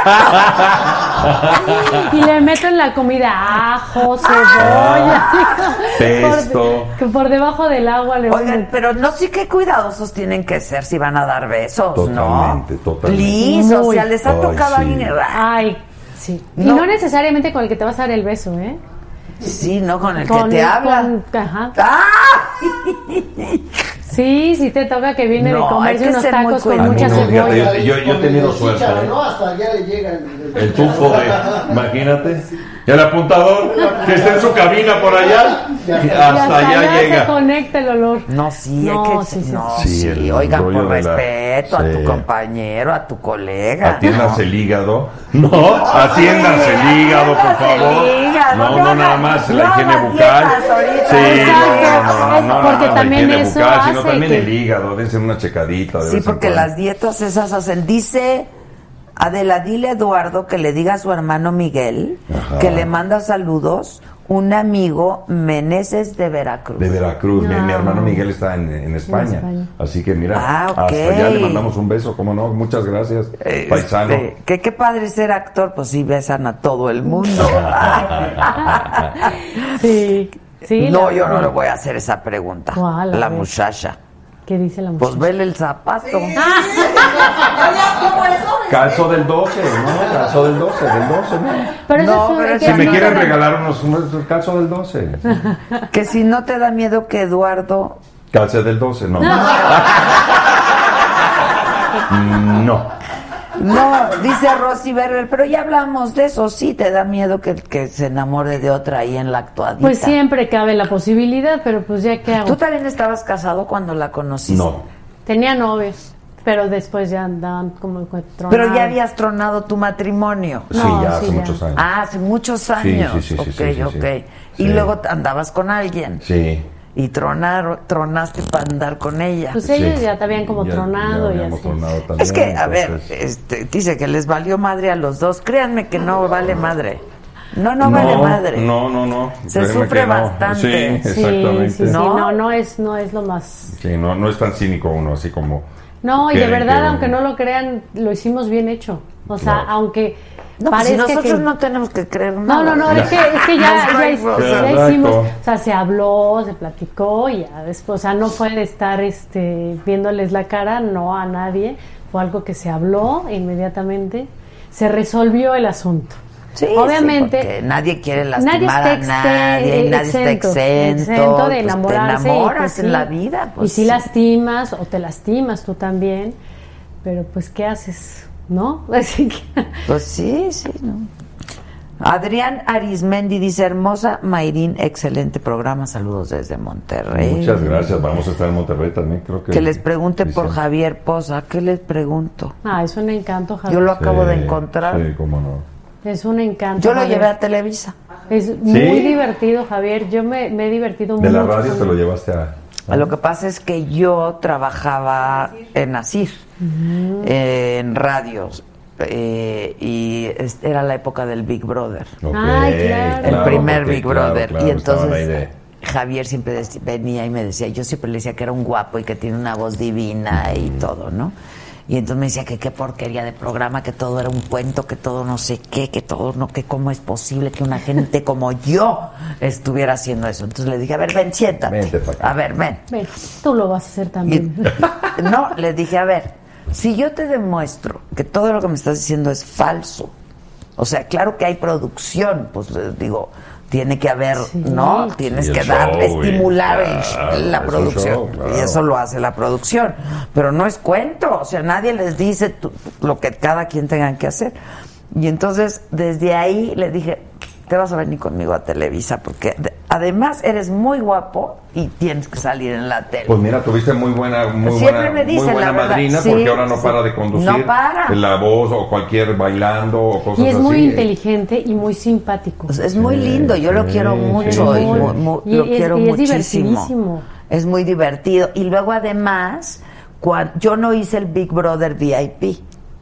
Y le meto en la comida ajo, cebolla, pesto. Por, que por debajo del agua le voy a Oigan, meter. pero no sé qué cuidadosos tienen que ser si van a dar besos, Totalmente, ¿no? totalmente. Please, o Muy. sea, les ha Ay, tocado a sí. alguien. Ay, sí. Y No. no necesariamente con el que te vas a dar el beso, ¿eh? Sí, no, con el Con- que te habla. con- ajá. ¡Ah! Sí, sí te toca que viene No, de comerse hay que unos ser muy tacos con cuidadoso. mucha A mí no, cebolla. fíjate, yo, yo, yo he tenido suerte. Chícharo, ¿eh? ¿no? Hasta allá le llegan. El tufo de, imagínate, y el apuntador que está en su cabina por allá, y hasta, Y hasta allá, allá llega. se conecta el olor. No, sí, No, hay que... sí, sí, no, sí. sí, Sí, el oigan, rollo por de la- respeto a tu sí. compañero, a tu colega. Atiendas ¿no? el hígado. No, atiendas el hígado, por favor. el hígado, No, no no, hagas- nada más no la higiene hagas bucal. dietas ahorita. Sí, no, Exacto. no, no, no, no, Porque no, también la higiene eso bucal, sino hace también que- el hígado, dense una checadita. de Sí, vez en porque cuando. las dietas esas hacen. Dice Adela, dile a Eduardo que le diga a su hermano Miguel Ajá. que le manda saludos un amigo Meneses de Veracruz. De Veracruz, mi, Ah. mi hermano Miguel está en, en España. España. Así que mira, Ah, ok. hasta allá le mandamos un beso, ¿cómo no? Muchas gracias, Este, paisano. Sí, sí. no, la- yo no le voy a hacer esa pregunta. ¿Cuál? A La ver. muchacha. ¿Qué dice la muchacha? Pues vele el zapato. Yo ya, yo por eso me Calzo del doce, ¿no? Calzo del doce, del doce, ¿no? Pero eso No, es un- pero que Si me no quieren te- regalar unos, unos calzo del doce. Que si no te da miedo que Eduardo... Calce del doce, no. No. No, dice Rosy Berber, pero ya hablamos de eso. Sí, te da miedo que, que se enamore de otra ahí en la actuadita. Pues siempre cabe la posibilidad, pero pues ya qué hago. ¿Tú también estabas casado cuando la conociste? No. Tenía novios, pero después ya andaban como tronados. Pero ya habías tronado tu matrimonio. Sí, No, ya sí, hace ya. muchos años. Ah, hace muchos Sí, años. sí, sí, sí, ok, sí, sí, ok. sí. Y Sí. luego andabas con alguien. Sí. Y tronar, tronaste para andar con ella. Pues ellos Sí. ya te habían como Ya- tronado ya y habíamos así. tronado también, Es que, a ver, entonces- este, dice que les valió madre a los dos. Créanme que no vale madre. No, no, vale madre. No, no, no. Se Créeme sufre que no. bastante. Sí, Sí, exactamente. sí, sí, ¿No? no, no es, no es lo más. Sí, no, no es tan cínico uno, así como... No, y de quieren verdad, que- aunque no lo crean, lo hicimos bien hecho. O sea, Claro. aunque No, pues si parezca nosotros que... no tenemos que creer No, nada. no, no, es que, es que ya, Nos ya, trae hic- cosas. ya Exacto. hicimos, o sea, se habló, se platicó y ya después, o sea, no fue de estar este, viéndoles la cara, no a nadie, fue algo que se habló inmediatamente, se resolvió el asunto. Sí, Obviamente, sí, porque nadie quiere nadie lastimar está a nadie, y nadie exento, está exento, exento de pues enamorarse. te y enamoras pues en sí, la vida, pues y si sí. lastimas o te lastimas tú también, pero pues ¿qué haces? ¿No? Así que... Pues sí, sí, ¿no? Adrián Arismendi dice, hermosa Mayrín, excelente programa, saludos desde Monterrey. Muchas gracias, vamos a estar en Monterrey también, creo que... Que les pregunte sí, por sí. Javier Poza, ¿qué les pregunto? Ah, es un encanto, Javier. Yo lo acabo de Sí, encontrar. Sí, cómo no. Es un encanto. Yo lo Javier. llevé a Televisa. Es muy divertido, Javier. Yo me, me he divertido De mucho. la radio con te lo él. llevaste a... Lo que pasa es que yo trabajaba en Asir, eh, en radios, eh, y es- era la época del Big Brother. Ok, Ay, claro. El primer porque, Big claro, Brother. claro, y estaban ahí entonces de- Javier siempre dec- venía y me decía, yo siempre le decía que era un guapo y que tiene una voz divina y todo, ¿no? Y entonces me decía que qué porquería de programa, que todo era un cuento, que todo no sé qué, que todo no, que cómo es posible que una gente como yo estuviera haciendo eso. Entonces le dije, a ver, ven, siéntate. Vente pa' acá. A ver, ven. Ven, tú lo vas a hacer Y- también. no, le dije, a ver, si yo te demuestro que todo lo que me estás diciendo es falso, o sea, claro que hay producción, pues eh, digo, tiene que haber, ¿no? Tienes Y el que darle, show, y- estimular el- claro, la es un producción. show, claro. Y eso lo hace la producción. Pero no es cuento, o sea, nadie les dice tu- lo que cada quien tenga que hacer. Y entonces, desde ahí le dije, te vas a venir conmigo a Televisa, porque de- además eres muy guapo y tienes que salir en la tele. Pues mira, tuviste muy buena, muy Siempre buena, me dicen, muy buena la verdad. madrina, Sí, porque ahora no sí. para de conducir. No para. La voz o cualquier bailando o cosas Y es así. muy inteligente y muy simpático. Pues es muy lindo, yo lo sí, quiero sí. mucho y, Muy- mu- mu- y lo es- quiero y es muchísimo. divertidísimo. Es muy divertido. Y luego además, cuan- yo no hice el Big Brother V I P.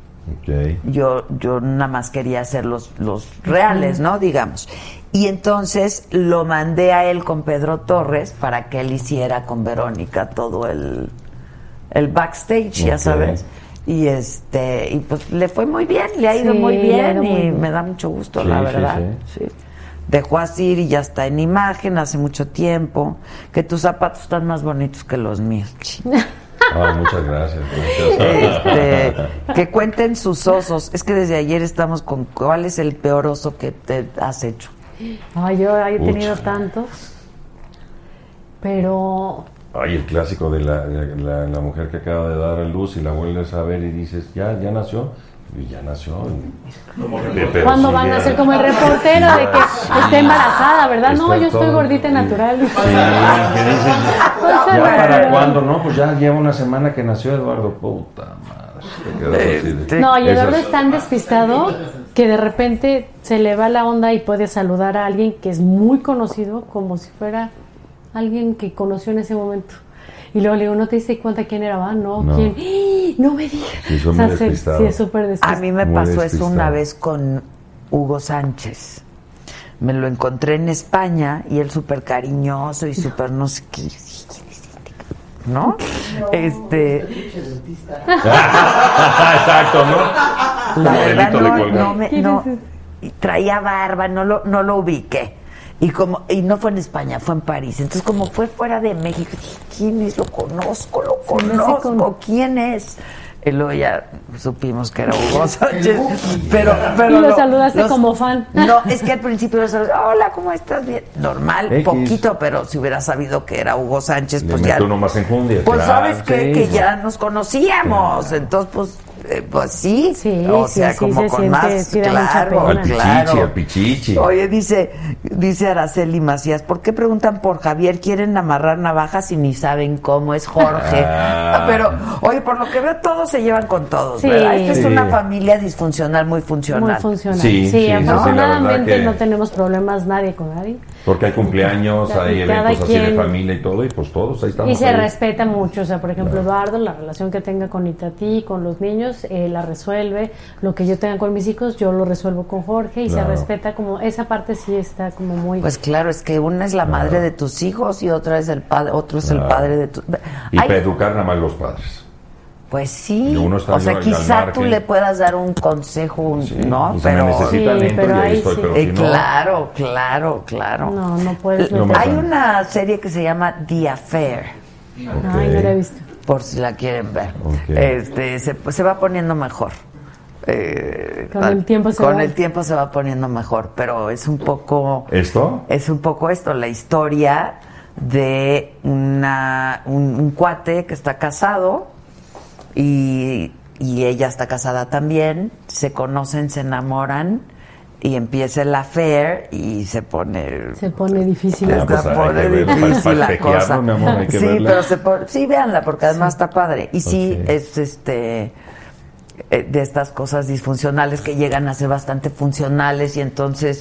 Ok. Yo, yo nada más quería hacer los, los reales, ¿no? Digamos. Y entonces lo mandé a él con Pedro Torres para que él hiciera con Verónica todo el, el backstage, ya Ok. sabes. Y este, y pues le fue muy bien, le ha ido Sí, muy le ha bien ido muy y bien. me da mucho gusto, Sí, la sí, verdad. Sí. Dejó así y ya está en imagen hace mucho tiempo. Que tus zapatos están más bonitos que los míos. Ah, muchas gracias. gracias. Este, que cuenten sus osos. Es que desde ayer estamos con cuál es el peor oso que te has hecho. Ay, yo he tenido Ucha. tantos. pero... Ay, el clásico de la, de la, la mujer que acaba de dar a luz y la vuelves a ver y dices, ya, ya nació. Y ya nació. Pero ¿Cuándo sí, van ya, a ser como el reportero de que sí, esté embarazada, verdad? está No, yo estoy todo- gordita y natural. Sí, que dicen, ¿ya para cuándo? No, pues ya lleva una semana que nació Eduardo. Puta madre. Te quedas así de- No, y Eduardo Esas- es tan despistado que de repente se le va la onda y puede saludar a alguien que es muy conocido como si fuera alguien que conoció en ese momento. Y luego le digo, ¿no te diste cuenta quién era? ¿Va? No, No. ¿quién? ¡Ah! No me digas. Sí, son O sea, muy se- despistados. sí, es súper A despistado. mí me Muy pasó eso despistado. una vez con Hugo Sánchez. Me lo encontré en España y él súper cariñoso y súper no sé qué. ¿No? Este. Exacto, ¿no? La El verdad delito de no, colgar. no me, no, y traía barba, no lo, no lo ubiqué. Y como, y no fue en España, fue en París. Entonces, como fue fuera de México, dije, ¿quién es? Lo conozco, lo Se me hace conozco, como- ¿quién es? Y luego ya supimos que era Hugo Sánchez. Pero, pero y lo, saludaste los- como fan. No, es que al principio lo saludé, hola, ¿cómo estás? Bien. Normal, X. poquito, pero si hubiera sabido que era Hugo Sánchez, Le pues ya. meto uno más enjundia. Pues claro, sabes qué? sí, que pues. ya nos conocíamos, entonces pues, eh, pues sí, o sí, sea, sí, como se con siente- más, sí da mucha claro, pena. Al pichichi, claro. al pichichi. Oye, dice, dice Araceli Macías, ¿por qué preguntan por Javier? Quieren amarrar navajas y ni saben cómo es Jorge. Ah. Pero, oye, por lo que veo, todos se llevan con todos, Sí. ¿verdad? Esta es Sí. una familia disfuncional, muy funcional. Muy funcional. Sí, Sí, sí, sí, afortunadamente sí, la verdad que- no tenemos problemas nadie con nadie. Porque hay cumpleaños, Cada- hay cada eventos así de quien- familia y todo, y pues todos ahí estamos. Y se ahí. respeta mucho, o sea, por ejemplo, Eduardo, la relación que tenga con Itatí, con los niños, eh, la resuelve. Lo que yo tenga con mis hijos, yo lo resuelvo con Jorge y Claro. se respeta como, esa parte sí está como muy... Pues claro, es que una es la madre de tus hijos y otra es el padre, otro es el Claro. padre de tu... Y Ay, para educar nada más los padres. pues sí, Y uno está o sea, al quizá margen. tú le puedas dar un consejo, un- ¿no? y si me necesitan, Sí, entro y ahí estoy, pero Eh, si no- claro, claro, claro. No, no puedes L- meter- Hay una serie que se llama The Affair. Ay, no la he visto. Por si la quieren ver. Ok. Este, se, se va poniendo mejor. Eh, Con el tiempo se con va. el tiempo se va poniendo mejor, pero es un poco ¿Esto? es un poco esto, la historia de una, un, un cuate que está casado y, y ella está casada también, se conocen, se enamoran y empieza el affair y se pone... Se pone difícil. Se Ah, pues hay pone que verlo, difícil para- la para cosa. espejearlo, mi amor, hay que sí, verla. pero se pone, sí, véanla porque además está padre. Y sí, Ok. es este eh, de estas cosas disfuncionales que llegan a ser bastante funcionales y entonces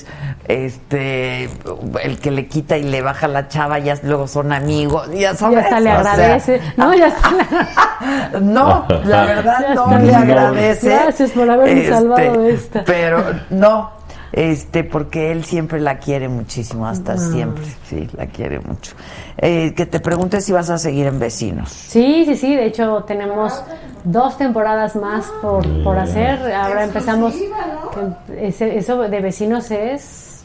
este el que le quita y le baja la chava ya luego son amigos, ya Ya sabes. hasta le o sea, agradece. No, ya está. no, la verdad Ya no está. le No. agradece. Gracias por haberme salvado de esta. Pero no, este, porque él siempre la quiere muchísimo, hasta Ah. siempre, sí, la quiere mucho. Eh, que te pregunte si vas a seguir en Vecinos. Sí, sí, sí. De hecho, tenemos dos temporadas más por, por hacer. Ahora empezamos. que ese- Eso de Vecinos es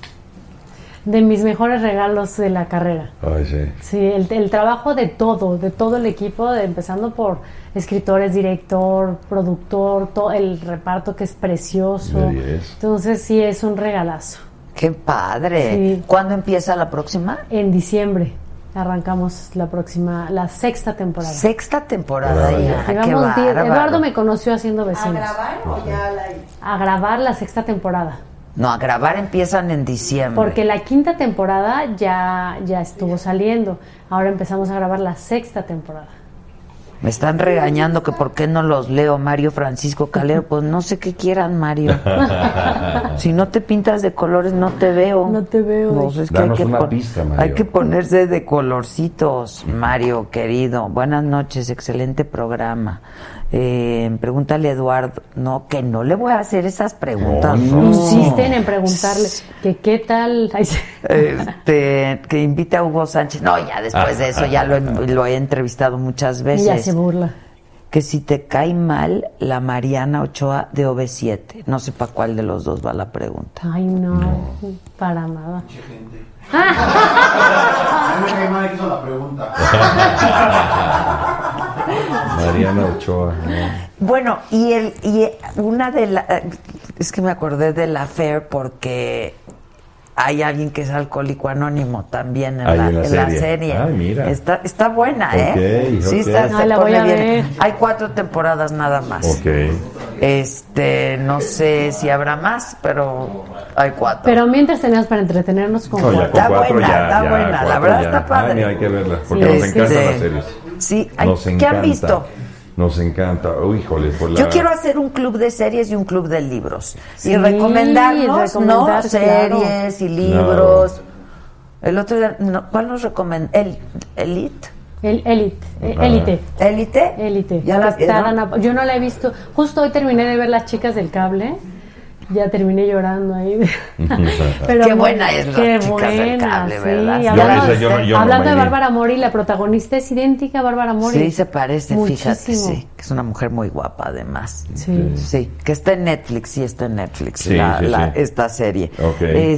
de mis mejores regalos de la carrera. Ay, sí. Sí, el, el trabajo de todo, de todo el equipo, de- empezando por escritores, director, productor, todo el reparto que es precioso. De diez. Entonces sí es un regalazo. Qué padre. Sí. ¿Cuándo empieza la próxima? En diciembre arrancamos la próxima, la sexta temporada. Sexta temporada ya. Qué Llevamos diez. bárbaro. Eduardo me conoció haciendo ¿A vecinos. grabar o ya la... A grabar la sexta temporada. No, a grabar empiezan en diciembre. Porque la quinta temporada ya, ya estuvo saliendo. Ahora empezamos a grabar la sexta temporada. Me están regañando que por qué no los leo, Mario Francisco Calero. Pues no sé qué quieran, Mario. Si no te pintas de colores, no te veo. No te veo. Pues es que Danos hay que una pon- pista, Mario. Hay que ponerse de colorcitos, Mario, querido. Buenas noches, excelente programa. Eh, pregúntale a Eduardo. No, que no le voy a hacer esas preguntas. No, no. Insisten en preguntarle que qué tal. Ay, sí. Este, que invite a Hugo Sánchez. No, ya después de eso ya lo he, lo he entrevistado muchas veces. Ella se burla. Que si te cae mal la Mariana Ochoa de O V siete. No sé para cuál de los dos va la pregunta. Ay, no, para nada. A mí me cae mal que hizo la pregunta. Mariana Ochoa. ¿no? Bueno, y el y una de las... Es que me acordé de la Fair porque hay alguien que es alcohólico anónimo también en, Ahí la, en la en la serie. serie. Ay, mira. Está, está buena, ¿eh? Ok, sí, ok. está, Ay, se la pone voy a bien. ver. Hay cuatro temporadas nada más. Ok. Este, no sé si habrá más, pero hay cuatro. Pero mientras tenemos para entretenernos con No, ya cuatro. con Está cuatro buena, ya, está ya, buena, la cuatro verdad ya. está padre. Ay, mira, hay que verla, porque Sí, nos encantan sí. las series. Sí, hay- Nos ¿qué encanta. han visto? Nos encanta. Uy, híjole, por la... Yo quiero hacer un club de series y un club de libros. Sí, y recomendarnos, recomendar, ¿no? claro. Series y libros. El otro día, no, ¿cuál nos recomendó? El, ¿Elite? El Elite. eh, Ajá. Élite. ¿Élite? Élite. ¿Ya la Está vieron? Ana- Yo no la he visto. Justo hoy terminé de ver Las Chicas del Cable. Ya terminé llorando ahí. Pero Qué muy- buena es Las qué Chicas del buena, Cable, sí. ¿verdad? Y Yo hablando, esa yo no- yo no hablando me de vi. Bárbara Mori, la protagonista es idéntica a Bárbara Mori. Sí, se parece, fíjate, Muchísimo. sí. Que es una mujer muy guapa, además. Sí. Sí, que está en Netflix, sí está en Netflix, Sí, la, sí, la- sí. esta serie. Ok.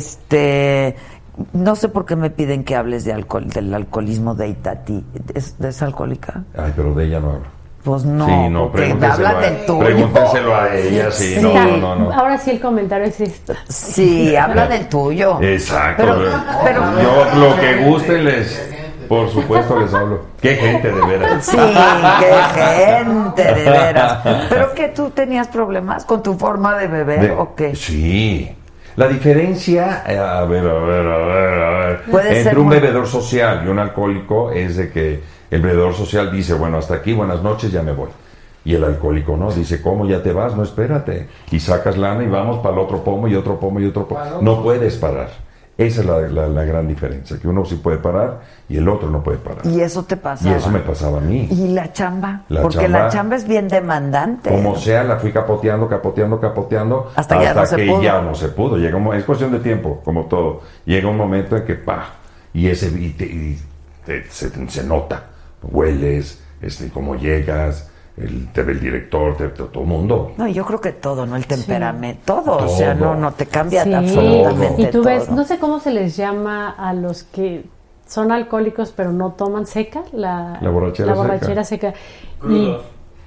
Este, no sé por qué me piden que hables de alcohol, del alcoholismo de Itatí. ¿Es, es alcohólica? Ay, pero de ella no hablo. Pues no, Sí, no, porque pregúntenselo hablan a- del tuyo. pregúntenselo a ella, sí, no, Está- no, no. Ahora sí el comentario es esto. Sí, habla del tuyo. Exacto. Pero- pero- Yo lo que gusten les... Por supuesto les hablo. Qué gente de veras. Sí, qué gente, de veras. ¿Pero que tú tenías problemas con tu forma de beber De- o qué? Sí. La diferencia, eh, a ver, a ver, a ver, a ver, Puede entre ser un muy- bebedor social y un alcohólico es de que el bebedor social dice, bueno, hasta aquí, buenas noches, ya me voy. Y el alcohólico no, dice, ¿cómo? Ya te vas, no, espérate. Y sacas lana y vamos para el otro pomo y otro pomo y otro pomo. No puedes parar. Esa es la, la, la gran diferencia, que uno sí puede parar y el otro no puede parar. Y eso te pasaba. Y eso me pasaba a mí. ¿Y la chamba? La Porque chamba- la chamba es bien demandante. Como sea, la fui capoteando, capoteando, capoteando, Hasta que ya no se que pudo. ya no se pudo. Llega un mo- es cuestión de tiempo, como todo. Llega un momento en que, pa, y ese y te- y te- se, se nota, hueles, este, cómo llegas, el, te ve el director, te, te- todo el mundo. No, yo creo que todo, ¿no? El temperamento, todo. O sea, Todo. no, no te cambia Sí, absolutamente y tú ves, todo. no sé cómo se les llama a los que son alcohólicos pero no toman seca, la, La borrachera la borrachera seca. Y, Crudos.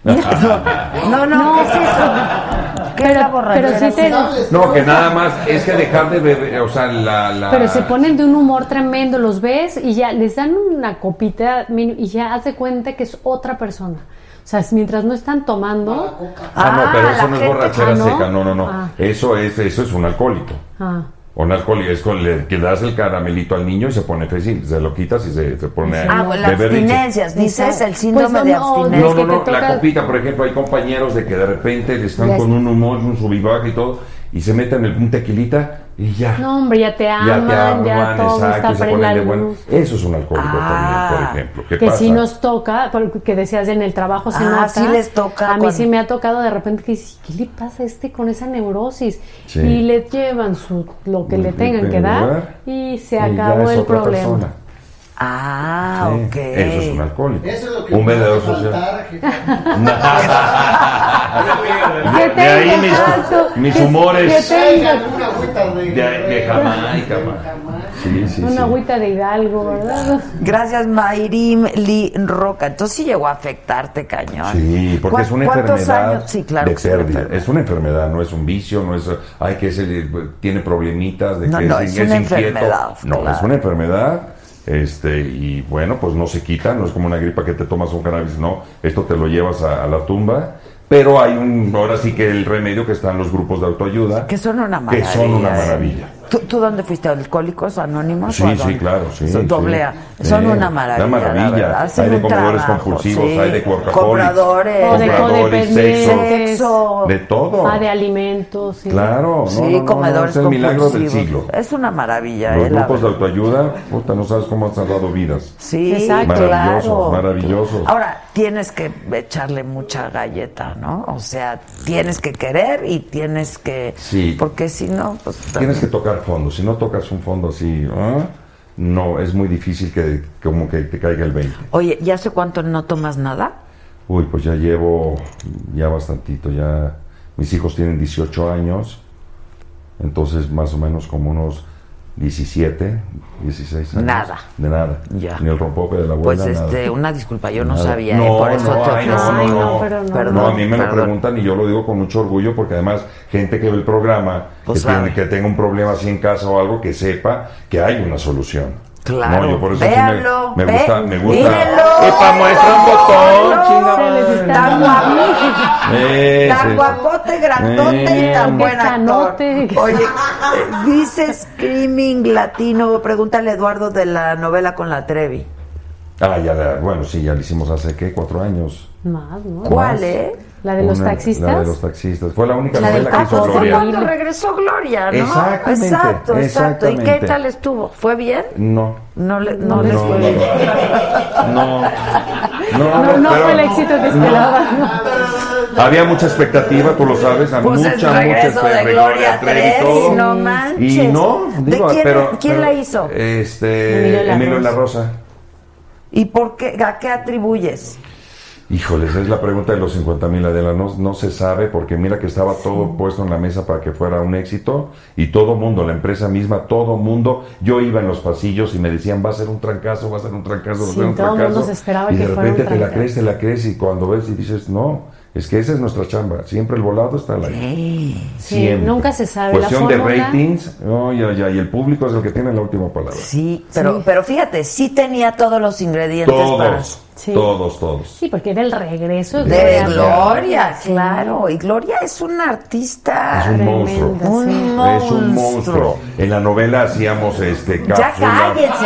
No, no, ¿qué es eso? ¿Qué es la borrachera? pero sí te, No, que nada más es que dejar de beber, o sea, la... la pero se ponen de un humor tremendo, los ves y ya les dan una copita mini- y ya haz de cuenta que es otra persona. O sea, mientras no están tomando. Ah, no, pero Ah, eso la no es gente- borrachera ah, ¿no? seca, no, no, no. Ah. Eso es, eso es un alcohólico. Ah, Un alcohólico es con le, que le das el caramelito al niño y se pone fácil, se lo quitas y se, se pone Ah, a bueno, las beber leche. abstinencias, dices, el síndrome Pues no, de no, abstinencia. No, Es no, que no, te la toca- copita, por ejemplo, hay compañeros de que de repente están Ya con es- un humor, un sub y baja y todo, y se meten en un tequilita y ya. no, hombre, ya te ya aman, te ya, aman, todo exacto, está y se para ponen la de bueno. luz. Eso es un alcohólico Ah, también, por ejemplo. ¿Qué Que pasa? si nos toca, porque decías en el trabajo se Ah, nota. sí les toca A mí cuando- sí me ha tocado de repente que dices, ¿qué le pasa a este con esa neurosis? Sí. Y le llevan su lo que Lo le que tengan que tenga dar lugar, y se y ya acabó es el otra problema. persona. Ah, Sí, ok. Eso es un alcohólico. Eso es lo que un no puede bebedor social. faltar, jefe. Que De, de ahí tengas mis, tanto, mis que- humores que tengas Una agüita de... de, de Jamaica, man. Sí, sí, una sí. agüita de Hidalgo, ¿verdad? Gracias, Mayrim Lee Roca. Entonces sí llegó a afectarte, cañón. Sí, porque ¿Cu- es una cuántos enfermedad años? Sí, claro de que es una pérdida. enfermedad. Es una enfermedad, no es un vicio, no es, ay, que ese tiene problemitas de No, que no, es, es es una inquieto. enfermedad, No, claro. es una enfermedad, este, y bueno, pues no se quita, no es como una gripa que te tomas un cannabis, no, esto te lo llevas a, a la tumba. Pero hay un, ahora sí que el remedio que están los grupos de autoayuda. Que son una Que maravilla. son una ¿eh? maravilla. ¿Tú, tú dónde fuiste? ¿Alcohólicos Anónimos? Sí, o a sí, dónde? claro, sí. Son doble A. sí. Son Sí, una maravilla. Una la maravilla. verdad. Hacen Hay de un comedores trabajo, compulsivos, sí. hay de workaholics. Compradores. O de Compradores, codependientes. sexo. De todo. Ah, de alimentos. Sí. Claro, no, Sí, no, no, no, comedores es el milagro del compulsivos. siglo. Es una maravilla. Los eh, la grupos de verdad. autoayuda, puta, no sabes cómo han salvado vidas. Sí, Exacto. Maravillosos, claro. maravillosos. Ahora, tienes que echarle mucha galleta, ¿no? O sea, tienes que querer y tienes que... Sí. Porque si no, pues... Tienes que tocar fondo. Si no tocas un fondo así, ¿ah? no, es muy difícil que como que te caiga el veinte. Oye, ¿ya hace cuánto no tomas nada? Uy, pues ya llevo ya bastantito, ya mis hijos tienen dieciocho años, entonces más o menos como unos diecisiete, dieciséis años. Nada. De nada. Ya. Ni el rompope de la abuela. Pues nada. este, una disculpa, yo no Nada. sabía, no, ¿eh? Por eso no, te ay, no, ofrecí. no, Ay, no, no, pero no. Perdón, No, a mí me perdón. lo preguntan y yo lo digo con mucho orgullo porque además gente que ve el programa, Pues que, tiene, sabe. que tenga un problema así en casa o algo, que sepa que hay una solución. Claro, No, yo por eso sí véanlo, me, me ve, gusta, me gusta. mírenlo. ¡Epa, muestra un botón, chinga Se les madre! está Tan guapo, Eh, tan sí. guapote, grandote Eh, y tan buen actor. sanote. Oye, eh, dice Screaming Latino, pregúntale a Eduardo de la novela con la Trevi. Ah, ya, la- bueno, sí, ya lo hicimos hace, ¿qué? Cuatro años. Más, ¿no? ¿Cuál, Más. eh? ¿La de los Una- taxistas? La de los taxistas. Fue la única La del novela que Ah, hizo pues fue Gloria. cuando regresó Gloria, ¿no? Exactamente, Exacto, exacto. ¿Y exactamente. qué tal estuvo? ¿Fue bien? No. No, le, no, No, les no, fue no, bien. No. No, No, no pero- fue el éxito que esperaba. Había mucha expectativa, tú lo sabes, a Pues mucha, el mucha regreso de expectativa. Gloria Trevi, todo. no manches. Y no, ¿De digo, quién, pero, quién pero, la hizo? Este, Emilio Emilio La La Rosa. ¿Y por qué? ¿A qué atribuyes? Híjoles, es la pregunta de los cincuenta mil, Adela, no, no se sabe porque mira que estaba todo puesto en la mesa para que fuera un éxito y todo mundo, la empresa misma, todo mundo, yo iba en los pasillos y me decían va a ser un trancazo, va a ser un trancazo, va a Sí, ser un todo el trancazo. mundo se esperaba y que de fuera repente un te la trancazo. crees, te la crees y cuando ves y dices no, es que esa es nuestra chamba, siempre el volado está al aire. Sí. Sí, nunca se sabe. Cuestión la de fórmula. ratings, oh, ya, ya, y el público es el que tiene la última palabra. Sí, pero, Sí. pero fíjate, sí tenía todos los ingredientes para... Todos, Sí. todos, todos. Sí, porque era el regreso De Gloria. Gloria, Sí. claro. Y Gloria es una artista. Es un Tremenda, monstruo. sí. Un Es un monstruo. monstruo. En la novela hacíamos este Ya cápsula. cállense.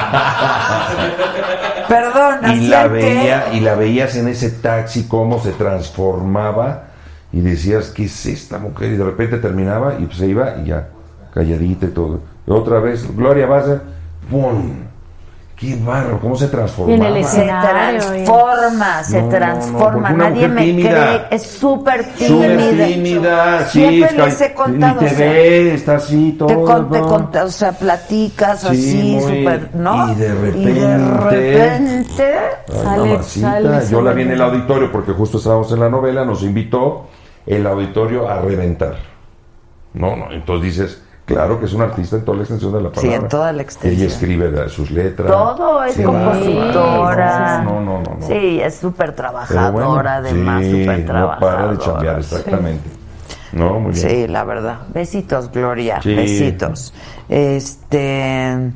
Perdón, y la ¿hacían qué? veía y la veías en ese taxi cómo se transformaba y decías ¿qué es esta mujer? Y de repente terminaba y pues se iba y ya calladita y todo. Y otra vez Gloria va a ser ¡pum! ¡Qué barro! ¿Cómo se transformaba? Y en el Se escenario. transforma, se No, no, no, transforma. porque una Nadie mujer me tímida. cree. Es súper Súper tímida. tímida, sí, Siempre es que- les he contado. ni te o sea, ve, está así todo. te con- te ¿no? con- o sea, platicas Sí, así, muy- súper, ¿no? y de Y de repente- repente Ay, Sale- mamacita, sale yo la vi en sobre- el auditorio porque justo estábamos en la novela, nos invitó el auditorio a reventar. No, no, entonces dices, claro que es un artista en toda la extensión de la Sí, palabra. en toda la extensión. Ella escribe la- sus letras. todo es Qué compositora. bárbaro. No, no, no, no. Sí, es súper Pero trabajadora, bueno, además, sí, súper no trabajadora. para de chambear, exactamente. No, muy bien. Sí, la verdad. Besitos, Gloria. Sí. Besitos. Este.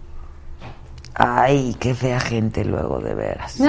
Ay, qué fea gente luego, de veras.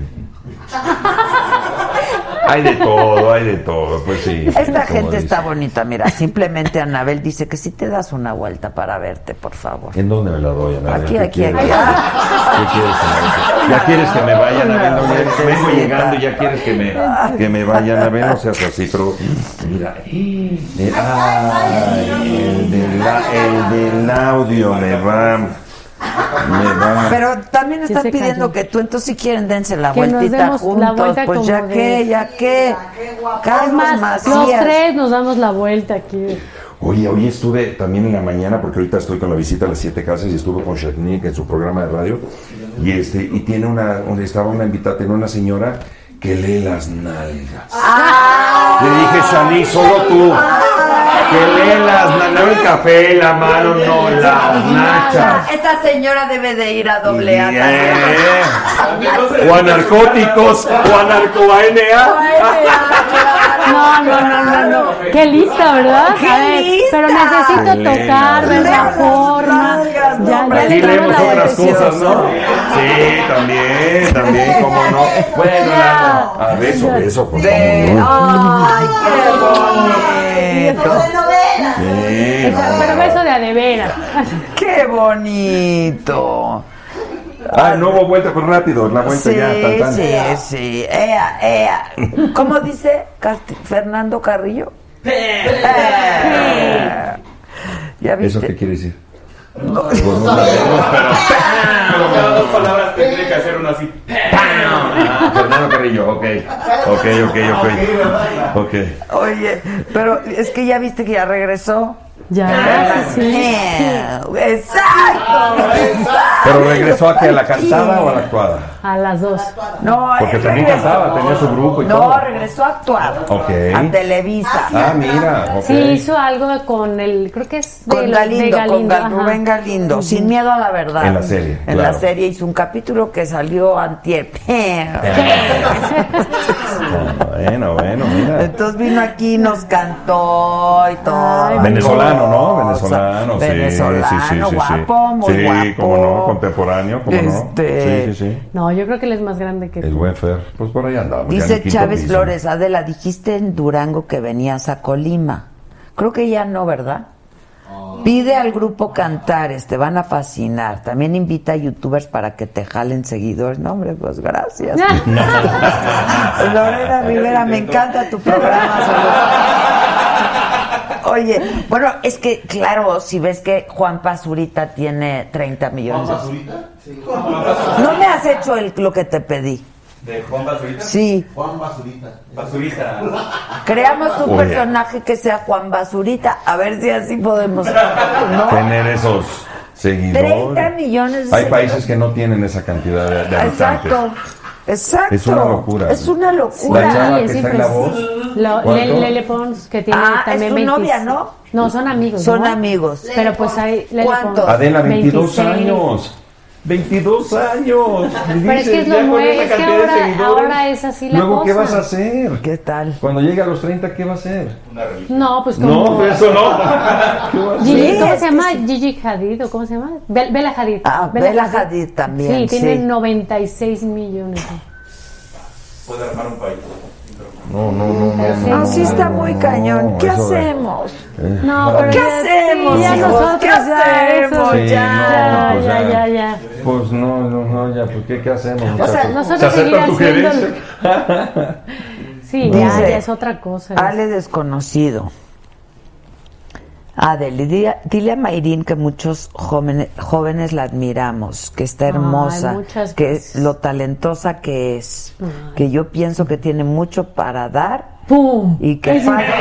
Hay de todo, hay de todo, pues sí. Esta como gente dice. está bonita. Mira, simplemente Anabel dice que si te das una vuelta para verte, por favor. ¿En dónde me la doy, Ana? Aquí, ¿Qué aquí, quieres? aquí. ¿Qué quieres que me ¿Ya quieres que me vayan a ver? Una No, ya- Vengo vueltecita. llegando, ya quieres que me, que me vayan a ver, no seas así, pero mira, eh, ay, el del, la- el del audio me va, me va. Pero también están se pidiendo callen. que tú, entonces si quieren dense la Que nos vueltita demos la juntos, vuelta pues como ya de- que, ya que. Es Carlos más, los Macías. tres nos damos la vuelta aquí. Oye, hoy estuve también en la mañana, porque ahorita estoy con la visita a las siete casas y estuve con Shatnik en su programa de radio, y este, y tiene una, donde estaba una invitada, tiene una señora que lee las nalgas. Le dije, Shani, solo tú. Que lee las nalgas, no el café, la mano, no, las nachas. Esta señora debe de ir a doble A también. Eh, O a narcóticos, o a narco-A N A. No, no, no, no, no. Qué lista, ¿verdad? ¡Qué A ver, lista! pero necesito Elena. tocar, ver la forma. Nalgas, no, Ya, hombre, ya Aquí le traigo leemos la otras deliciosa. cosas, ¿no? Sí, también, también, cómo no. Bueno, Ya. la- a beso, beso, pues, De- cómo no. ¡Ay, qué bonito! Sí, Esa- no, Pero no. beso de a de veras. ¡Qué bonito! Ah, no hubo vuelta, pues rápido, la vuelta Sí, ya, tan, tan. sí, sí. Ea, ea. ¿Cómo dice Casti- Fernando Carrillo? Eh. ¿Ya viste? ¿Eso qué quiere decir? No, Pues no sabemos, pero... Cada dos palabras tendría que hacer uno así. Ah, Fernando Carrillo, ok. Ok, ok, ok. Ok. Oye, pero es que ya viste que ya regresó. Ya, sí. Exacto, exacto. ¿Pero regresó a que a la cantada o a la actuada? A las dos. No, Porque él también regresó. cantaba, tenía su grupo y no, todo. No, regresó a actuar. Ok. A Televisa. Ah, mira, ok. Sí, hizo algo con el, creo que es de, Con la- Galindo, de Galindo, con Gal- ajá. Rubén Galindo, sin miedo a la verdad. En la serie, En claro. la serie hizo un capítulo que salió antier. Bueno, bueno, mira. Entonces vino aquí, nos cantó y todo. Ay, Venezolano, ¿no? Venezolano, sí. Venezolano, sí, sí, sí, sí. guapo, muy sí, guapo. cómo no, contemporáneo, cómo Este- no. Sí, sí, sí. No, yo creo que él es más grande que El tú. buen Fer, pues por ahí andamos. ya en Dice el quinto Chávez piso. Flores, Adela, dijiste en Durango que venías a Colima. Creo que ya no, ¿verdad? Pide al grupo Cantares, te van a fascinar. También invita a youtubers para que te jalen seguidores. No, hombre, pues gracias. Lorena Rivera, me encanta tu programa. Saludos. Oye, bueno, es que, claro, si ves que Juan Pazurita tiene treinta millones. ¿Juan Pazurita? Sí. ¿No me has hecho el, lo que te pedí? ¿De Juan Basurita? Sí. Juan Basurita. Basurita. Creamos un Oye. personaje que sea Juan Basurita, a ver si así podemos, ¿no? Tener esos seguidores. treinta millones de Hay seguidores. países que no tienen esa cantidad de, de habitantes. Exacto, exacto. Es una locura. Es una locura. La chava que es está en la voz. Lo- ¿cuánto? Le- Lele Pons, que tiene Ah, también es tu veinte. novia, ¿no? No, son amigos. Son ¿no? amigos. Pero pues hay. Lele ¿Cuánto? Pons, Adela, veintidós veintiséis. años. veintidós años. Y Pero es que es dices, lo ya con nuevo, esa es que cantidad de ahora, seguidores, ahora es así la Luego, cosa. ¿qué vas a hacer? ¿Qué tal? Cuando llegue a los treinta, ¿qué va a hacer? Una revista. No, pues como. No, eso no. ¿Qué va a Gigi- hacer? ¿Cómo es se que llama? sí. Gigi Hadid, ¿o cómo se llama? Bel- Bella Hadid. Ah, Bella Hadid también, Sí, tiene sí. noventa y seis millones. Puede armar un país. No, no, no, no. sí. no, Así no, está no, muy no, cañón. ¿Qué eso de- hacemos? Eh, No, pero ¿Qué ya- hacemos, sí, ya hijos? nosotros, ¿Qué ya, hacemos? eso, Sí, ya, ya, no, pues ya, ya. ya, ya. Pues no, no, no, ya, pues ¿qué, qué hacemos? sea, muchachos? nosotros ¿Se acepta seguir tu haciendo- gerencia? Sí, ya, Dice, ya es otra cosa. Ale desconocido. Adele, dile, dile a Mayrín que muchos jóvenes, jóvenes la admiramos, que está hermosa, Ay, muchas que gracias. lo talentosa que es, Ay. que yo pienso que tiene mucho para dar ¡Pum! y que Ay, sí. falta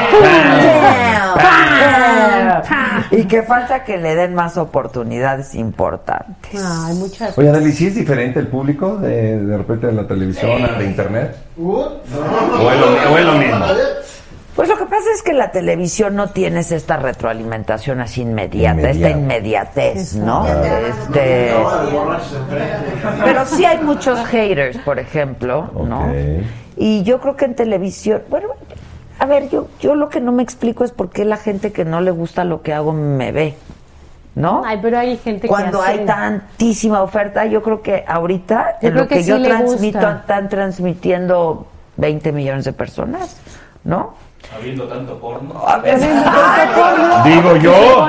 ¡Pam! y que falta que le den más oportunidades importantes. Ay, muchas Oye, Adeli, ¿sí es diferente el público de, de repente de la televisión a de internet? Uh, ¿O es lo, o es lo mismo? Pues lo que pasa es que la televisión no tienes esta retroalimentación así inmediata, Inmediata. esta inmediatez, ¿no? Este, no, de borrachos enfrente. pero sí hay muchos haters, por ejemplo, ¿no? Ok. Y yo creo que en televisión, bueno, a ver, yo yo lo que no me explico es por qué la gente que no le gusta lo que hago me ve, ¿no? Ay, pero hay gente Cuando que hace... hay tantísima oferta, yo creo que ahorita Yo en creo lo que que, sí yo le transmito gusta. están transmitiendo veinte millones de personas, ¿no? Habiendo tanto porno. A ver, Digo yo.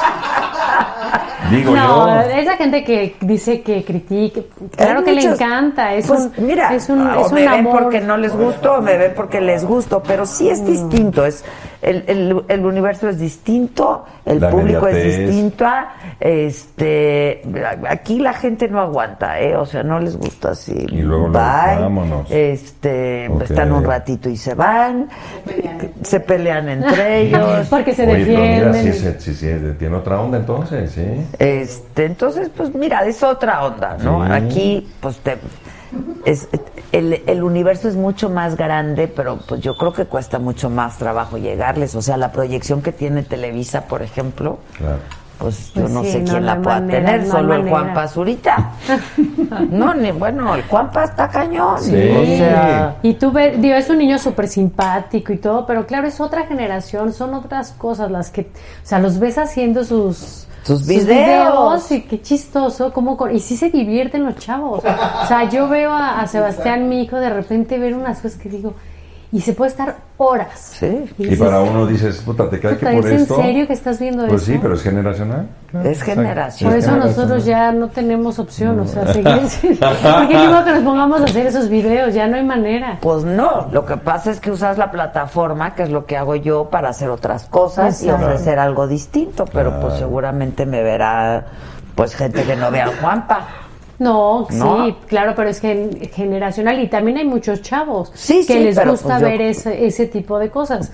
Digo No, yo. esa gente que dice que critique, claro Hay que le muchos- encanta, es pues un, mira, es un, o es me un ven amor. porque no les gusto o me ven porque les gusto, pero sí es distinto, es el, el, el universo es distinto, el La público es inmediatez. distinto, este, aquí la gente no aguanta, ¿eh? O sea, no les gusta así. Y luego, luego, bye, vámonos. este, Ok. están un ratito y se van, se pelean entre ellos. Porque se Oye, pero mira, defienden. sí, sí, sí, sí, tiene otra onda entonces, sí. Este, entonces, pues mira, es otra onda, ¿no? Sí. Aquí, pues te, es, el, el universo es mucho más grande, pero pues yo creo que cuesta mucho más trabajo llegarles. O sea, la proyección que tiene Televisa, por ejemplo, Claro. pues yo Pues no sí, sé no, quién no la hay pueda manera, tener, no hay solo el manera. Juan Pazurita. No, ni bueno, el Juanpa está cañón. Sí. O sea, Y tú ves, digo, es un niño súper simpático y todo, pero claro, es otra generación, son otras cosas las que, o sea, los ves haciendo sus... Sus videos. y qué chistoso, cómo con- y sí se divierten los chavos. O sea, yo veo a, a Sebastián, mi hijo, de repente ver unas cosas que digo, y se puede estar horas. sí, Y Y dices, para uno dices, puta, te cae que puta, por ¿es en esto. serio que estás viendo Pues eso? sí, pero es generacional. Claro, Es exacto. generación. Por Es eso generacional. nosotros ya no tenemos opción, o sea, seguir. Porque digo que nos pongamos a hacer esos videos, ya no hay manera. pues no, lo que pasa es que usas la plataforma, que es lo que hago yo, para hacer otras cosas y Exacto. ofrecer algo distinto, pero pues Claro. seguramente me verá pues gente que no vea al Juanpa. No, ¿No? sí, claro, pero es gen- generacional y también hay muchos chavos Sí, que sí, les pero, gusta pues, yo- ver ese, ese tipo de cosas.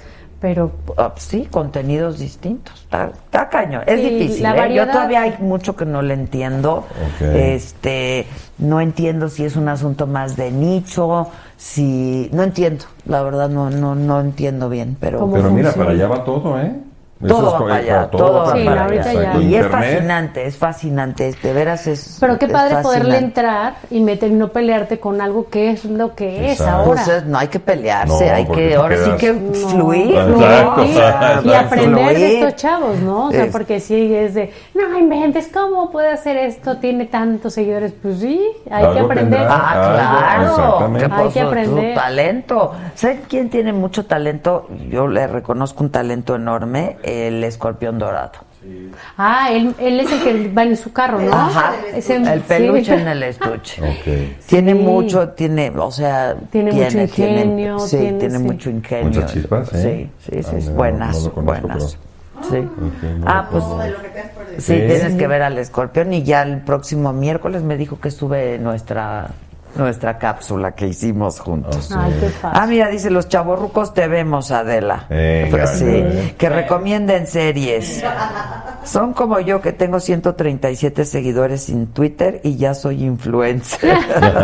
pero uh, sí, contenidos distintos. Está, está cañón. Es sí, difícil. la ¿eh? variedad... Yo todavía hay mucho que no le entiendo. Okay. Este, no entiendo si es un asunto más de nicho, si no entiendo. La verdad no no no entiendo bien, pero Pero mira, para allá va todo, ¿eh? Todo va para allá, todo va sí, para ahorita allá. ya. Y es Internet. fascinante, es fascinante, de veras es. Pero qué es padre poderle fascinante. entrar y meter, no pelearte con algo que es lo que es Exacto. ahora. Pues, no hay que pelearse, No, hay porque que, te ahora sí quedas- que No, fluir, Exacto, ¿no? y, exacto. y aprender de Fluir. estos chavos, ¿no? O sea, Es- porque si es de, no inventes, ¿cómo puede hacer esto? Tiene tantos seguidores. Pues sí, hay que Algo aprender. tendrá. Ah, Algo, claro. exactamente. ¿Qué Hay que pasó? aprender. Tu talento. ¿Saben quién tiene mucho talento? Yo le reconozco un talento enorme, el escorpión dorado. Ah, él, él es el que va en su carro, ¿no? Ajá. Ese- El peluche sí. en el estuche. Ok. Tiene Sí. mucho, tiene, o sea, Tiene mucho ingenio, sí, tiene- tiene sí. mucho ingenio. Muchas chispas, ¿eh? Sí, sí, sí, Ah, es no, buenas, no lo conozco, buenas. Sí. Ok, no Ah, lo pues conozco. sí, Sí. tienes que ver al escorpión y ya el próximo miércoles me dijo que sube nuestra nuestra cápsula que hicimos juntos. Ay, qué padre. Ah, mira, dice, los chavorrucos te vemos, Adela. Venga, Pues sí, venga. que recomienden series. Son como yo, que tengo ciento treinta y siete seguidores en Twitter y ya soy influencer.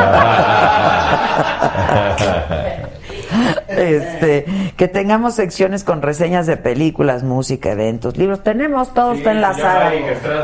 Este, que tengamos secciones con reseñas de películas, música, eventos, libros. Tenemos, todo está en la saga.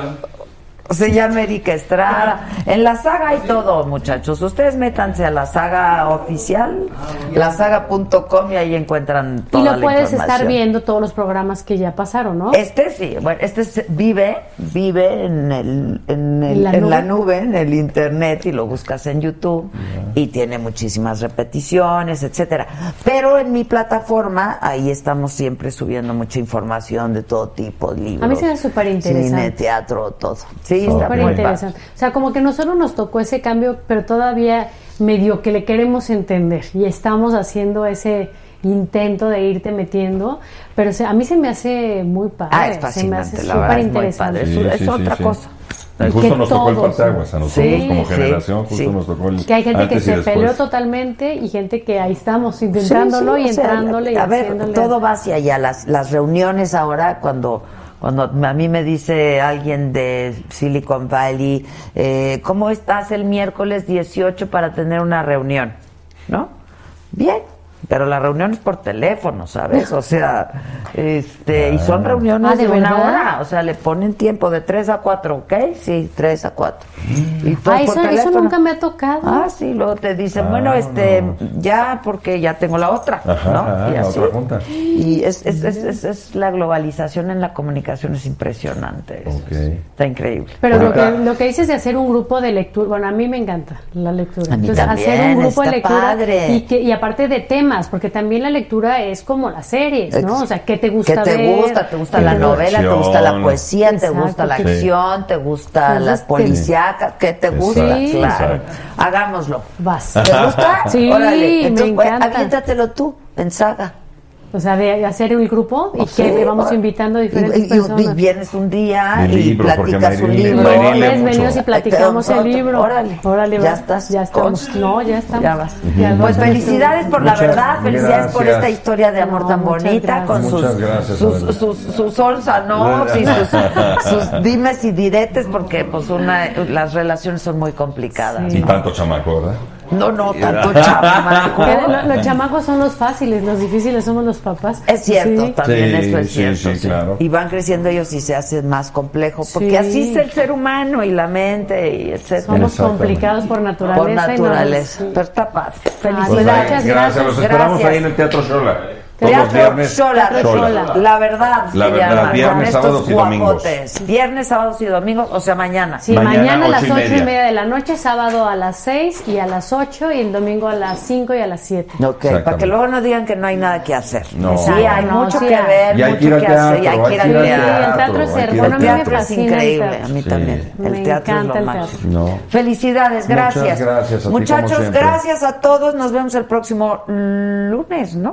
Se llama Erika Estrada. En la saga hay todo, muchachos. Ustedes métanse a la saga oficial, la saga punto com, y ahí encuentran Y toda lo la puedes información. estar viendo todos los programas que ya pasaron, ¿no? Este sí, bueno, este es- vive, vive en el, en el, ¿En la en nube? la nube, en el internet, y lo buscas en YouTube, y tiene muchísimas repeticiones, etcétera. Pero en mi plataforma, ahí estamos siempre subiendo mucha información de todo tipo, libros. A mí se me hace súper interesante. Cine, teatro, todo. Sí, está Súper muy interesante. padre. O sea, como que nosotros nos tocó ese cambio, pero todavía medio que le queremos entender y estamos haciendo ese intento de irte metiendo, pero se- a mí se me hace muy padre. Ah, es se me fascinante, hace la verdad, súper es muy interesante. padre. Sí, Es, es sí, otra sí, sí. cosa. Y Que justo nos tocó el todos, parteaguas a nosotros sí, como sí, generación, justo sí. nos tocó el Que hay gente que antes y se después. peleó totalmente y gente que ahí estamos intentándolo Sí, sí, y o sea, entrándole y a ver, haciéndole. todo va hacia allá. Las, las reuniones ahora, cuando cuando a mí me dice alguien de Silicon Valley, eh, ¿cómo estás el miércoles dieciocho para tener una reunión? ¿No? Bien. Pero la reunión es por teléfono, ¿sabes? O sea, este, y son reuniones Ah, ¿de de una verdad? hora. O sea, le ponen tiempo de tres a cuatro, ¿ok? Sí, tres a cuatro. Y todo Ah, por eso, eso teléfono. nunca me ha tocado. Ah, sí, luego te dicen, Ah, bueno, este, no. ya, porque ya tengo la otra, Ajá, ¿no? ajá, Y la así. otra junta. Y es, es, es, es, es la globalización en la comunicación es impresionante. Es- Ok. Está increíble. Pero lo Ahorita- que, lo que dices de hacer un grupo de lectura, bueno, a mí me encanta la lectura. A mí Entonces, también, hacer un grupo de está lectura padre. y que y aparte de temas, porque también la lectura es como las series, ¿no? O sea, ¿qué te gusta ¿Qué te ver? gusta? ¿Te gusta ¿Qué la te- novela? ¿Te gusta la Acción. poesía? ¿Te Exacto, gusta la sí. acción? ¿Te gusta Entonces, las te- policíacas? ¿Qué te gusta? Sí. Claro. Exacto. Hagámoslo. Vas. ¿Te gusta? Sí, Órale. me Entonces, pues, encanta. aviéntatelo tú, en saga. O sea, de hacer el grupo y Sí, que le vamos órale. invitando a diferentes y, y- personas. y vienes un día Y y, libros, porque platicas un Mayrin- libro. No, Mayrin lee ves, mucho. venimos y platicamos el libro. Órale, Órale, ya va. estás. Ya estamos. No, ya estamos. Ya vas. Ya Pues vas. felicidades por la Muchas verdad, felicidades por gracias. esta historia de amor No, tan muchas bonita, gracias. con sus, Muchas gracias, sus, Adela. sus, sus solsa, ¿no? Sí, sus, sus dimes y diretes, porque pues una, las relaciones son muy complicadas. Y tanto chamaco, ¿verdad? No, no, tanto chamaco. Que lo- Los chamacos son los fáciles, los difíciles somos los papás. Es cierto, Sí. también Sí, eso es sí, cierto. sí, sí. claro. Y van creciendo ellos y se hace más complejo, porque Sí. así es el ser humano y la mente y etcétera. Somos Exactamente. complicados por naturaleza. Por y no- naturaleza. sí. Pero está padre. Pues Felicidades. muchas gracias. Los esperamos Gracias. ahí en el Teatro Xola. Todos los Teatro viernes. Xola, Xola. la verdad La se verdad, llama, viernes, con estos sábados y domingos. guapotes. Viernes, sábados y domingos, o sea, mañana. Sí, Mañana, mañana, a las ocho y ocho y media. media de la noche, sábado a las seis y a las ocho y el domingo a las cinco y a las siete. Ok, para Exactamente. que luego no digan que no hay nada que hacer. No. Sí, hay No, mucho sí que hay. ver, Y hay mucho que ir al que hacer, y hay teatro, que ir hay al que ir al teatro. el teatro es hay que ir hermoso. al A mí me El teatro es fascina el increíble, teatro. a mí Sí. también. El Me teatro es encanta lo el máximo. teatro. No. Felicidades, Muchas gracias. gracias a ti, como Muchachos, siempre. gracias a todos. Nos vemos el próximo lunes, ¿no?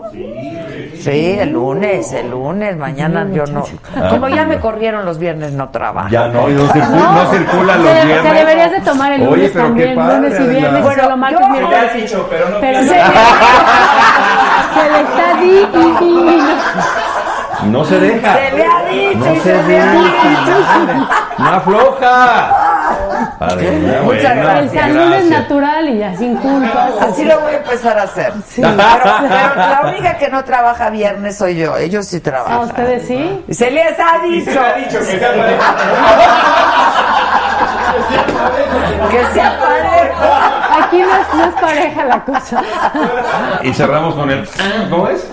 Sí, el lunes, el lunes. Mañana yo no. Como ya me corrieron los viernes, no trabajo. Ya no, y no, circula, no circulan los Te, viernes. te deberías de tomar el lunes Oye, pero también, qué padre, lunes y Adela. viernes, Bueno, solo martes, yo- miércoles. Me has dicho, pero no Pero quiero. se, se le está divino. No se deja. Se le ha dicho. No y se le ha deja. dicho. No afloja. Padre, Muchas bueno, gracias. El salud es natural y ya sin culpa. Así lo voy a empezar a hacer. Sí. Pero, pero la única que no trabaja viernes soy yo. Ellos sí trabajan. ¿A ustedes sí? Se les ha dicho. Se le ha dicho que sea pareja. Que sea pareja. Aquí no es, no es pareja la cosa. Y cerramos con el. ¿Cómo es?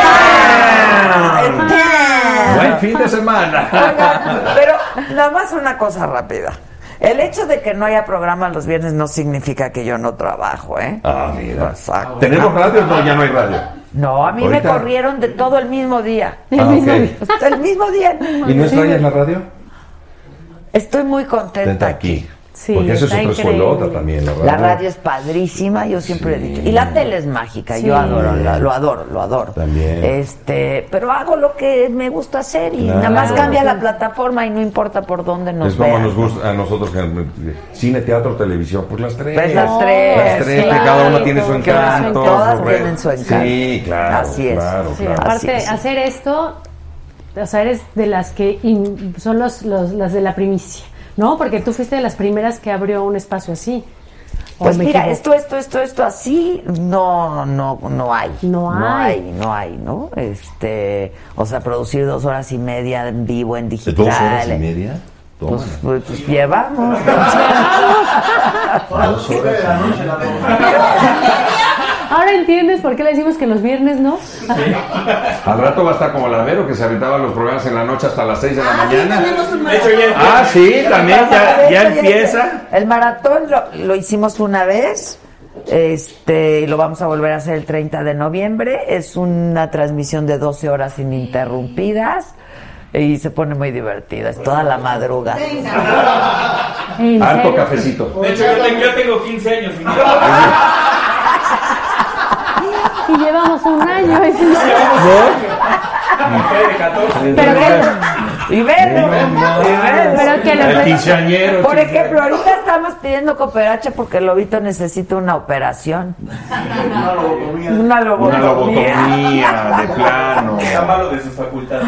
Buen fin de semana. Oigan, pero nada más una cosa rápida. El hecho de que no haya programa los viernes no significa que yo no trabajo, ¿eh? Ah, mira. Exacto. ¿Tenemos radio? No, ya no hay radio. No, a mí ¿Ahorita? me corrieron de todo el mismo día. Ah, ok. Hasta el mismo día. ¿Y no extrañas la radio? Estoy muy contenta Vente aquí. aquí. Sí, Porque eso es está otra escuelota increíble. también, la radio. La radio es padrísima, yo siempre Sí. he dicho. Y la tele es mágica, Sí. yo adoro, la- lo adoro, lo adoro. También. Este, pero hago lo que me gusta hacer y Claro. nada más cambia la plataforma y no importa por dónde nos Es como vean. nos gusta a nosotros, que- cine, teatro, televisión, pues las tres. Pues las tres, Las tres, que claro, cada uno tiene su claro, encanto. todas su red. tienen su encanto. Sí, claro. Así es. Claro, Sí, claro. aparte, Así es. hacer esto, o sea, eres de las que in- son los, los, las de la primicia, ¿no? Porque tú fuiste de las primeras que abrió un espacio así. ¿O Pues me mira, equivoco? esto, esto, esto, esto así, no, no, no hay. No hay. no hay, ¿no? Este, o sea, producir dos horas y media en vivo, en digital. ¿Dos horas y media? Toma. Pues, pues, pues llevamos. Dos horas y media. Ahora entiendes por qué le decimos que los viernes no. Al rato va a estar como la Vero, que se aventaba los programas en la noche hasta las seis de la Ah, sí, mañana. tenemos un De hecho, ya empieza. Ah, sí, también, ya, De ya hecho, empieza. El maratón lo, lo hicimos una vez. Este, y lo vamos a volver a hacer el treinta de noviembre. Es una transmisión de doce horas ininterrumpidas. Y se pone muy divertida, es toda la madrugada. ¿En Harto serio? cafecito. De hecho, yo tengo, yo tengo quince años. Y no- Y llevamos un año. Mujer de catorce. Pero que, Y velo, y velo. pero que El lo quinceañero. Por ejemplo, ahorita estamos pidiendo cooperacha porque el lobito necesita una operación. Una lobotomía. Una Una lobotomía. lobotomía, de plano. Está malo de sus facultades.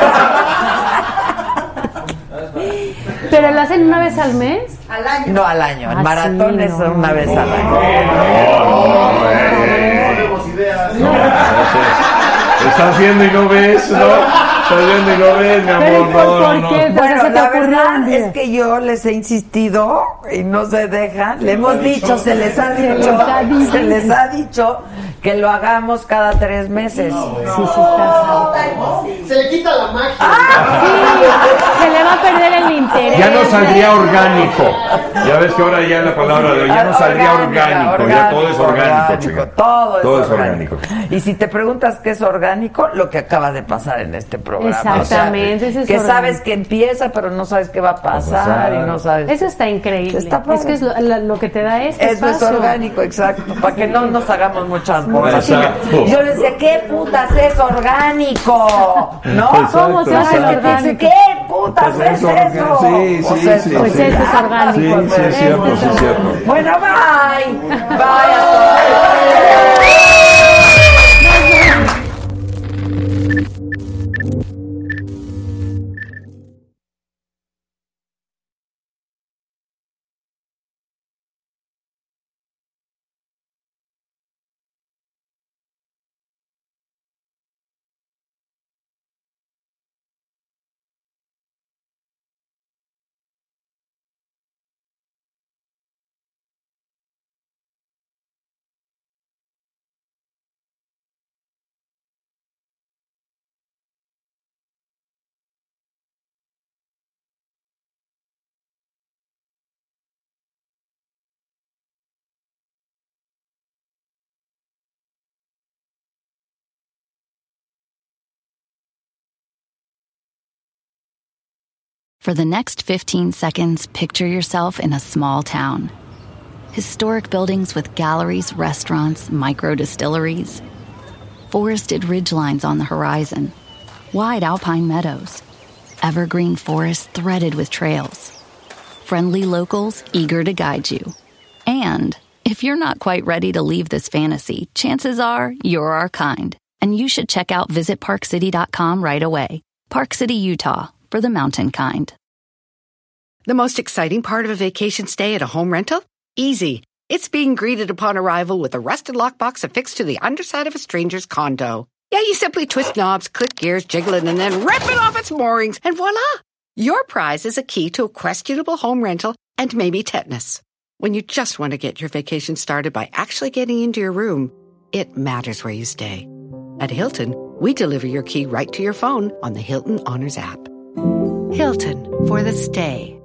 ¿Pero lo hacen una vez al mes? Al año. No al año, el Ah, maratón sí, es no. una vez al año. No, no, eh. Tenemos ideas. No, no, estás viendo y no ves, ¿no? Estás viendo y no ves, mi Pero amor. ¿por, No, por no, qué? no. ¿Por qué Bueno, se te la ocurrió un verdad día? es que yo les he insistido y no se dejan. Le hemos dicho, se les ha Se dicho, les ha dicho. se les ha dicho que lo hagamos cada tres meses. Sí, sí, está. Se le quita la magia. Sí, se le va a perder el interés. Ya no saldría orgánico. Ya ves que ahora ya la palabra de hoy, ya no saldría orgánico, ya todo es orgánico, chica. Todo es Todo es orgánico. orgánico. Y si te preguntas qué es orgánico, lo que acaba de pasar en este programa. Exactamente, O sea, eso es que orgánico. sabes que empieza, pero no sabes qué va a pasar, pasar. y no sabes. Eso está increíble. Está padre. es que es lo, la- lo que te da este Eso es espacio. orgánico, exacto, para que no nos hagamos muchas bolas. Exacto. Yo les decía, ¿qué putas es orgánico? ¿No? ¿Cómo se hace Entonces, que te dice, orgánico? ¿qué putas Pues es es orga- eso? sí, Pues sí, es- sí, Pues sí. eso es orgánico. Sí, sí, es cierto, sí, es cierto. Bueno, bye. Bye a todos. For the next fifteen seconds, picture yourself in a small town. Historic buildings with galleries, restaurants, micro distilleries. Forested ridgelines on the horizon. Wide alpine meadows. Evergreen forests threaded with trails. Friendly locals eager to guide you. And if you're not quite ready to leave this fantasy, chances are you're our kind. And you should check out visit park city dot com right away. Park City, Utah, for the mountain kind. The most exciting part of a vacation stay at a home rental? Easy. It's being greeted upon arrival with a rusted lockbox affixed to the underside of a stranger's condo. Yeah, you simply twist knobs, click gears, jiggle it, and then rip it off its moorings, and voila! Your prize is a key to a questionable home rental and maybe tetanus. When you just want to get your vacation started by actually getting into your room, it matters where you stay. At Hilton, we deliver your key right to your phone on the Hilton Honors app. Hilton, for the stay.